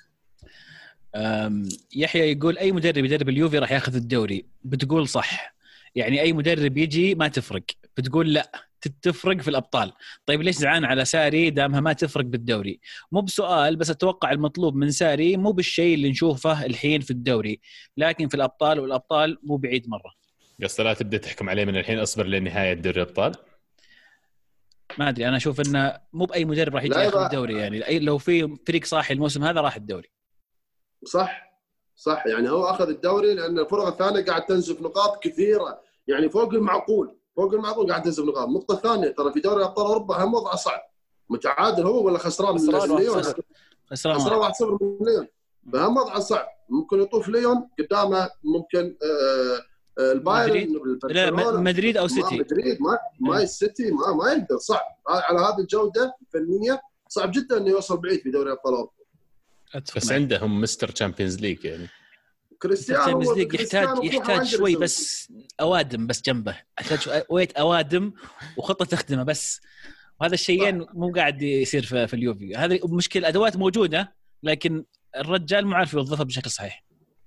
يحيى يقول اي مدرب يدرب اليوفي راح ياخذ الدوري، بتقول صح، يعني اي مدرب يجي ما تفرق، بتقول لا تفرق في الابطال. طيب ليش زعلان على ساري دامها ما تفرق بالدوري؟ مو بسؤال، بس اتوقع المطلوب من ساري مو بالشيء اللي نشوفه الحين في الدوري، لكن في الابطال، والابطال مو بعيد مره. قصة لا تبدا تحكم عليه من الحين، اصبر لنهايه دوري الابطال. ما ادري، انا اشوف انه مو باي مدرب راح يجي ياخذ الدوري، يعني لو في فريق صاحي الموسم هذا راح الدوري. صح صح يعني هو اخذ الدوري لان الفرق الثانيه قاعد تنزف نقاط كثيره، يعني فوق المعقول قاعد تنزف نقاط. النقطه الثانيه ترى في دوري ابطال اوروبا هم وضعه صعب، متعادل هو ولا خسران من ليون؟ خسران 1-0 من ليون، فهم وضعه صعب. ممكن يطوف ليون قدامه، ممكن البايرن، مدريد او سيتي. مدريد ما السيتي ما يقدر، صعب على هذه الجوده الفنيه، صعب جدا انه يوصل بعيد في دوري ابطال اوروبا. بس عندهم مستر تشامبيونز ليج، يعني كريستيانو يحتاج شوي بس اوادم بس جنبه، يحتاج ويت اوادم وخطه تخدمه بس، وهذا الشيئين مو قاعد يصير في اليوفي. هذه مشكله، ادوات موجوده لكن الرجال مو عارف يوظفها بشكل صحيح.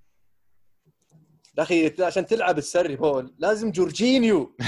اخي عشان تلعب السري بول لازم جورجينيو.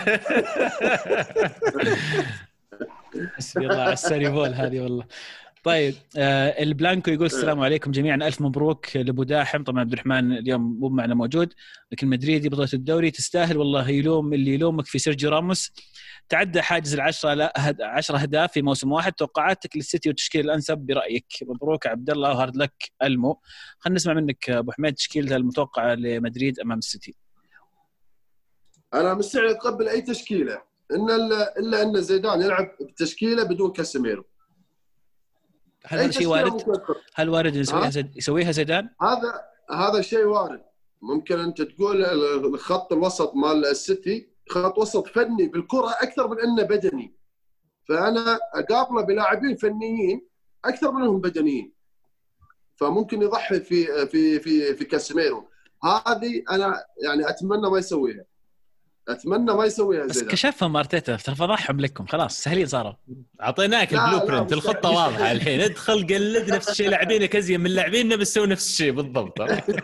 حسبي الله على السري بول هذه والله. طيب البلانكو يقول السلام عليكم جميعا، الف مبروك لابو داحم. طبعا عبد الرحمن اليوم مو معنا موجود، لكن مدريد بطولة الدوري تستاهل والله، يلوم اللي يلومك في سيرجيو راموس. تعدى حاجز 10 أهداف في موسم واحد. توقعاتك للسيتي والتشكيل الأنسب برأيك؟ مبروك عبد الله وهارد لك ألمو. خلينا نسمع منك أبو حميد تشكيلة المتوقعة لمدريد أمام السيتي. أنا مستعد أتقبل أي تشكيلة إلا أن زيدان يلعب بتشكيلة بدون كاسيميرو. هل هذا شيء وارد؟ هل وارد يسويها زيدان؟ هذا شيء وارد. ممكن أنت تقول الخط الوسط مال السيتي خط وسط فني بالكرة أكثر من أنه بدني، فأنا أقابله بلاعبين فنيين أكثر منهم بدنيين، فممكن يضحي في كاسيميرو. هذه أنا يعني أتمنى ما يسويها، زيدان. بس كشفها مارتيتا فضحهم لكم، خلاص سهلين صاروا. اعطيناك البلو برنت، الخطه واضحه الحين. ادخل قلد نفس الشيء، لاعبينك ازين من لاعبيننا بس نفس الشيء بالضبط.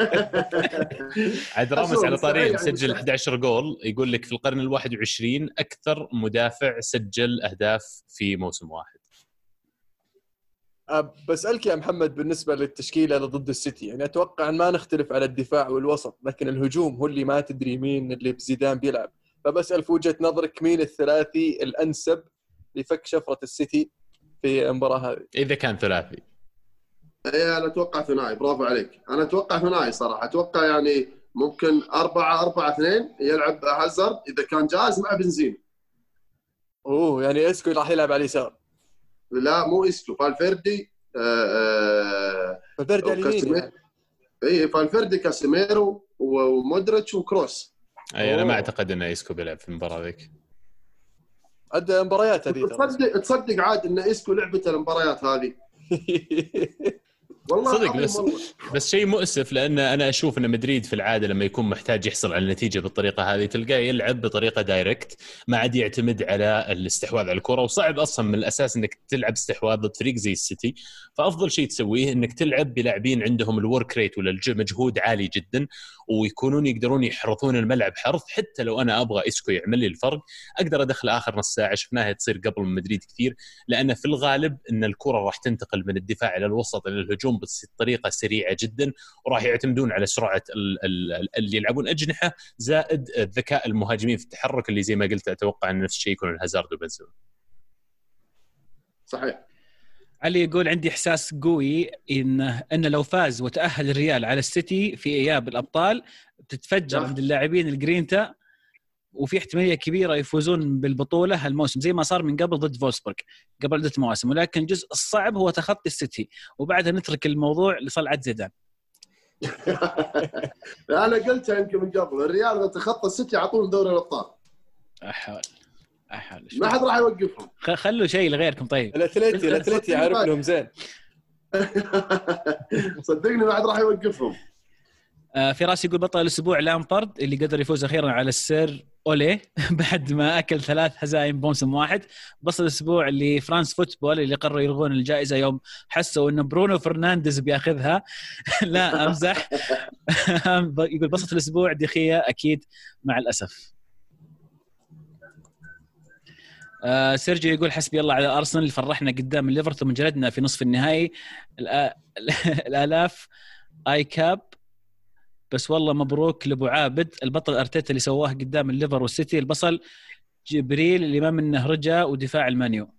عاد راموس على طاري مسجل 11 جول، يقول لك في القرن ال21 اكثر مدافع سجل اهداف في موسم واحد. بسألك يا محمد بالنسبة للتشكيلة ضد السيتي، يعني أتوقع أن ما نختلف على الدفاع والوسط، لكن الهجوم هو اللي ما تدري مين اللي بزيدان بيلعب. فبسأل في وجهة نظرك مين الثلاثي الأنسب لفك شفرة السيتي في المباراة هذه؟ إذا كان ثلاثي أنا أتوقع ثنائي. برافو عليك. أنا أتوقع ثنائي صراحة. أتوقع يعني ممكن 4-4-2 يلعب هازارد إذا كان جاهز مع بنزيما. يعني إسكو راح يلعب على اليسار؟ لا مو إسكو، فالفيردي. فالفيردي اليمين. إيه فالفيردي، كاسيميرو ومودريتش وكروس. أي أنا ما أعتقد إن إسكو بيلعب في المباراة ذيك. عد مباريات هذه. تصدق عاد إن إسكو لعبته المباريات هذه. والله صدق. بس شيء مؤسف، لأن أنا أشوف أن مدريد في العادة لما يكون محتاج يحصل على النتيجة بالطريقة هذه تلقاه يلعب بطريقة دايركت، ما عاد يعتمد على الاستحواذ على الكرة. وصعب أصلا من الأساس أنك تلعب استحواذ ضد فريق زي السيتي. فأفضل شيء تسويه أنك تلعب بلاعبين عندهم الورك ريت ولا مجهود عالي جدا، ويكونون يقدرون يحرثون الملعب حرث. حتى لو أنا أبغى إسكو يعمل لي الفرق، أقدر أدخل آخر نص ساعة. شفناها تصير قبل من مدريد كثير، لأن في الغالب أن الكرة راح تنتقل من الدفاع إلى الوسط إلى الهجوم بطريقة سريعة جدا، وراح يعتمدون على سرعة اللي يلعبون أجنحة، زائد ذكاء المهاجمين في التحرك اللي زي ما قلت أتوقع أن نفس الشيء يكون الهازارد وبنزيما. صحيح. علي يقول عندي إحساس قوي إن لو فاز وتأهل الريال على السيتي في إياب الأبطال تتفجر عند اللاعبين الجرينتا، وفي احتمالية كبيرة يفوزون بالبطولة هالموسم زي ما صار من قبل ضد فولسبورغ قبل عدة مواسم. ولكن الجزء الصعب هو تخطي السيتي، وبعدها نترك الموضوع لصلعة زيدان. أنا قلتها يمكن من قبل، الريال إذا تخطى السيتي عطوهم دوري الأبطال. أحاول ما حد راح يوقفهم. خلوا شيء لغيركم. طيب الأثليتي يعرف لهم زين. صدقني ما حد راح يوقفهم. فراس يقول بطل الأسبوع لامبارد اللي قدر يفوز أخيرا على السير أوليه بعد ما أكل 3 هزائم بموسم واحد. بطل الأسبوع اللي فرانس فوتبول اللي قرروا يلغون الجائزة يوم حسوا إن برونو فرنانديز بياخذها. لا أمزح. يقول بطل الأسبوع دخية أكيد مع الأسف. سيرجيو يقول حسبي الله على أرسنال اللي فرحنا قدام الليفر ثم جلدنا في نصف النهائي. الآلاف آي كاب. بس والله مبروك لأبو عابد البطل أرتيتا اللي سواه قدام الليفر والسيتي. البصل جبريل اللي ما منه رجا ودفاع المانيو.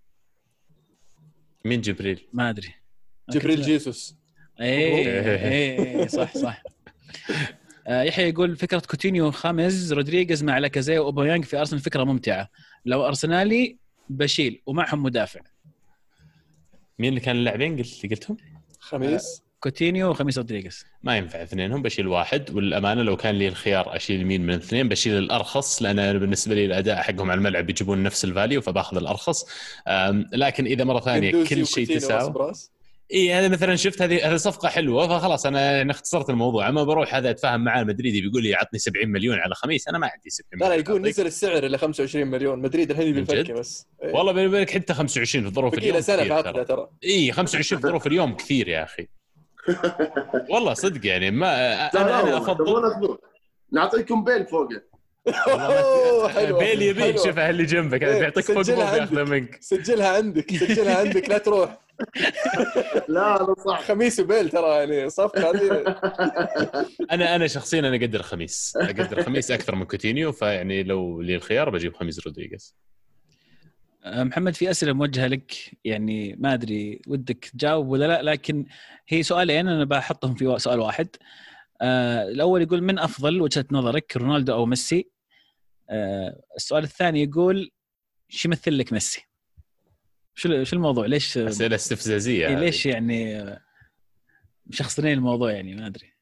مين جبريل؟ ما أدري. جبريل جيسوس. ايه صح يحيى يقول فكره كوتينيو خامز رودريغيز مع لاكازيه واوباميانغ في ارسنال فكره ممتعه، لو ارسنالي بشيل ومعهم مدافع. مين اللي كان اللاعبين قلتهم؟ خميس كوتينيو وخميس رودريغيز. ما ينفع اثنينهم، بشيل واحد. والامانه لو كان لي الخيار اشيل مين من الاثنين بشيل الارخص، لان أنا بالنسبه لي الاداء حقهم على الملعب بيجيبون نفس الفاليو فباخذ الارخص. لكن اذا مره ثانيه كل شيء تساوي هذا مثلا شفت هذه صفقه حلوه فخلاص انا اختصرت الموضوع. اما بروح هذا اتفاهم معاه المدريدي بيقول لي عطني 70 مليون على خميس، انا ما عندي 70 مليون. لا يقول نزل السعر الى 25 مليون مدريد الحين بيفكر بس. والله بيني وبينك حتى 25 في ظروف اليوم سنه ترى 25 في ظروف اليوم كثير يا اخي. والله صدق يعني ما انا افضل نعطيكم بيل فوقه. بيل يبيك شوفها اللي جنبك هذا بيعطيك فوق ياخذه منك. سجلها عندك لا تروح. لا صح خميس وبيل ترى يعني صفقه هذه. انا شخصيا انا اقدر خميس اكثر من كوتينيو، فيعني لو لي الخيار بجيب خميس رودريغيز. محمد في أسئلة موجهة لك، يعني ما أدري ودك تجاوب ولا لا، لكن هي سؤالين أنا بحطهم في سؤال واحد. الأول يقول من أفضل وجهة نظرك رونالدو أو ميسي؟ السؤال الثاني يقول شو يمثل لك ميسي؟ شو الموضوع؟ ليش أسئلة استفزازية؟ ليش يعني مشخصنين الموضوع؟ يعني ما أدري.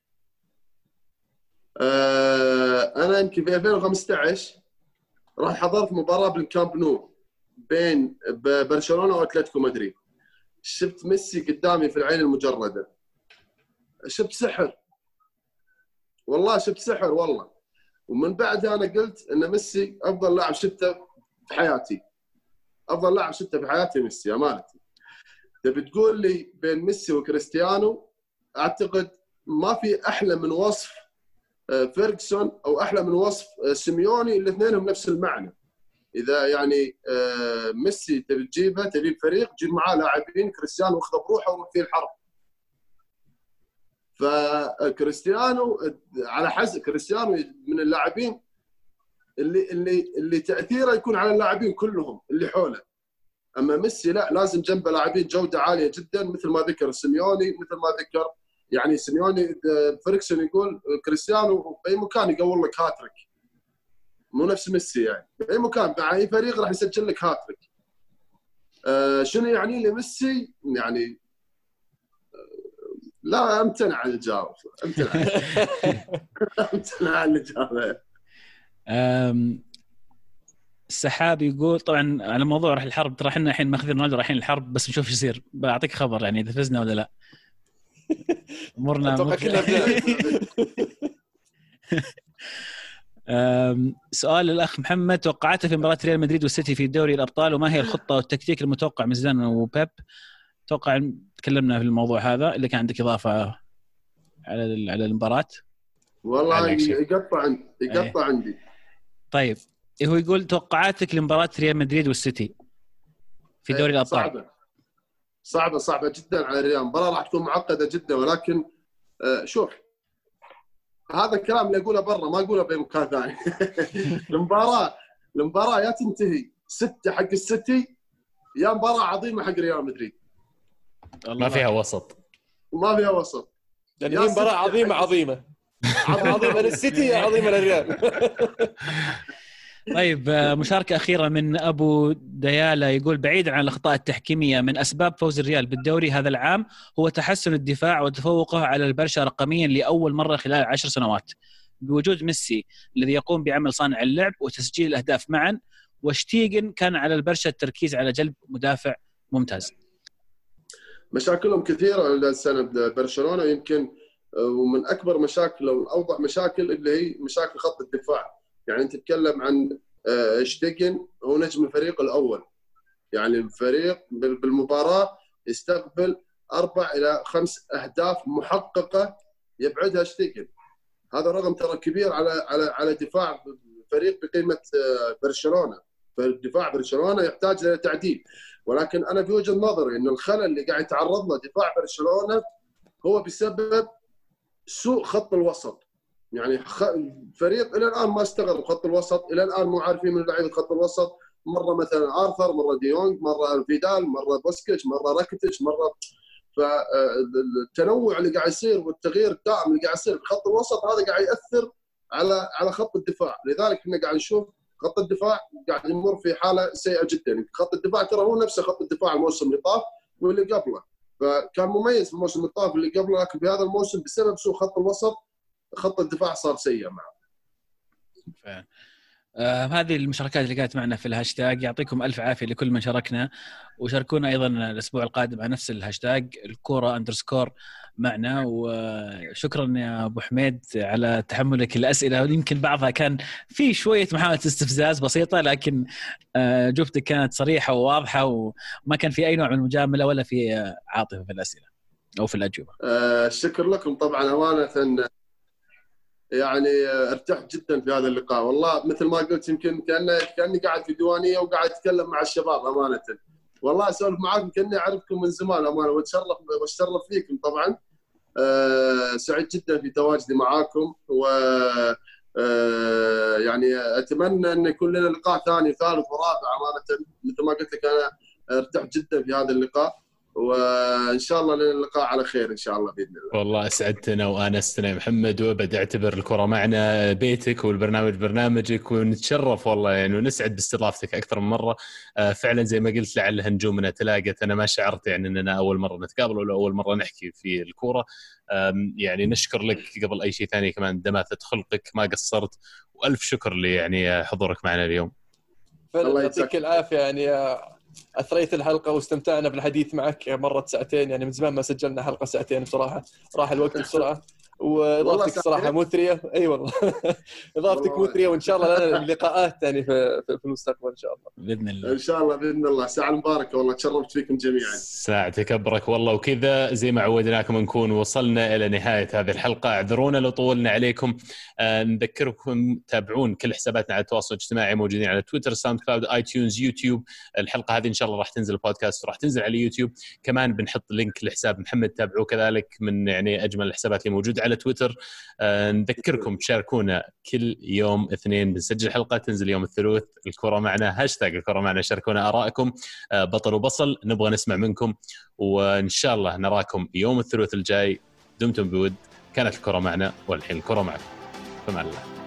أنا يمكن في 2015 راح حضرت مباراة بالكامب نو بين برشلونة وأتلتيكو مدريد. شفت ميسي قدامي في العين المجردة، شفت سحر والله، شفت سحر والله. ومن بعدها أنا قلت إن ميسي أفضل لاعب شفته في حياتي، أفضل لاعب شفته في حياتي ميسي أمانتي. تبي تقول لي بين ميسي وكريستيانو، أعتقد ما في أحلى من وصف فيرغسون أو أحلى من وصف سيميوني، الاثنينهم نفس المعنى. إذا يعني ميسي تبي تجيبه، تبي الفريق تجيب معاه لاعبين، كريستيانو واخذه بروحه وروح فيه الحرب. فكريستيانو على حسب كريستيانو من اللاعبين اللي تأثيره يكون على اللاعبين كلهم اللي حوله. أما ميسي لا، لازم جنبه لاعبين جودة عالية جدا، مثل ما ذكر سيميوني، مثل ما ذكر يعني سيميوني فريكسون يقول كريستيانو بأي مكان يقول لك هاتريك، مو نفس ميسي يعني بأي مكان مع أي فريق راح يسجل لك هاتريك. شنو يعني لميسي؟ يعني لا امتنع عن الجواب، امتنع عن الإجابة. السحاب يقول طبعا على موضوع راح الحرب، ترى احنا الحين ماخذين رونالدو رايحين الحرب، بس نشوف ايش يصير. بعطيك خبر يعني اذا فزنا ولا لا. امورنا سؤال الاخ محمد، توقعاته في مباراه ريال مدريد والسيتي في دوري الابطال، وما هي الخطه والتكتيك المتوقع من زيدان وبيب؟ توقع تكلمنا في الموضوع هذا، اللي كان عندك اضافه على المباراه؟ والله يقطع عندي. طيب هو يقول توقعاتك لمباراه ريال مدريد والسيتي في دوري الابطال. صعبه جدا على الريال، المباراه راح تكون معقده جدا. ولكن شوف، هذا الكلام اللي اقوله برا ما اقوله بمكان ثاني. المباراه يا تنتهي 6 حق السيتي، يا مباراه عظيمه حق ريال مدريد. ما فيها وسط، يعني مباراه عظيمه للسيتي يا عظيمه للريال. طيب مشاركة أخيرة من أبو ديالة يقول بعيدا عن الأخطاء التحكيمية، من أسباب فوز الريال بالدوري هذا العام هو تحسن الدفاع وتفوقه على البرشا رقميا لأول مرة خلال 10 سنوات، بوجود ميسي الذي يقوم بعمل صانع اللعب وتسجيل الأهداف معا، وشتيغن كان على البرشا التركيز على جلب مدافع ممتاز. مشاكلهم كثيرة السنة برشلونة، يمكن ومن أكبر مشاكل أو أوضح مشاكل اللي هي مشاكل خط الدفاع. يعني أنت تتكلم عن شتيغن، هو نجم الفريق الأول، يعني الفريق بالمباراة يستقبل 4 إلى 5 أهداف محققة يبعدها شتيغن. هذا رقم ترى كبير على دفاع فريق بقيمة برشلونة. فالدفاع برشلونة يحتاج إلى تعديل. ولكن أنا في وجهة نظري إن الخلل اللي قاعد يتعرض له دفاع برشلونة هو بسبب سوء خط الوسط. يعني الفريق إلى الآن ما استغل خط الوسط، إلى الآن مو عارفين من لعيبة خط الوسط. مرة مثلا آرثر، مرة ديونج، مرة فيدال، مرة بوسكيتش، مرة راكيتيتش، مرة فالتنوع اللي قاعد يصير والتغيير الدائم اللي قاعد يصير في خط الوسط هذا قاعد ياثر على خط الدفاع. لذلك احنا قاعد نشوف خط الدفاع قاعد يمر في حاله سيئه جدا. خط الدفاع ترى هو نفسه خط الدفاع الموسم اللي طاف واللي قبله، فكان مميز في الموسم اللي طاف واللي قبله، لكن في هذا الموسم بسبب سوء خط الوسط خط الدفاع صار سيء معه. هذه المشاركات اللي كانت معنا في الهاشتاج، يعطيكم ألف عافية لكل من شاركنا، وشاركونا أيضا الأسبوع القادم على نفس الهاشتاج الكورة_ معنا. وشكرا يا أبو حميد على تحملك الأسئلة، ويمكن بعضها كان في شوية محاولة استفزاز بسيطة، لكن جوبتك كانت صريحة وواضحة وما كان في أي نوع من المجاملة ولا في عاطفة في الأسئلة أو في الأجوبة. شكر لكم طبعا أمانة، يعني ارتحت جدا في هذا اللقاء والله. مثل ما قلت يمكن كأني قاعد في ديوانية وقاعد أتكلم مع الشباب أمانة. والله أسولف معاكم كأني أعرفكم من زمان أمانة، وأتشرف فيكم طبعا. سعيد جدا في تواجدي معاكم، و يعني أتمنى أن يكون لنا لقاء ثاني وثالث ورابع أمانة. مثل ما قلت لك أنا ارتحت جدا في هذا اللقاء، وان شاء الله لنا اللقاء على خير ان شاء الله باذن الله. والله اسعدتنا وانستنا يا محمد، وابد اعتبر الكره معنا بيتك والبرنامج برنامجك، ونتشرف والله يعني ونسعد باستضافتك اكثر من مره. فعلا زي ما قلت لعلها نجومنا تلاقت، انا ما شعرت يعني اننا اول مره نتقابل ولا اول مره نحكي في الكوره. يعني نشكر لك قبل اي شيء ثاني كمان دماثه خلقك، ما قصرت، والف شكر لي يعني حضورك معنا اليوم. الله يعطيك العافيه، يعني أثريت الحلقة واستمتعنا بالحديث معك. مرت ساعتين، يعني من زمان ما سجلنا حلقة ساعتين بصراحة، راح الوقت بسرعة. وإضافتك صراحة مثرية. أي والله إضافتك مثرية، وإن شاء الله لنا اللقاءات يعني في المستقبل إن شاء الله بإذن الله. إن شاء الله بإذن الله. ساعة مباركة والله، تشرفت فيكم جميعا. ساعتك أبرك والله. وكذا زي ما عودناكم نكون وصلنا إلى نهاية هذه الحلقة. اعذرونا لو طولنا عليكم. نذكركم تابعون كل حساباتنا على التواصل الاجتماعي، موجودين على تويتر، ساوند كلاود، آي تيونز، يوتيوب. الحلقة هذه إن شاء الله راح تنزل بودكاست وراح تنزل على يوتيوب كمان. بنحط لينك لحساب محمد تابعوه كذلك، من يعني أجمل الحسابات اللي موجودة على تويتر. نذكركم تشاركونا كل يوم اثنين بنسجل حلقة تنزل يوم الثلاث. الكرة معنا، هاشتاج الكرة معنا، شاركونا آرائكم. بطل وبصل نبغى نسمع منكم، وإن شاء الله نراكم يوم الثلاث الجاي. دمتم بود. كانت الكرة معنا، والحين الكرة معكم. فمع الله.